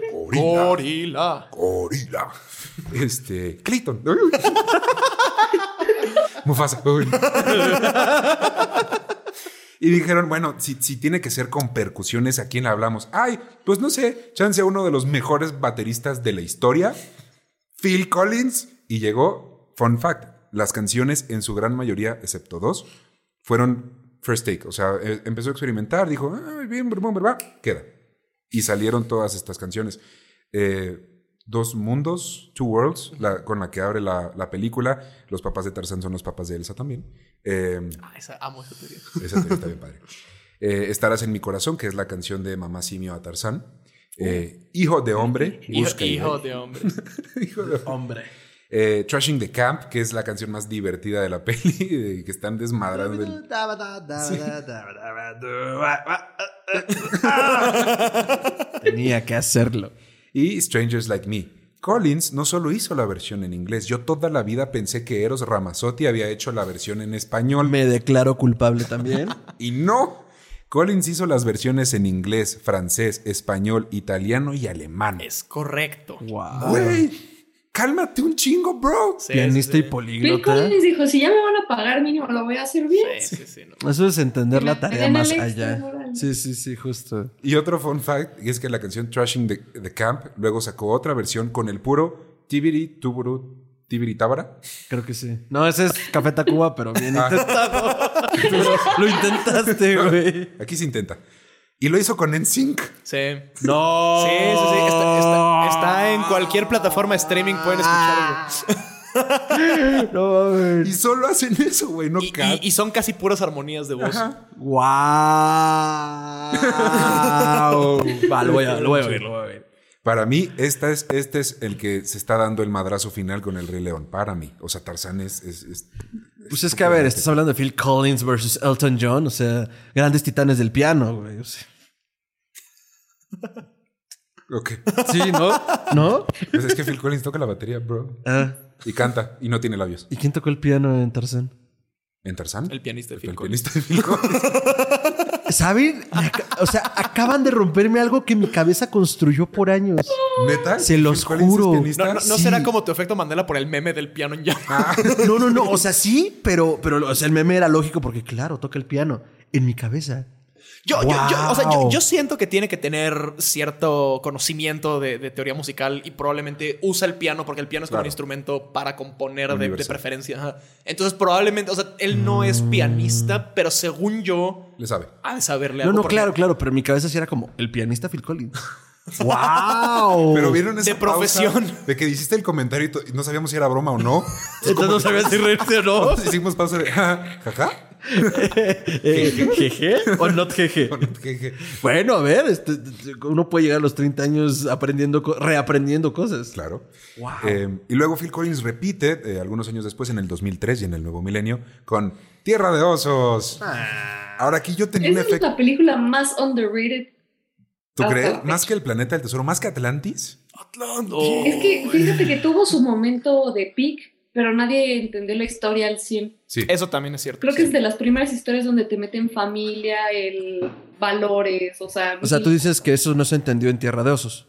Gorila. Clayton. Mufasa. Y dijeron, bueno, si tiene que ser con percusiones, ¿a quién le hablamos? Ay, pues no sé, chance a uno de los mejores bateristas de la historia, Phil Collins. Y llegó, fun fact, las canciones en su gran mayoría, excepto 2, fueron first take. O sea, empezó a experimentar, dijo, bien, queda. Y salieron todas estas canciones. Dos mundos, Two Worlds, con la que abre la película. Los papás de Tarzán son los papás de Elsa también. Amo esa teoría. Esa teoría está bien padre. Estarás en mi corazón, que es la canción de Mamá Simio a Tarzán. Hijo de hombre. Hijo de hombre. Hijo de hombre. Trashing the Camp, que es la canción más divertida de la peli, que están desmadrando. Tenía que hacerlo. Y Strangers Like Me. Collins no solo hizo la versión en inglés, yo toda la vida pensé que Eros Ramazzotti había hecho la versión en español. Me declaro culpable también. Y no. Collins hizo las versiones en inglés, francés, español, italiano y alemán. Es correcto. Wow. Güey, cálmate un chingo, bro. Sí, Pianista y Phil políglota. Collins dijo, si ya me van a pagar mínimo, lo voy a hacer bien. Sí, no. Eso es entender la tarea En más el allá. extra, órale. Sí, justo. Y otro fun fact es que la canción Trashing the Camp luego sacó otra versión con el puro tibiri, tuburu, tibiri, tábara. Creo que sí. No, ese es Café Tacuba, pero bien intentado. Lo intentaste, güey. Aquí se intenta. Y lo hizo con NSYNC. Sí. No. Sí. Está en cualquier plataforma de streaming, pueden escucharlo. No, güey. Y solo hacen eso, güey. No Y son casi puras armonías de voz. Wow. Va, lo voy a ver. Para mí, este es el que se está dando el madrazo final con el Rey León. Para mí. O sea, Tarzán es Pues es que, a ver, estás hablando de Phil Collins versus Elton John. O sea, grandes titanes del piano, güey. O sea. Ok. Sí, ¿no? ¿No? Pues es que Phil Collins toca la batería, bro. Y canta. Y no tiene labios. ¿Y quién tocó el piano en Tarzán? ¿En Tarzán? El pianista de Phil El Collins. pianista de Phil Collins. ¿Saben? O sea, acaban de romperme algo que mi cabeza construyó por años. ¿Neta? Se los ¿Phil Collins es juro. pianista? ¿No Sí. será como tu efecto Mandela por el meme del piano en llamas? No. O sea, sí, pero o sea, el meme era lógico porque, claro, toca el piano. En mi cabeza. Yo siento que tiene que tener cierto conocimiento de teoría musical y probablemente usa el piano porque el piano es como un instrumento para componer de preferencia. Ajá. Entonces probablemente, o sea, él no es pianista, pero según yo... Le sabe. Ha de saberle algo. No, porque- claro, pero en mi cabeza sí era como el pianista Phil Collins. ¡Wow! Pero vieron esa De profesión. pausa de que hiciste el comentario y no sabíamos si era broma o no. Entonces no sabía si reírse o no. Hicimos pausa de jaja. ¿Jeje? ¿O not jeje? Jeje. Bueno, a ver, uno puede llegar a los 30 años reaprendiendo cosas. Claro. Wow. Y luego Phil Collins repite algunos años después, en el 2003 y en el nuevo milenio, con Tierra de Osos. Ahora aquí yo tenía un Esa es efecto. la película más underrated. ¿Tú hasta crees? la Más fecha. que el planeta del tesoro, más que Atlantis. Es que fíjate que tuvo su momento de peak, pero nadie entendió la historia al 100. Sí. Eso también es cierto. Creo que es de las primeras historias donde te meten familia, valores, o sea... O sea, tú dices que eso no se entendió en Tierra de Osos.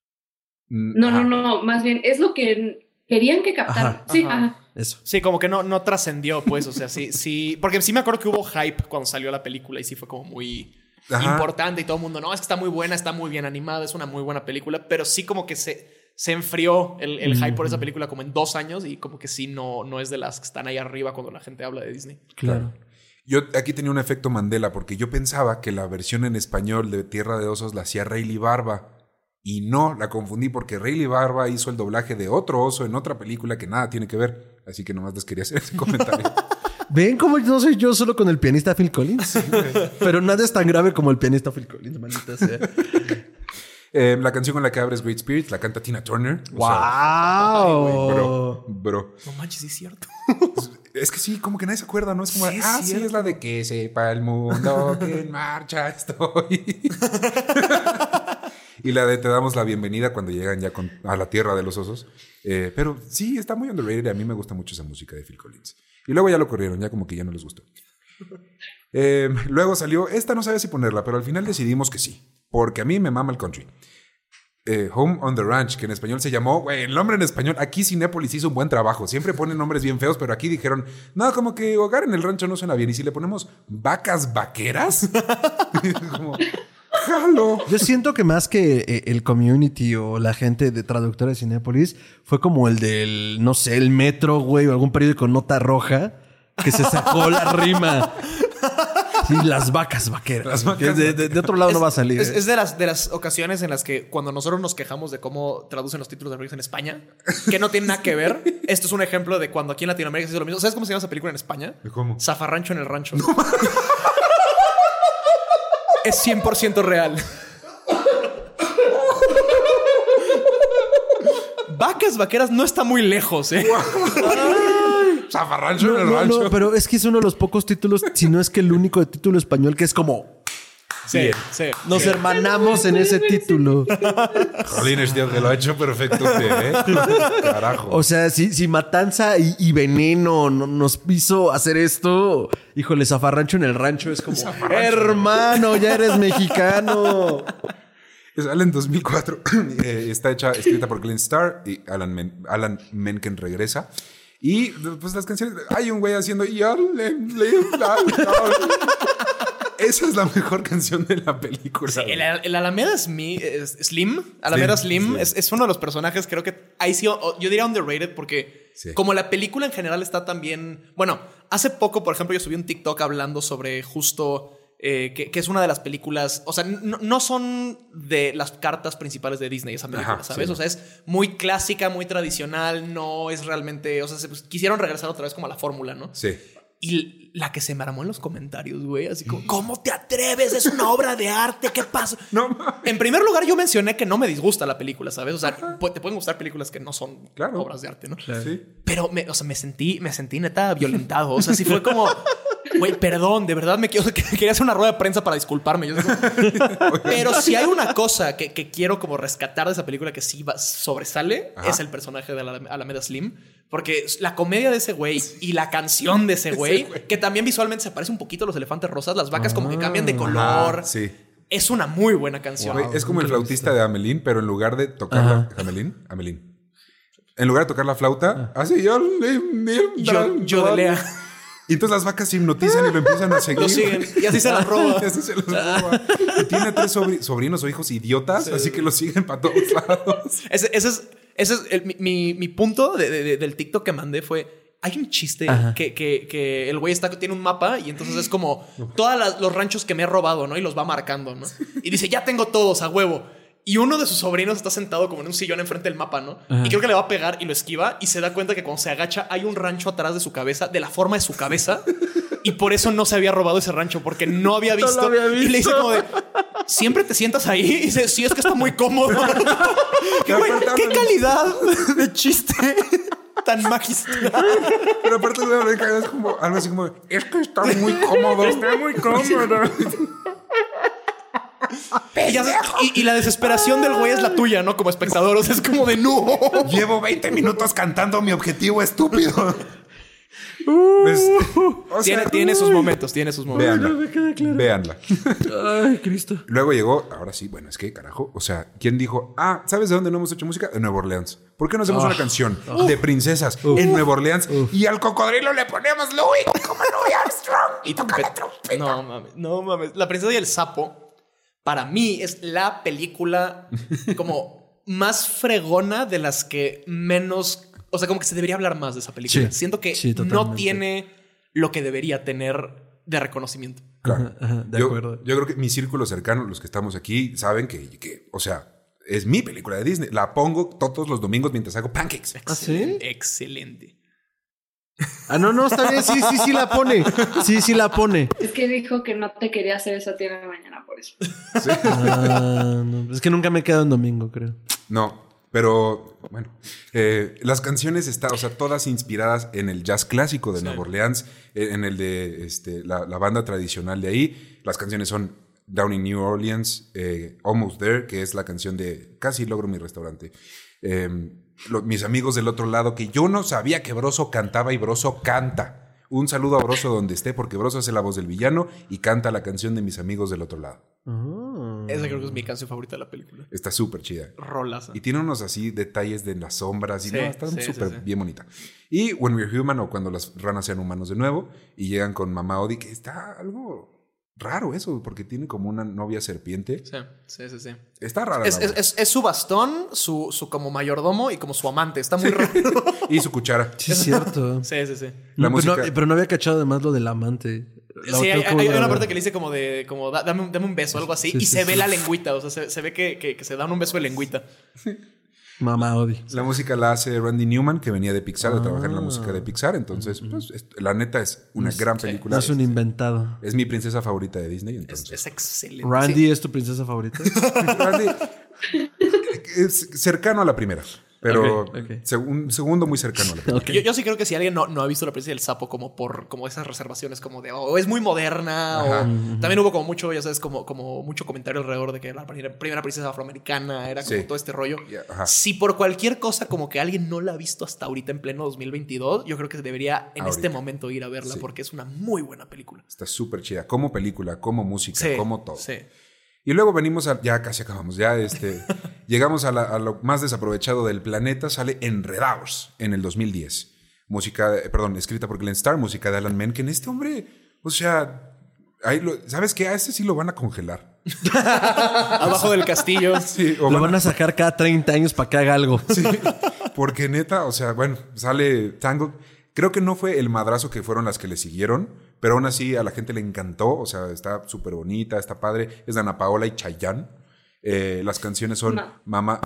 No, más bien, es lo que querían que captaran. Ajá, Sí, ajá. ajá. Eso. Sí, como que no trascendió, pues. O sea, sí. Porque sí me acuerdo que hubo hype cuando salió la película y sí fue como muy importante y todo el mundo, no, es que está muy buena, está muy bien animada, es una muy buena película, pero sí como que se enfrió el hype por esa película como en 2 años y como que sí no es de las que están ahí arriba cuando la gente habla de Disney. Claro. Yo aquí tenía un efecto Mandela porque yo pensaba que la versión en español de Tierra de Osos la hacía Rayleigh Barba. Y no, la confundí porque Rayleigh Barba hizo el doblaje de otro oso en otra película que nada tiene que ver. Así que nomás les quería hacer ese comentario. ¿Ven cómo no soy yo solo con el pianista Phil Collins? Pero nada es tan grave como el pianista Phil Collins, maldita sea. La canción con la que abres Great Spirit la canta Tina Turner. O sea, ¡Wow! bro. No manches, sí es cierto. Es que sí, como que nadie se acuerda, ¿no? Es como, Sí, sí, cierto. es la de que sepa el mundo que en marcha estoy. Y la de te damos la bienvenida cuando llegan ya a la tierra de los osos. Pero sí, está muy underrated. A mí me gusta mucho esa música de Phil Collins. Y luego ya lo corrieron, ya como que ya no les gustó. Luego salió, esta no sabía si ponerla, pero al final decidimos que sí. Porque a mí me mama el country. Home on the Ranch, que en español se llamó, güey, el nombre en español, aquí Cinépolis hizo un buen trabajo. Siempre ponen nombres bien feos, pero aquí dijeron, no, como que Hogar en el Rancho no suena bien. Y si le ponemos Vacas Vaqueras, como, jalo. Yo siento que más que el community o la gente de traductora de Cinépolis fue como el del, no sé, el Metro, güey, o algún periódico Nota Roja que se sacó la rima. Sí, las vacas vaqueras. Las vacas Que de otro lado no va a salir. Es de las ocasiones en las que cuando nosotros nos quejamos de cómo traducen los títulos de películas en España, que no tienen nada que ver, esto es un ejemplo de cuando aquí en Latinoamérica se hizo lo mismo. ¿Sabes cómo se llama esa película en España? ¿Cómo? Zafarrancho en el rancho. Es 100% real. Vacas vaqueras no está muy lejos, ¿eh? Zafarrancho en el rancho. No, pero es que es uno de los pocos títulos, si no es que el único título español que es como... Sí, sí. Nos hermanamos en ese título. Jolines, tío, que lo ha hecho perfecto usted, ¿eh? Carajo. O sea, si Matanza y Veneno nos hizo hacer esto, híjole, Zafarrancho en el rancho es como... Hermano, ya eres mexicano. Sale en 2004. Está escrita por Glenn Starr y Alan Menken regresa. Y pues las canciones... Hay un güey haciendo... Esa es la mejor canción de la película. Sí, el Alameda Slim. Alameda Slim es uno de los personajes, creo que ahí sí, yo diría underrated, porque como la película en general está también... Bueno, hace poco, por ejemplo, yo subí un TikTok hablando sobre justo... que es una de las películas... O sea, no son de las cartas principales de Disney esa película, ¿sabes? Sí. O sea, es muy clásica, muy tradicional. No es realmente... O sea, quisieron regresar otra vez como a la fórmula, ¿no? Sí. Y la que se me armó en los comentarios, güey, así como, ¿cómo te atreves? Es una obra de arte, ¿qué pasa? No, en primer lugar, yo mencioné que no me disgusta la película, ¿sabes? O sea, te pueden gustar películas que no son obras de arte, ¿no? Claro. Sí. Pero me sentí neta violentado. O sea, sí fue como, güey, perdón, de verdad quería hacer una rueda de prensa para disculparme. Yo pero si hay una cosa que quiero como rescatar de esa película que sí sobresale, es el personaje de Alameda Slim. Porque la comedia de ese güey y la canción de ese güey, que también visualmente se parece un poquito a los elefantes rosas, las vacas como que cambian de color. Sí. Es una muy buena canción. Wow, es como el flautista de Amelín, pero en lugar de tocar Amelín. En lugar de tocar la flauta, hace yo de Lea. Y entonces las vacas se hipnotizan y lo empiezan a seguir. Lo siguen. Y así se las roba. Y así se los roba. Y tiene 3 sobrinos o hijos idiotas, así que lo siguen para todos lados. Ese es mi punto del TikTok que mandé fue... Hay un chiste que el güey tiene un mapa y entonces es como todos los ranchos que me he robado, ¿no? Y los va marcando, ¿no? Y dice, ya tengo todos a huevo. Y uno de sus sobrinos está sentado como en un sillón enfrente del mapa, ¿no? Y creo que le va a pegar y lo esquiva y se da cuenta que cuando se agacha hay un rancho atrás de su cabeza, de la forma de su cabeza. Y por eso no se había robado ese rancho, porque no había visto. No lo había visto. Y le dice como de... ¿Siempre te sientas ahí? Y dice, sí, es que está muy cómodo. ¿Qué calidad de chiste tan magistral? Pero aparte de es como algo así como... Es que está muy cómodo. Está muy cómodo. Y la desesperación del güey es la tuya, ¿no? Como espectador. O sea, es como de no. Llevo 20 minutos cantando mi objetivo estúpido. Pues, o sea, tiene sus momentos, Véanla. No me queda claro. Véanla. Ay, Cristo. Luego llegó, ahora sí, bueno, es que carajo, o sea, ¿quién dijo? ¿Sabes de dónde no hemos hecho música? De Nueva Orleans. ¿Por qué no hacemos una canción de princesas en Nueva Orleans y al cocodrilo le ponemos Louis como Louis Armstrong y toca la trompeta? No mames. La princesa y el sapo, para mí, es la película como más fregona de las que menos... O sea, como que se debería hablar más de esa película. Sí, siento que no tiene lo que debería tener de reconocimiento. Claro. De acuerdo. Yo creo que mi círculo cercano, los que estamos aquí, saben que, o sea, es mi película de Disney. La pongo todos los domingos mientras hago pancakes. ¿Ah, sí? Excelente. No, está bien. Sí la pone. Sí la pone. Es que dijo que no te quería hacer eso a ti en la mañana, por eso. ¿Sí? No, es que nunca me he quedado en domingo, creo. No. Pero, bueno, las canciones están, o sea, todas inspiradas en el jazz clásico de Nueva Orleans, en el de la banda tradicional de ahí. Las canciones son Down in New Orleans, Almost There, que es la canción de Casi logro mi restaurante. Mis amigos del otro lado, que yo no sabía que Broso cantaba y Broso canta. Un saludo a Broso donde esté, porque Broso hace la voz del villano y canta la canción de Mis amigos del otro lado. Esa creo que es mi canción favorita de la película. Está súper chida. Rolaza. Y tiene unos así detalles de las sombras y está súper bien bonita. Y When We're Human, o cuando las ranas sean humanos de nuevo y llegan con Mamá Odie, que está algo raro eso, porque tiene como una novia serpiente. Sí. Está rara. Es su bastón, su como mayordomo y como su amante. Está muy raro. Y su cuchara. Sí, es cierto. Sí. La música... Pero no había cachado además lo del amante. Sí, hay una parte que le dice como dame un beso, algo así, Sí, y sí, se sí. ve la lengüita, o sea, se ve que se dan un beso de lengüita. Mamá Odi. La música la hace Randy Newman, que venía de Pixar, de trabajar en la música de Pixar. Entonces, pues, la neta es una gran película. No es un inventado. Es mi princesa favorita de Disney. Entonces. Es excelente. ¿Randy es tu princesa favorita? Randy es cercano a la primera. Pero Ok. un segundo muy cercano a la primera. Ok. Yo sí creo que si alguien no ha visto La Princesa del Sapo como esas reservaciones como de o es muy moderna Ajá. o también hubo como mucho, ya sabes, como mucho comentario alrededor de que la primera princesa afroamericana era como Sí. todo este rollo. Ajá. Si por cualquier cosa como que alguien no la ha visto hasta ahorita en pleno 2022, yo creo que debería en este momento ir a verla Sí. porque es una muy buena película. Está súper chida. Como película, como música, Sí, como todo. Sí. Y luego venimos ya casi acabamos. Ya llegamos a lo más desaprovechado del planeta. Sale Enredados en el 2010. Escrita por Glenn Starr, música de Alan Menken. Este hombre, o sea, ¿sabes qué? A este sí lo van a congelar. Abajo del castillo. Sí, o Lo van a sacar cada 30 años para que haga algo. Sí, porque neta, o sea, bueno, sale Tangled. Creo que no fue el madrazo que fueron las que le siguieron, pero aún así a la gente le encantó. O sea, está súper bonita, está padre. Es de Ana Paola y Chayanne. Las canciones son No. Mamá.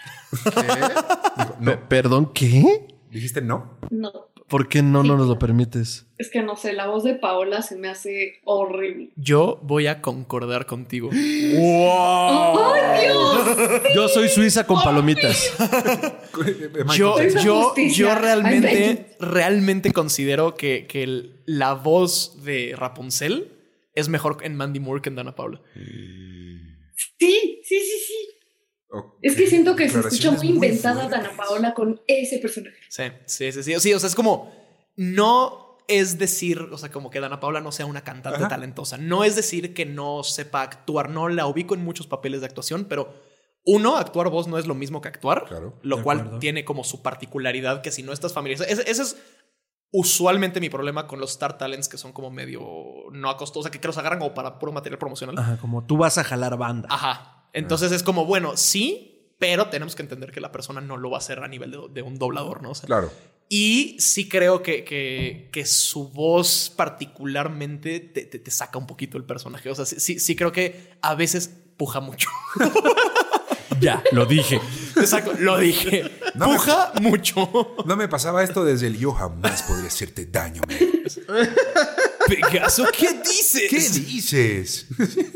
¿Perdón, qué? ¿Dijiste no? No, ¿Por qué no nos lo permites? es que no sé, la voz de Paola se me hace horrible. Yo voy a concordar contigo. ¡Ay, Dios! Yo soy suiza con palomitas. Yo Esa justicia. realmente considero que la voz de Rapunzel es mejor en Mandy Moore que en Dana Paula. Sí. Ok. Es que siento que se escucha Declaraciones muy inventada fuertes. Dana Paola con ese personaje. Sí. Sí, o sea, es como... No es decir, o sea, como que Dana Paula no sea una cantante Ajá. talentosa. No es decir que no sepa actuar. No la ubico en muchos papeles de actuación, pero... Uno, actuar voz no es lo mismo que actuar. Claro. Lo De cual acuerdo. tiene como su particularidad que si no estás familiarizado... Ese es usualmente mi problema con los Star Talents que son como medio no acostumbраdos, o sea, que los agarran como para puro material promocional. Ajá, como tú vas a jalar banda. Ajá. Entonces es como, bueno, sí, pero tenemos que entender que la persona no lo va a hacer a nivel de un doblador, ¿no? O sea, Claro. y sí creo que su voz particularmente te saca un poquito el personaje. O sea, sí creo que a veces puja mucho. Ya, lo dije. Exacto, lo dije. No me- Puja mucho. No me pasaba esto desde el yo jamás podría hacerte daño, man. Pegaso, ¿qué dices? ¿Qué dices?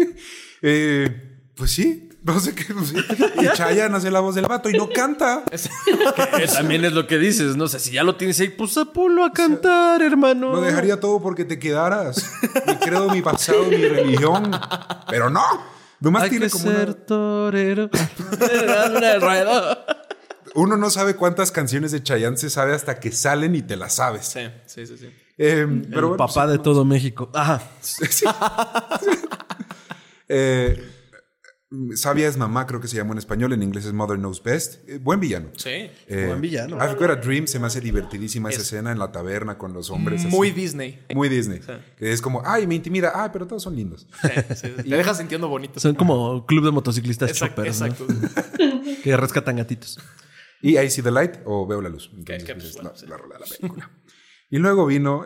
Pues sí. No sé qué. No sé. Y Chayanne hace la voz del vato y no canta. También es lo que dices. No sé, si ya lo tienes ahí, pues ponlo a cantar, hermano. Lo dejaría todo porque te quedaras. Mi credo, mi pasado, mi religión. Pero no. Nomás Hay tiene que como ser torero. El ruedo. Uno no sabe cuántas canciones de Chayanne se sabe hasta que salen y te las sabes. Sí. Pero El bueno, papá de todo México. Ajá. Sabia es mamá, creo que se llama en español. En inglés es Mother Knows Best. Buen villano. Sí. Buen villano. I've Got a Dream se me hace divertidísima esa escena en la taberna con los hombres. Muy así. Disney. Muy Disney. Sí. Que es como, ay, me intimida. Ay, pero todos son lindos. Sí. Te dejas sintiendo bonito. Son como club de motociclistas Exacto. choppers, ¿no? Exacto. Que rescatan gatitos. Y I See the Light o Veo la Luz. Entonces, Que, pues, pues, es bueno, sí. la rola de la película. Y luego vino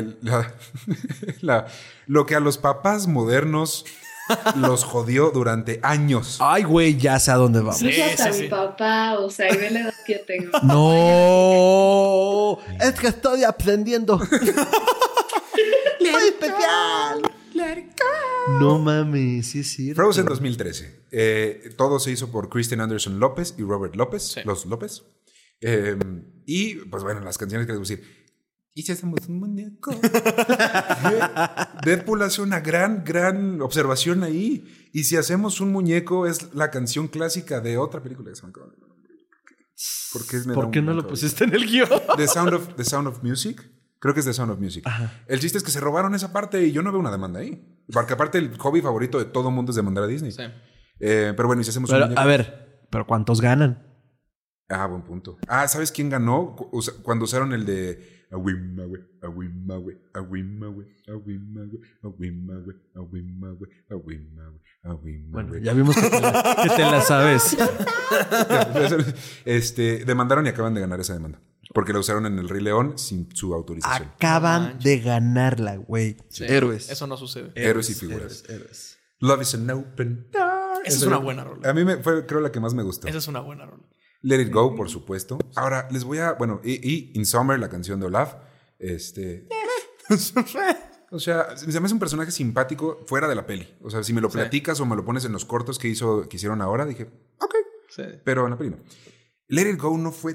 lo que a los papás modernos los jodió durante años. Ay, güey, ya sé a dónde vamos. Sí. Hasta mi papá, o sea, y ve la edad que tengo. No, es que estoy aprendiendo. Muy especial. No mames, sí es cierto. Frozen 2013. Todo se hizo por Kristen Anderson López y Robert López. Sí. Los López. Y pues bueno, las canciones que les voy a decir. ¿Y si hacemos un muñeco? Deadpool hace una gran observación ahí. Y si hacemos un muñeco es la canción clásica de otra película que se me acaba de olvidar el nombre. ¿Por qué no lo pusiste en el guión? The Sound of Music. Creo que es The Sound of Music. Ajá. El chiste es que se robaron esa parte y yo no veo una demanda ahí. Porque aparte el hobby favorito de todo mundo es demandar a Disney. Sí. Pero bueno, y si hacemos un Pero, muñeco. a ver, ¿pero cuántos ganan? Ah, buen punto. Ah, ¿sabes quién ganó? Cuando usaron el de Awimawe, Awimawe, Awimawe, Awimawe, Awimawe, Awimawe, Awimawe, Awimawe. Bueno, ya vimos que te la sabes. Demandaron y acaban de ganar esa demanda. Porque la usaron en El Rey León sin su autorización. Acaban de ganarla, güey. Sí, Héroes. Eso no sucede. Héroes y figuras. Héroes. Love is an open door. Esa es una buena rola. A mí fue, creo, la que más me gustó. Esa es una buena rola. Let It Go, por supuesto. Ahora, les voy a... Bueno, y In Summer, la canción de Olaf. O sea, se me hace un personaje simpático fuera de la peli. O sea, si me lo platicas o me lo pones en los cortos que hicieron ahora, dije, ok. Sí. Pero en la peli no. Let It Go no fue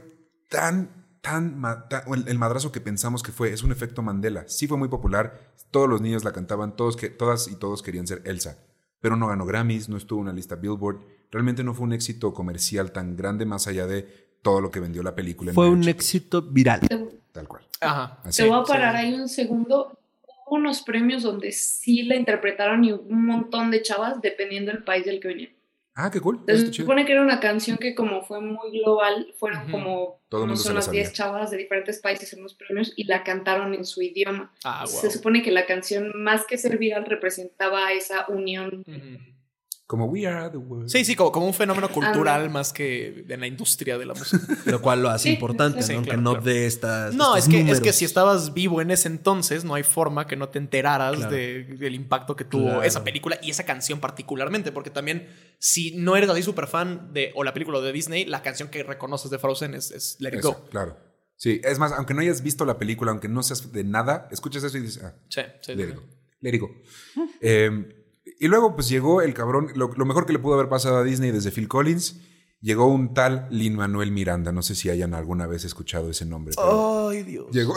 el madrazo que pensamos que fue. Es un efecto Mandela. Sí fue muy popular. Todos los niños la cantaban. Todas y todos querían ser Elsa. Pero no ganó Grammys, no estuvo en una lista Billboard. Realmente no fue un éxito comercial tan grande más allá de todo lo que vendió la película. Fue un éxito viral. Tal cual. Ajá. Así. Te voy a parar ahí un segundo. Hubo unos premios donde sí la interpretaron y un montón de chavas dependiendo del país del que venían. Ah, qué cool. Se supone que era una canción que como fue muy global, fueron como todo el mundo se la unas sabía. 10 chavas de diferentes países en los premios y la cantaron en su idioma. Ah, wow. Se supone que la canción, más que ser viral, representaba esa unión. Como We Are the World. Sí, como un fenómeno cultural más que en la industria de la música. Lo cual lo hace Sí, importante, sí, ¿no? claro, que no claro. de estas. No, estos es que números. si estabas vivo en ese entonces, no hay forma que no te enteraras Claro. del impacto que tuvo Claro. esa película y esa canción particularmente, porque también si no eres así súper fan o la película de Disney, la canción que reconoces de Frozen es Let It Eso, Go. claro. Sí, es más, aunque no hayas visto la película, aunque no seas de nada, escuchas eso y dices, Sí. Let It Go. Let It Go. Y luego pues llegó el cabrón, lo mejor que le pudo haber pasado a Disney desde Phil Collins, llegó un tal Lin-Manuel Miranda. No sé si hayan alguna vez escuchado ese nombre. Pero Ay, Dios. llegó.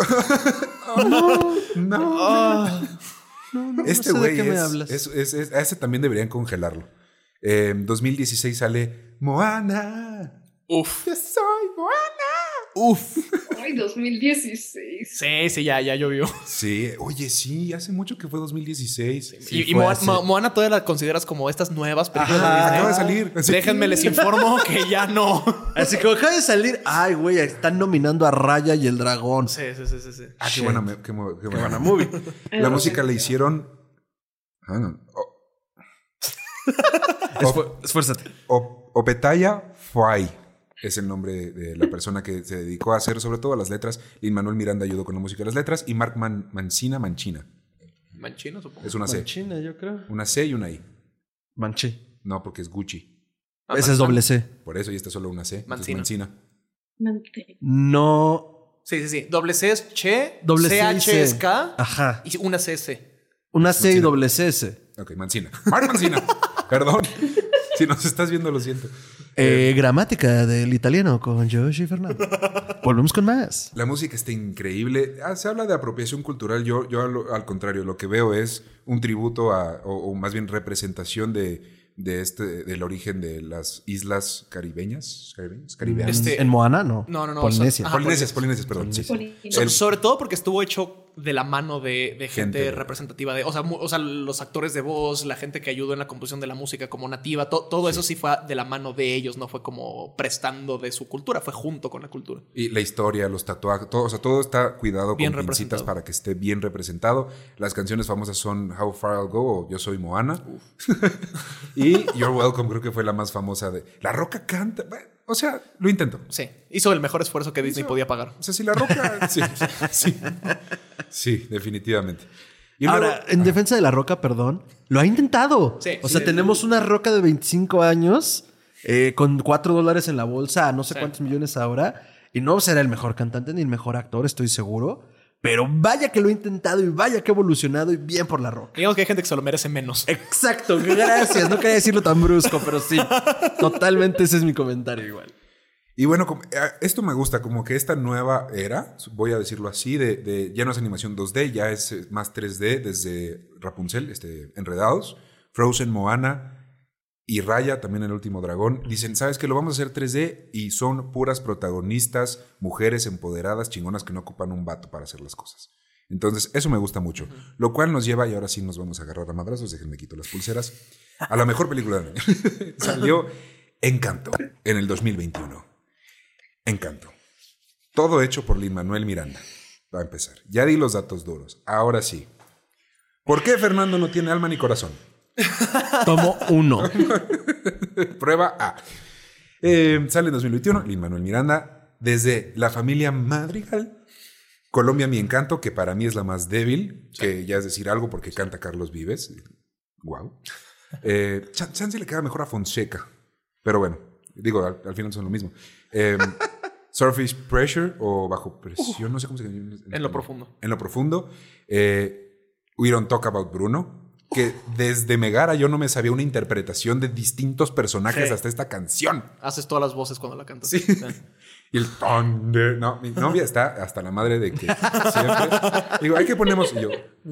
No Este sé de güey qué me hablas. a ese también deberían congelarlo. 2016 sale Moana. Uf. Yo soy Moana. Uf. Ay, 2016. Sí, ya llovió. Sí, oye, sí, hace mucho que fue 2016. Sí, y fue Moana todavía la consideras como estas nuevas películas Ajá, de Disney. acaba de salir. Así Déjenme que- les informo que ya no. Así que acaba de salir. Ay, güey, están nominando a Raya y el Dragón. Sí. Ah, Shit. qué buena Buena movie. La música la hicieron. Esfuérzate. Opetaya Fuay es el nombre de la persona que se dedicó a hacer sobre todo las letras. Lin-Manuel Miranda ayudó con la música y las letras. Y Mark Manchina. Manchino, supongo. Es una C. Manchina, yo creo. Una C y una I. Manché. No, porque es Gucci. Ese es doble C. Por eso, y esta es solo una C. Entonces, Mancina. Mancina. No. Sí. Doble C es Che, Doble C y CH C. es K Ajá. y una CS. Una C y Mancina. doble CS. Ok, Mancina. Mark Mancina. Perdón. Si nos estás viendo, lo siento. Gramática del italiano con Josh y Fernando. Volvemos con más. La música está increíble. Se habla de apropiación cultural. Yo al contrario, lo que veo es un tributo o más bien representación del origen de las islas caribeñas. Caribeanas. ¿En Moana? No. No. Polinesia. Ajá, Polinesias, perdón. Sí. Sobre todo porque estuvo hecho de la mano de gente Gente. representativa o sea, los actores de voz, la gente que ayudó en la composición de la música como nativa, todo eso sí fue de la mano de ellos, no fue como prestando de su cultura, fue junto con la cultura. Y la historia, los tatuajes, todo, o sea, todo está cuidado Bien con pincitas representado. para que esté bien representado. Las canciones famosas son How Far I'll Go o Yo Soy Moana. Y You're Welcome creo que fue la más famosa de... La Roca canta. Bueno, o sea, lo intento. Sí, hizo el mejor esfuerzo que Disney podía pagar. O sea, si La Roca... Sí, definitivamente. Y Ahora, en defensa de la Roca, perdón, lo ha intentado. Sí, o sea, sí. tenemos una Roca de 25 años con $4 en la bolsa, no sé Sí. cuántos millones ahora. Y no será el mejor cantante ni el mejor actor, estoy seguro. Pero vaya que lo ha intentado y vaya que ha evolucionado y bien por la Roca. Digamos que hay gente que se lo merece menos. Exacto, gracias. No quería decirlo tan brusco, pero sí. Totalmente ese es mi comentario igual. Y bueno, esto me gusta, como que esta nueva era, voy a decirlo así, ya no es animación 2D, ya es más 3D desde Rapunzel, Enredados, Frozen, Moana y Raya, también El Último Dragón. Dicen, ¿sabes qué? Lo vamos a hacer 3D y son puras protagonistas, mujeres empoderadas, chingonas que no ocupan un vato para hacer las cosas. Entonces, eso me gusta mucho. Lo cual nos lleva, y ahora sí nos vamos a agarrar a madrazos, déjenme quito las pulseras, a la mejor película del año. Salió Encanto en el 2021. Encanto. Todo hecho por Lin-Manuel Miranda. Va a empezar. Ya di los datos duros. Ahora sí. ¿Por qué Fernando no tiene alma ni corazón? Tomo 1. Prueba A. Sale en 2021. Lin-Manuel Miranda. desde la familia Madrigal, Colombia Mi Encanto, que para mí es la más débil, que ya es decir algo porque canta Carlos Vives. Wow. Chance le queda mejor a Fonseca. Pero bueno, digo, al final son lo mismo. Surface Pressure o Bajo Presión, no sé cómo se llama. En lo profundo. En lo profundo. We Don't Talk About Bruno, que desde Megara yo no me sabía una interpretación de distintos personajes hasta esta canción. Haces todas las voces cuando la cantas. Sí. Y el thunder. No, mi novia está hasta la madre de que siempre digo, ¿hay que ponemos? Y yo,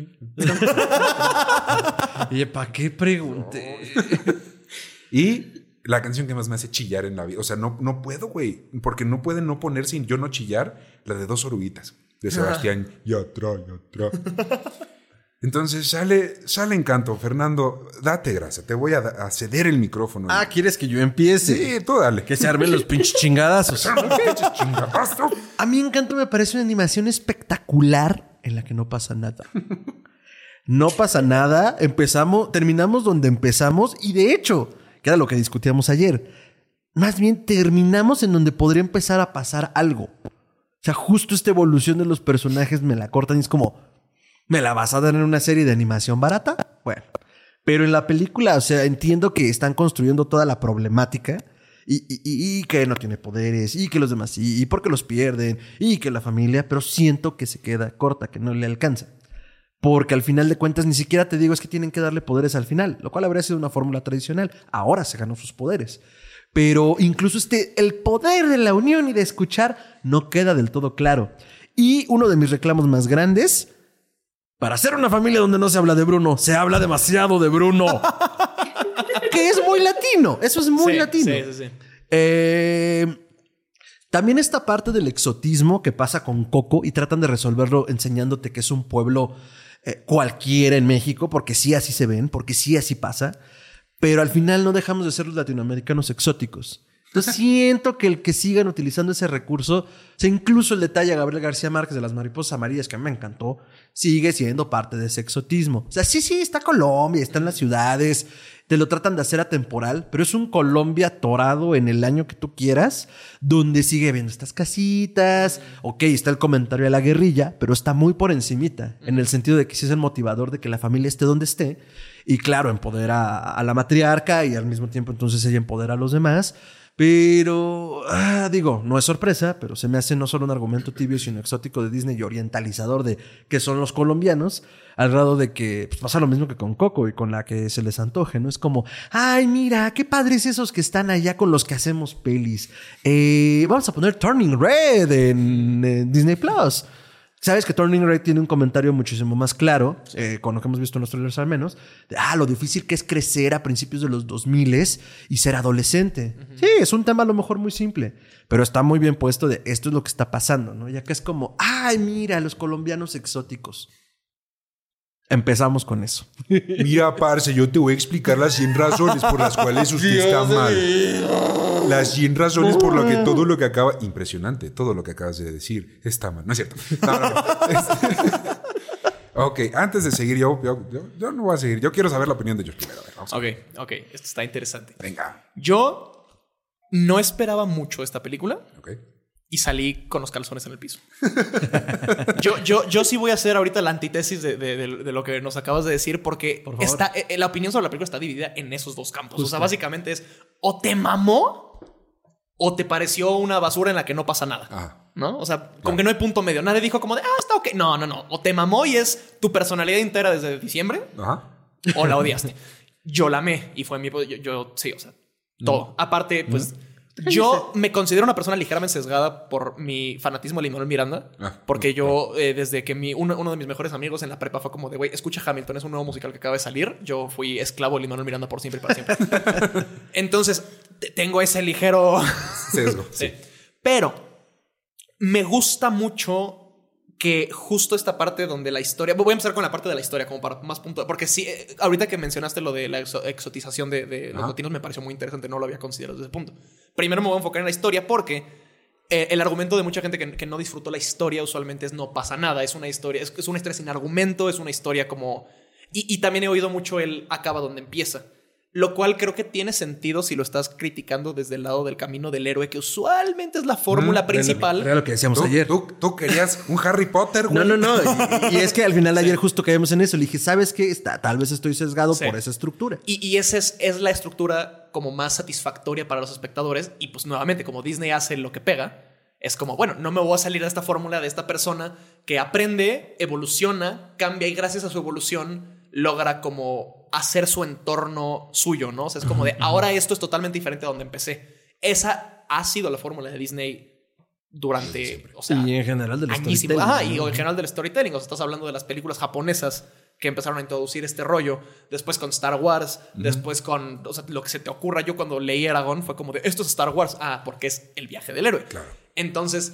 Oye, ¿para qué pregunté? y la canción que más me hace chillar en la vida. O sea, no puedo, güey. Porque no pueden no poner sin yo no chillar la de Dos Oruguitas. De Sebastián Yatra. Entonces sale Encanto. Fernando, date grasa. Te voy a ceder el micrófono. ¿Quieres que yo empiece? Sí, tú dale. Que se armen los pinches chingadazos. A mí Encanto me parece una animación espectacular en la que no pasa nada. No pasa nada. Terminamos donde empezamos. Y de hecho, que era lo que discutíamos ayer, más bien terminamos en donde podría empezar a pasar algo. O sea, justo esta evolución de los personajes me la cortan y es como, ¿me la vas a dar en una serie de animación barata? Bueno, pero en la película, o sea, entiendo que están construyendo toda la problemática y que no tiene poderes y que los demás sí, y porque los pierden y que la familia, pero siento que se queda corta, que no le alcanza. Porque al final de cuentas ni siquiera te digo es que tienen que darle poderes al final, lo cual habría sido una fórmula tradicional. Ahora se ganó sus poderes. Pero incluso el poder de la unión y de escuchar no queda del todo claro. Y uno de mis reclamos más grandes, para hacer una familia donde no se habla de Bruno, se habla demasiado de Bruno. Que es muy latino. Eso es muy latino. Sí. También esta parte del exotismo que pasa con Coco y tratan de resolverlo enseñándote que es un pueblo cualquiera en México, porque sí así se ven, porque sí así pasa, pero al final no dejamos de ser los latinoamericanos exóticos. Entonces siento que el que sigan utilizando ese recurso, o sea, incluso el detalle a Gabriel García Márquez de las mariposas amarillas, que a mí me encantó, sigue siendo parte de ese exotismo. O sea, sí, está Colombia, está en las ciudades, te lo tratan de hacer atemporal, pero es un Colombia atorado en el año que tú quieras, donde sigue viendo estas casitas. Ok, está el comentario de la guerrilla, pero está muy por encimita, en el sentido de que sí es el motivador de que la familia esté donde esté. Y claro, empodera a la matriarca y al mismo tiempo entonces ella empodera a los demás. Pero, digo, no es sorpresa, pero se me hace no solo un argumento tibio, sino exótico de Disney y orientalizador de que son los colombianos, al grado de que pues, pasa lo mismo que con Coco y con la que se les antoje, ¿no? Es como, ay, mira, qué padres esos que están allá con los que hacemos pelis. Vamos a poner Turning Red en Disney Plus. Sabes que Turning Red tiene un comentario muchísimo más claro, con lo que hemos visto en los trailers al menos, de lo difícil que es crecer a principios de los 2000 y ser adolescente. Uh-huh. Sí, es un tema a lo mejor muy simple, pero está muy bien puesto de esto es lo que está pasando, ¿no? Ya que es como, ay, mira, los colombianos exóticos. Empezamos con eso. Mira, parce, yo te voy a explicar las 100 razones por las cuales usted está mal. Las 100 razones por lo que todo lo que acaba... Impresionante, todo lo que acabas de decir está mal. No es cierto. No. Ok, antes de seguir, yo no voy a seguir. Yo quiero saber la opinión de ellos primero. Vamos a ver. Ok. Esto está interesante. Venga. Yo no esperaba mucho esta película. Ok. Y salí con los calzones en el piso. yo sí voy a hacer ahorita la antítesis de lo que nos acabas de decir, porque la opinión sobre la película está dividida en esos dos campos. Justo. O sea, básicamente es o te mamó o te pareció una basura en la que no pasa nada. ¿No? O sea, como que no hay punto medio. Nadie dijo como de, está ok. No. O te mamó y es tu personalidad entera desde diciembre. Ajá. O la odiaste. Yo la amé y fue mi... Yo sí, o sea, todo. Aparte, pues... Yo me considero una persona ligeramente sesgada por mi fanatismo de Lin-Manuel Miranda. Porque yo, desde que uno de mis mejores amigos en la prepa fue como de, güey, escucha Hamilton, es un nuevo musical que acaba de salir. Yo fui esclavo de Lin-Manuel Miranda por siempre y para siempre. Entonces, tengo ese ligero sesgo. Sí. Pero me gusta mucho que justo esta parte donde la historia... Voy a empezar con la parte de la historia como para más puntual. Porque sí, ahorita que mencionaste lo de la exotización de los latinos me pareció muy interesante. No lo había considerado desde ese punto. Primero me voy a enfocar en la historia porque el argumento de mucha gente que no disfrutó la historia usualmente es no pasa nada. Es una historia sin argumento. Es una historia como... Y también he oído mucho el acaba donde empieza. Lo cual creo que tiene sentido si lo estás criticando desde el lado del camino del héroe, que usualmente es la fórmula principal. Era lo que decíamos ayer. ¿Tú querías un Harry Potter, güey? No. Y es que al final ayer justo caímos en eso. Le dije, ¿sabes qué? Tal vez estoy sesgado por esa estructura. Y esa es la estructura como más satisfactoria para los espectadores. Y pues nuevamente, como Disney hace lo que pega, es como, bueno, no me voy a salir de esta fórmula de esta persona que aprende, evoluciona, cambia y gracias a su evolución logra como hacer su entorno suyo, ¿no? O sea, es como de ahora esto es totalmente diferente a donde empecé. Esa ha sido la fórmula de Disney durante, o sea, y en general del añísimos. storytelling. Y en general del storytelling. O sea, estás hablando de las películas japonesas que empezaron a introducir este rollo. Después con Star Wars. Después con, o sea, lo que se te ocurra. Yo cuando leí Eragon fue como de, esto es Star Wars. Ah, porque es el viaje del héroe. Claro. Entonces,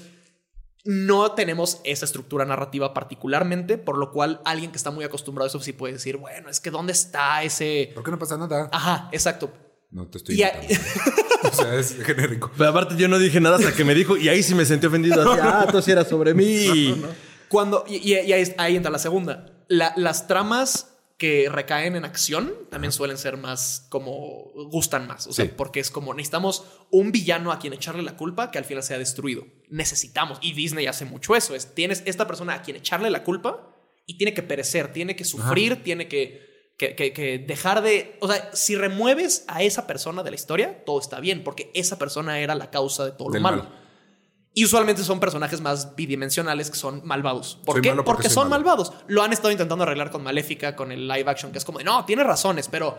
no tenemos esa estructura narrativa particularmente, por lo cual alguien que está muy acostumbrado a eso sí puede decir, bueno, es que ¿dónde está ese...? ¿Por qué no pasa nada? Ajá, exacto. No te estoy invitando. O sea, es genérico. Pero aparte yo no dije nada hasta que me dijo y ahí sí me sentí ofendido. Así, tú sí eras sobre mí. Cuando, y ahí entra la segunda. Las tramas que recaen en acción también suelen ser más como gustan más. O sea, porque es como necesitamos un villano a quien echarle la culpa que al final sea destruido. Necesitamos. Y Disney hace mucho eso. Tienes esta persona a quien echarle la culpa y tiene que perecer, tiene que sufrir, tiene que dejar de... O sea, si remueves a esa persona de la historia, todo está bien, porque esa persona era la causa de todo lo malo. Y usualmente son personajes más bidimensionales que son malvados. ¿Por qué? Porque son malvados. Lo han estado intentando arreglar con Maléfica, con el live action, que es como de, no, tiene razones, pero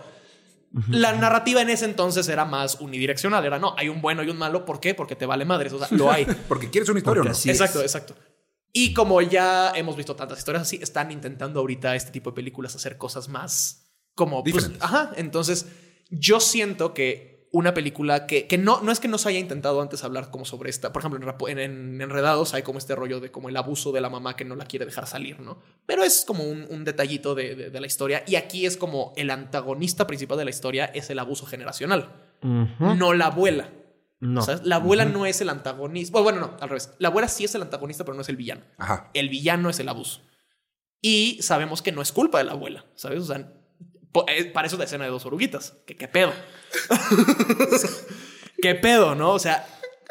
la narrativa en ese entonces era más unidireccional. Era, no, hay un bueno y un malo. ¿Por qué? Porque te vale madres. O sea, lo hay. Porque quieres una historia, ¿o no? Exacto. Y como ya hemos visto tantas historias así, están intentando ahorita este tipo de películas hacer cosas más como... diferentes. Entonces, yo siento que una película que no es que no se haya intentado antes hablar como sobre esta. Por ejemplo, en Enredados hay como este rollo de como el abuso de la mamá que no la quiere dejar salir, ¿no? Pero es como un detallito de la historia. Y aquí es como el antagonista principal de la historia es el abuso generacional. No la abuela. No. ¿Sabes? La abuela no es el antagonista. Bueno, no, al revés. La abuela sí es el antagonista, pero no es el villano. Ajá. El villano es el abuso. Y sabemos que no es culpa de la abuela, ¿sabes? O sea, para eso la escena de 2 oruguitas. ¿Qué pedo? ¿Qué pedo, no? O sea,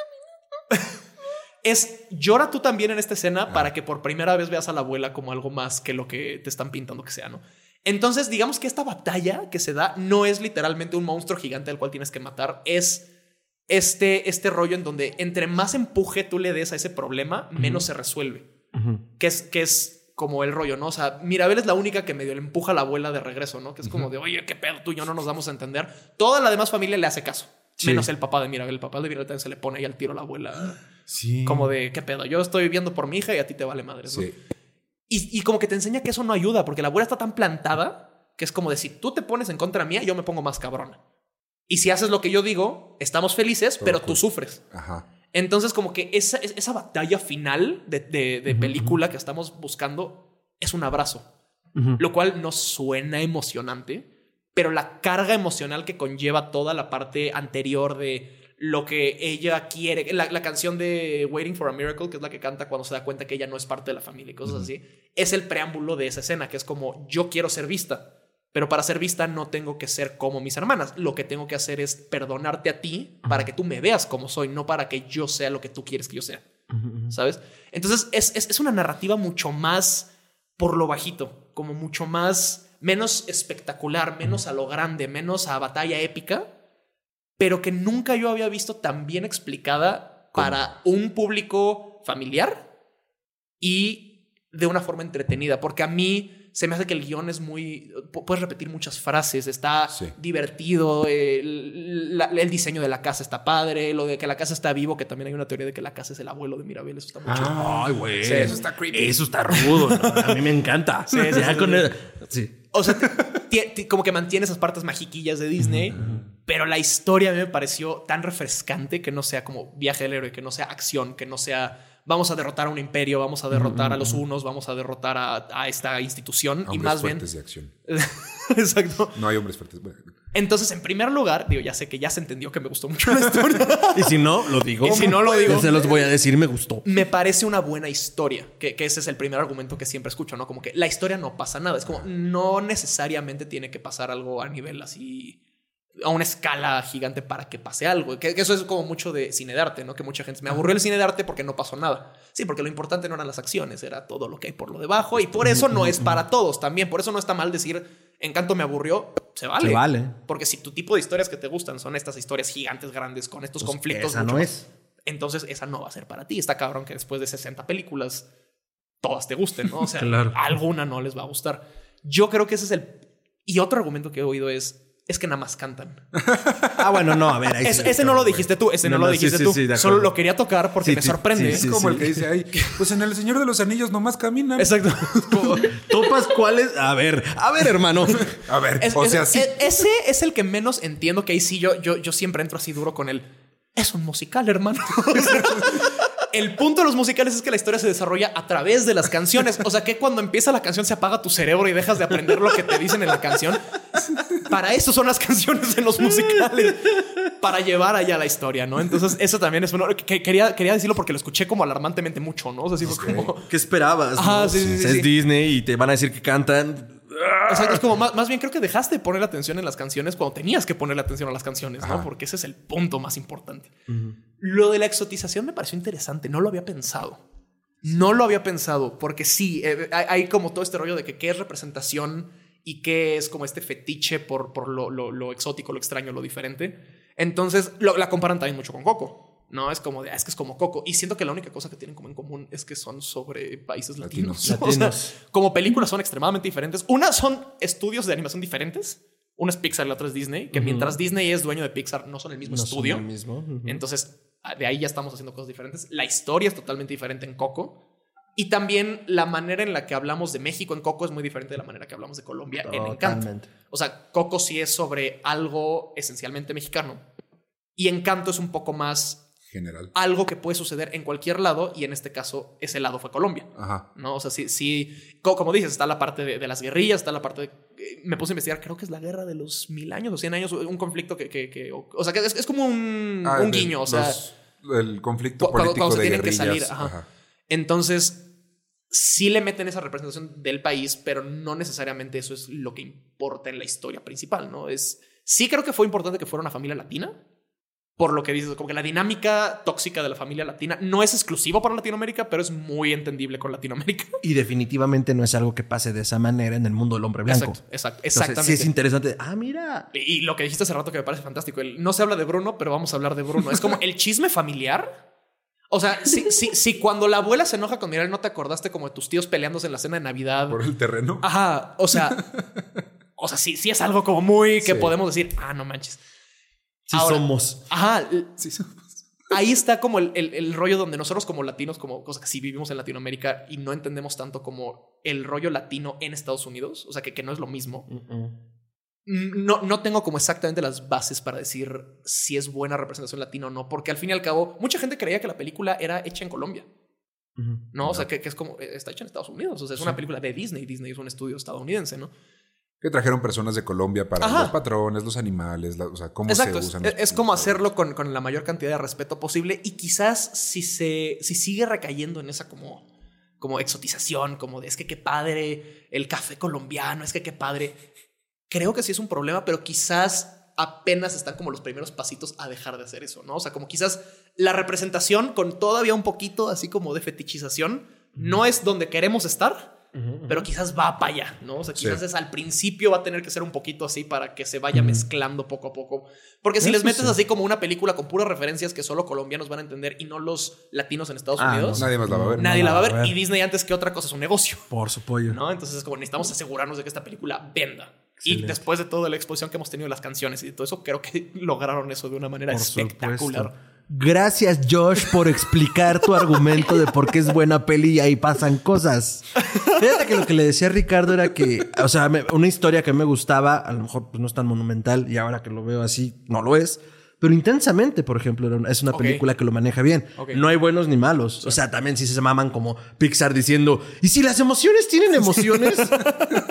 llora tú también en esta escena para que por primera vez veas a la abuela como algo más que lo que te están pintando que sea, ¿no? Entonces, digamos que esta batalla que se da no es literalmente un monstruo gigante al cual tienes que matar, es este rollo en donde entre más empuje tú le des a ese problema, menos se resuelve. Que es como el rollo, ¿no? O sea, Mirabel es la única que medio le empuja a la abuela de regreso, ¿no? Que es como de, oye, qué pedo, tú y yo no nos damos a entender. Toda la demás familia le hace caso. Menos el papá de Mirabel. El papá de Mirabel también se le pone ahí al tiro a la abuela. Sí. Como de, qué pedo, yo estoy viviendo por mi hija y a ti te vale madre, ¿no? Sí. Y como que te enseña que eso no ayuda, porque la abuela está tan plantada que es como de, si tú te pones en contra mía, yo me pongo más cabrona. Y si haces lo que yo digo, estamos felices, pero tú sufres. Ajá. Entonces, como que esa batalla final de película que estamos buscando es un abrazo. Lo cual no suena emocionante, pero la carga emocional que conlleva toda la parte anterior de lo que ella quiere. La canción de Waiting for a Miracle, que es la que canta cuando se da cuenta que ella no es parte de la familia y cosas así, es el preámbulo de esa escena, que es como, yo quiero ser vista. Pero para ser vista no tengo que ser como mis hermanas. Lo que tengo que hacer es perdonarte a ti para que tú me veas como soy, no para que yo sea lo que tú quieres que yo sea. ¿Sabes? Entonces es una narrativa mucho más por lo bajito, como mucho más, menos espectacular, menos a lo grande, menos a batalla épica, pero que nunca yo había visto tan bien explicada para un público familiar y de una forma entretenida. Porque a mí se me hace que el guión es muy... Puedes repetir muchas frases, está divertido, el diseño de la casa está padre, lo de que la casa está vivo, que también hay una teoría de que la casa es el abuelo de Mirabel, eso está muy chido. Ay, güey. Sí, eso está creepy. Eso está rudo, ¿no? A mí me encanta. Sí. O sea, como que mantiene esas partes magiquillas de Disney, pero la historia a mí me pareció tan refrescante que no sea como viaje del héroe, que no sea acción, que no sea... Vamos a derrotar a un imperio, vamos a derrotar a los unos, vamos a derrotar a esta institución. Hombres y más bien... fuertes de acción. Exacto. No hay hombres fuertes. Bueno. Entonces, en primer lugar, digo, ya sé que ya se entendió que me gustó mucho la historia. Y si no, lo digo. Y si no lo digo, se los voy a decir, me gustó. Me parece una buena historia, que ese es el primer argumento que siempre escucho, ¿no? Como que la historia no pasa nada. Es como, no necesariamente tiene que pasar algo a nivel así a una escala gigante para que pase algo. Que eso es como mucho de cine de arte, ¿no? Que mucha gente me aburrió el cine de arte porque no pasó nada. Sí, porque lo importante no eran las acciones, era todo lo que hay por lo debajo. Y por eso no es para todos también. Por eso no está mal decir Encanto me aburrió. Se vale. Se vale. Porque si tu tipo de historias que te gustan son estas historias gigantes, grandes, con estos Pues conflictos. esa no es. Entonces esa no va a ser para ti. Está cabrón que después de 60 películas todas te gusten, ¿no? O sea, Claro. alguna no les va a gustar. Yo creo que ese es el... Y otro argumento que he oído es que nada más cantan. Bueno, no, a ver. Ahí sí, Ese no lo dijiste tú, ese no lo dijiste sí, tú. sí, de acuerdo. Solo lo quería tocar porque Sí, me sí, sorprende. sí, Es como el que dice ahí, pues en El Señor de los Anillos nomás caminan. Exacto. ¿Topas cuáles? A ver, hermano. A ver, sí. Ese es el que menos entiendo, que ahí sí yo siempre entro así duro con él. Es un musical, hermano. O sea, el punto de los musicales es que la historia se desarrolla a través de las canciones. O sea, que cuando empieza la canción se apaga tu cerebro y dejas de aprender lo que te dicen en la canción. Para eso son las canciones en los musicales. Para llevar allá la historia, ¿no? Entonces, eso también es uno que quería decirlo porque lo escuché como alarmantemente mucho, ¿no? O sea, sí fue como... ¿Qué esperabas? Ajá, ¿no? sí. Es Disney y te van a decir que cantan. Exacto, es como más bien creo que dejaste de poner atención en las canciones cuando tenías que ponerle atención a las canciones, ¿no? Porque ese es el punto más importante. Lo de la exotización me pareció interesante. No lo había pensado. No lo había pensado porque sí, hay como todo este rollo de que qué es representación y qué es como este fetiche por lo exótico, lo extraño, lo diferente. Entonces la comparan también mucho con Coco. No, es como es que es como Coco. Y siento que la única cosa que tienen como en común es que son sobre países latinos. O sea, como películas son extremadamente diferentes. Una son estudios de animación diferentes. Una es Pixar y la otra es Disney. Que mientras Disney es dueño de Pixar, no son el mismo estudio. Son el mismo. Entonces, de ahí ya estamos haciendo cosas diferentes. La historia es totalmente diferente en Coco. Y también la manera en la que hablamos de México en Coco es muy diferente de la manera que hablamos de Colombia en Encanto. O sea, Coco sí es sobre algo esencialmente mexicano. Y Encanto es un poco más... general. Algo que puede suceder en cualquier lado, y en este caso ese lado fue Colombia. Ajá. ¿No? O sea, sí, como dices, está la parte de las guerrillas, está la parte de... Me puse a investigar, creo que es la guerra de los 1000 años o 100 años, un conflicto o sea, que es como un guiño, o sea... El conflicto cuando político se de tienen guerrillas. que salir. Ajá. Entonces, sí le meten esa representación del país, pero no necesariamente eso es lo que importa en la historia principal, ¿no? Sí creo que fue importante que fuera una familia latina. Por lo que dices, como que la dinámica tóxica de la familia latina no es exclusivo para Latinoamérica, pero es muy entendible con Latinoamérica. Y definitivamente no es algo que pase de esa manera en el mundo del hombre blanco. Exactamente. Entonces, sí es interesante. Mira. Y lo que dijiste hace rato que me parece fantástico. No se habla de Bruno, pero vamos a hablar de Bruno. Es como el chisme familiar. O sea, si cuando la abuela se enoja con Miral, ¿no te acordaste como de tus tíos peleándose en la cena de Navidad? Por el terreno. Ajá. O sea, sí es algo como muy que podemos decir, no manches. Sí. Ahora, somos. Ajá. Sí somos. Ahí está como el rollo donde nosotros como latinos, como cosa que sí vivimos en Latinoamérica y no entendemos tanto como el rollo latino en Estados Unidos. O sea, que no es lo mismo. No tengo como exactamente las bases para decir si es buena representación latina o no, porque al fin y al cabo mucha gente creía que la película era hecha en Colombia. No, o sea, que es como está hecha en Estados Unidos. O sea, es una película de Disney. Disney es un estudio estadounidense, ¿no? Que trajeron personas de Colombia para los patrones, los animales, o sea, cómo se usan. Es como hacerlo con la mayor cantidad de respeto posible y quizás si sigue recayendo en esa como exotización, como de es que qué padre el café colombiano, es que qué padre. Creo que sí es un problema, pero quizás apenas están como los primeros pasitos a dejar de hacer eso, ¿no? O sea, como quizás la representación con todavía un poquito así como de fetichización no es donde queremos estar. Pero quizás va para allá, ¿no? O sea, quizás al principio va a tener que ser un poquito así para que se vaya mezclando poco a poco. Porque si les metes así como una película con puras referencias que solo colombianos van a entender y no los latinos en Estados Unidos, nadie más la va a ver. Nadie la va a ver. Y Disney antes que otra cosa es un negocio. Por su pollo. ¿No? Entonces es como necesitamos asegurarnos de que esta película venda. Excelente. Y después de toda la exposición que hemos tenido de las canciones y de todo eso, creo que lograron eso de una manera espectacular. Supuesto. Gracias, Josh, por explicar tu argumento de por qué es buena peli y ahí pasan cosas. Fíjate que lo que le decía a Ricardo era que, o sea, una historia que me gustaba, a lo mejor pues, no es tan monumental y ahora que lo veo así, no lo es. Pero Intensamente, por ejemplo, es una película que lo maneja bien. No hay buenos ni malos. Sí. O sea, también sí se maman como Pixar diciendo, ¿y si las emociones tienen emociones?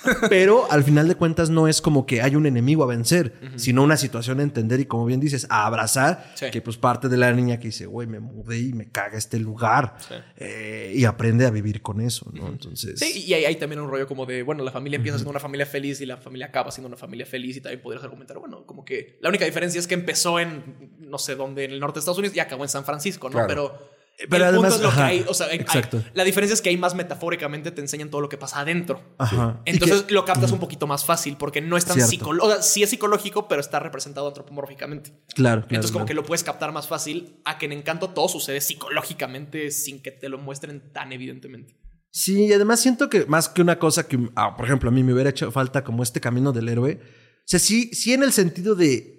Pero al final de cuentas no es como que hay un enemigo a vencer, sino una situación a entender y, como bien dices, a abrazar. Sí. Que pues parte de la niña que dice, güey, me mudé y me caga este lugar. Sí. Y aprende a vivir con eso, ¿no? Entonces... Sí, y hay también un rollo como de, bueno, la familia empieza siendo una familia feliz y la familia acaba siendo una familia feliz, y también podrías argumentar, bueno, como que la única diferencia es que empezó en, no sé dónde, en el norte de Estados Unidos y acabó en San Francisco, ¿no? Claro. Pero además, punto es lo que hay, o sea, la diferencia es que ahí más metafóricamente te enseñan todo lo que pasa adentro. Ajá. Entonces lo captas un poquito más fácil porque no es tan psicológico. O sea, sí es psicológico, pero está representado antropomórficamente. Claro. Entonces como que lo puedes captar más fácil, a que en Encanto todo sucede psicológicamente sin que te lo muestren tan evidentemente. Sí, y además siento que más que una cosa que, por ejemplo, a mí me hubiera hecho falta como este camino del héroe. O sea, sí en el sentido de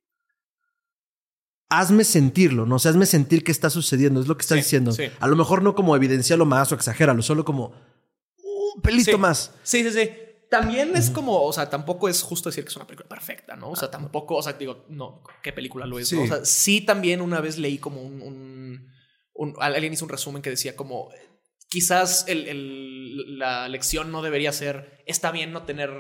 hazme sentirlo, ¿no? O sea, hazme sentir qué está sucediendo. Es lo que estás diciendo. Sí. A lo mejor no como evidenciarlo más o exagéralo, solo como un pelito más. Sí. También es como, o sea, tampoco es justo decir que es una película perfecta, ¿no? O sea, tampoco, o sea, digo, no, ¿qué película lo es? Sí. ¿No? O sea, sí también una vez leí como alguien hizo un resumen que decía como, quizás la lección no debería ser, está bien no tener,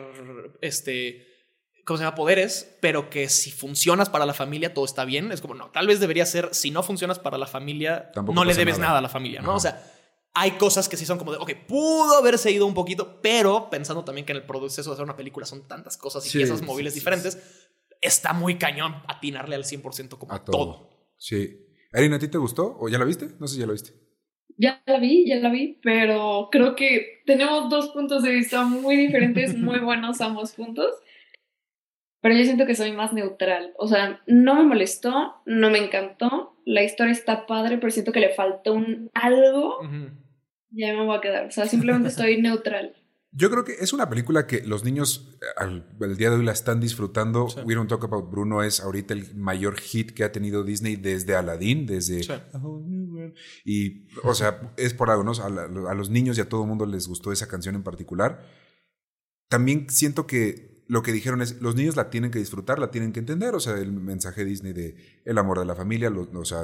¿cómo se llama? Poderes, pero que si funcionas para la familia todo está bien. Es como, no, tal vez debería ser, si no funcionas para la familia, tampoco no le debes nada a la familia, ¿no? Ajá. O sea, hay cosas que sí son como de, ok, pudo haberse ido un poquito, pero pensando también que en el proceso de hacer una película son tantas cosas y piezas móviles diferentes, está muy cañón atinarle al 100% como a todo. Sí. Erin, ¿a ti te gustó? ¿O ya la viste? No sé si ya la viste. Ya la vi, pero creo que tenemos dos puntos de vista muy diferentes, muy buenos ambos puntos. Pero yo siento que soy más neutral. O sea, no me molestó, no me encantó. La historia está padre, pero siento que le faltó algo. Ya me voy a quedar. O sea, simplemente estoy neutral. Yo creo que es una película que los niños el día de hoy la están disfrutando. Sí. We Don't Talk About Bruno es ahorita el mayor hit que ha tenido Disney desde Aladdin, desde... Sí. Y, o sea, es por algo, ¿no? A los niños y a todo el mundo les gustó esa canción en particular. También siento que lo que dijeron es, los niños la tienen que disfrutar, la tienen que entender, o sea, el mensaje de Disney de el amor de la familia, o sea,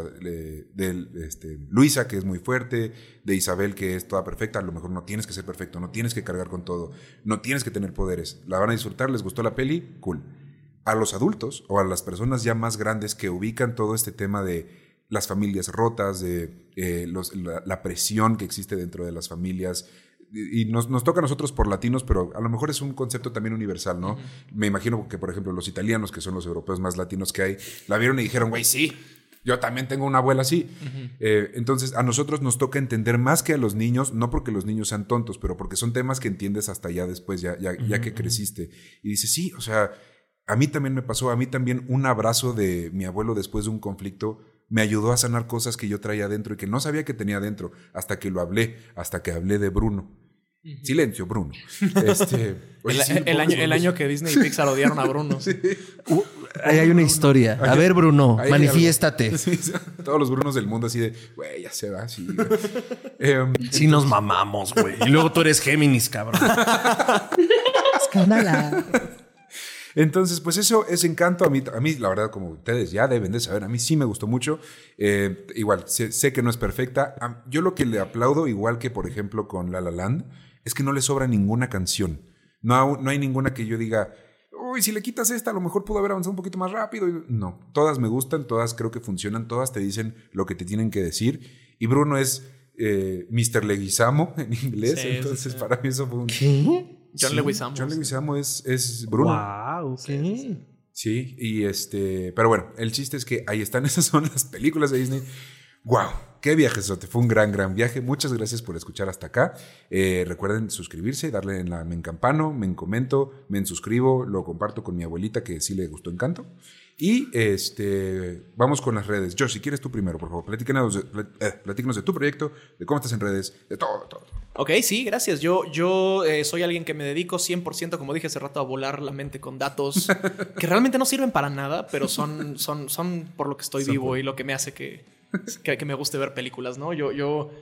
de Luisa, que es muy fuerte, de Isabel, que es toda perfecta. A lo mejor no tienes que ser perfecto, no tienes que cargar con todo, no tienes que tener poderes. La van a disfrutar, les gustó la peli, cool. A los adultos o a las personas ya más grandes que ubican todo este tema de las familias rotas, de la presión que existe dentro de las familias, y nos toca a nosotros por latinos, pero a lo mejor es un concepto también universal, ¿no? Me imagino que, por ejemplo, los italianos, que son los europeos más latinos que hay, la vieron y dijeron, güey, sí, yo también tengo una abuela así. Entonces, a nosotros nos toca entender más que a los niños, no porque los niños sean tontos, pero porque son temas que entiendes hasta ya después, ya que creciste. Y dices, sí, o sea, a mí también me pasó, a mí también un abrazo de mi abuelo después de un conflicto me ayudó a sanar cosas que yo traía adentro y que no sabía que tenía adentro hasta que lo hablé, hasta que hablé de Bruno. Silencio, Bruno. El año que Disney y Pixar odiaron a Bruno. Sí. Ahí hay una historia. A ver, Bruno, manifiéstate. Sí, todos los Brunos del mundo así de, güey, ya se va. Sí, sí nos mamamos, güey. Y luego tú eres Géminis, cabrón. Escándala. Entonces, pues eso es Encanto. A mí, la verdad, como ustedes ya deben de saber, a mí sí me gustó mucho. Igual, sé que no es perfecta. Yo lo que le aplaudo, igual que, por ejemplo, con La La Land, es que no le sobra ninguna canción. No hay ninguna que yo diga, uy, si le quitas esta, a lo mejor pudo haber avanzado un poquito más rápido. No, todas me gustan, todas creo que funcionan, todas te dicen lo que te tienen que decir. Y Bruno es Mr. Leguizamo en inglés, sí, entonces sí. Para mí eso fue un... ¿Qué? John Leguizamo. John Leguizamo es Bruno. Wow, ok. Sí, y pero bueno, el chiste es que ahí están, esas son las películas de Disney. ¡Wow! ¡Qué viajezote! Fue un gran viaje. Muchas gracias por escuchar hasta acá. Recuerden suscribirse, darle en la me encampano, me encomento, me suscribo, lo comparto con mi abuelita que sí le gustó Encanto. Y vamos con las redes. Josh, si quieres tú primero, por favor, platícanos de tu proyecto, de cómo estás en redes, de todo. Ok, sí, gracias. Yo soy alguien que me dedico 100%, como dije hace rato, a volar la mente con datos que realmente no sirven para nada, pero son por lo que estoy vivo y lo que me hace que me guste ver películas, ¿no? Yo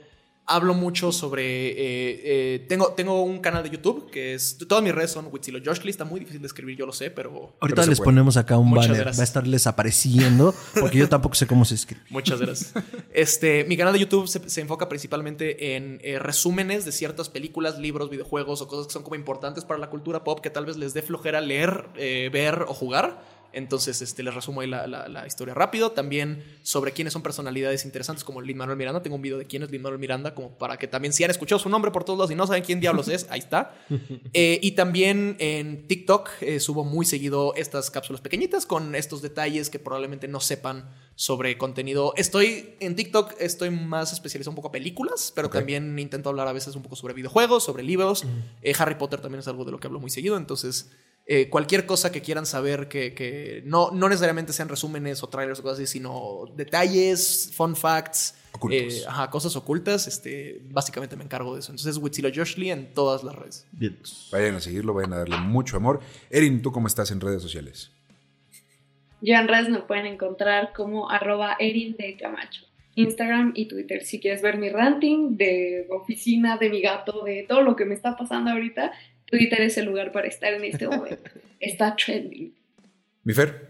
hablo mucho sobre... tengo un canal de YouTube que es... Todas mis redes son Huitzilo Joshli. Está muy difícil de escribir, yo lo sé, pero... Ahorita les ponemos acá un Muchas banner. gracias. Va a estarles apareciendo porque yo tampoco sé cómo se escribe. Muchas gracias. Mi canal de YouTube se enfoca principalmente en resúmenes de ciertas películas, libros, videojuegos o cosas que son como importantes para la cultura pop que tal vez les dé flojera leer, ver o jugar. Entonces les resumo ahí la historia rápido. También sobre quiénes son personalidades interesantes como Lin-Manuel Miranda. Tengo un video de quién es Lin-Manuel Miranda, como para que también, si han escuchado su nombre por todos lados y no saben quién diablos es, ahí está. Y también en TikTok subo muy seguido estas cápsulas pequeñitas con estos detalles que probablemente no sepan sobre contenido. En TikTok estoy más especializado un poco a películas, pero también intento hablar a veces un poco sobre videojuegos, sobre libros. Harry Potter también es algo de lo que hablo muy seguido, entonces... cualquier cosa que quieran saber que no necesariamente sean resúmenes o trailers o cosas así, sino detalles, fun facts, cosas ocultas, básicamente me encargo de eso. Entonces Huitzilo Joshli en todas las redes. Bien. Vayan a seguirlo, vayan a darle mucho amor. Erin, ¿tú cómo estás en redes sociales? Yo en redes me pueden encontrar como @Erin de Camacho. Instagram y Twitter. Si quieres ver mi ranting de oficina, de mi gato, de todo lo que me está pasando ahorita, Twitter es el lugar para estar en este momento. Está trending. ¿Mi Fer?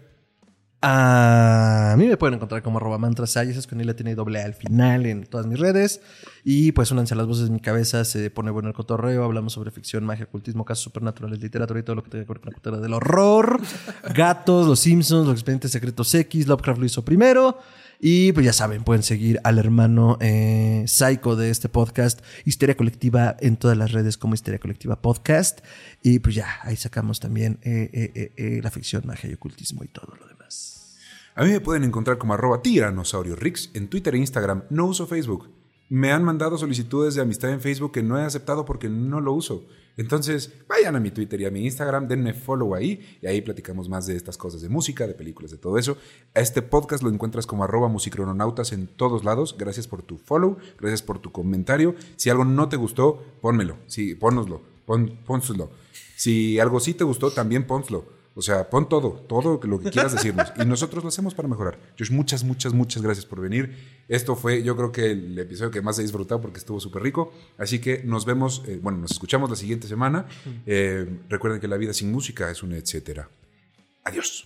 A mí me pueden encontrar como @mantrasay, eso es con la tiene doble A al final en todas mis redes. Y pues únanse a las voces de mi cabeza, se pone bueno el cotorreo, hablamos sobre ficción, magia, ocultismo, casos supernaturales, literatura y todo lo que tenga que ver con la cultura del horror. Gatos, los Simpsons, los expedientes secretos X, Lovecraft lo hizo primero. Y pues ya saben, pueden seguir al hermano Psycho de este podcast, Histeria Colectiva, en todas las redes como Histeria Colectiva Podcast. Y pues ya, ahí sacamos también la ficción, magia y ocultismo y todo lo demás. A mí me pueden encontrar como @Tiranosaurio_Rix en Twitter e Instagram. No uso Facebook. Me han mandado solicitudes de amistad en Facebook que no he aceptado porque no lo uso. Entonces, vayan a mi Twitter y a mi Instagram, denme follow ahí y ahí platicamos más de estas cosas de música, de películas, de todo eso. A este podcast lo encuentras como @musicrononautas en todos lados. Gracias por tu follow, gracias por tu comentario. Si algo no te gustó, pónmelo. Sí, pónoslo, pónselo. Si algo sí te gustó, también pónslo. O sea, pon todo lo que quieras decirnos. Y nosotros lo hacemos para mejorar. Josh, muchas gracias por venir. Esto fue, yo creo que el episodio que más he disfrutado porque estuvo súper rico. Así que nos vemos, nos escuchamos la siguiente semana. Recuerden que la vida sin música es un etcétera. Adiós.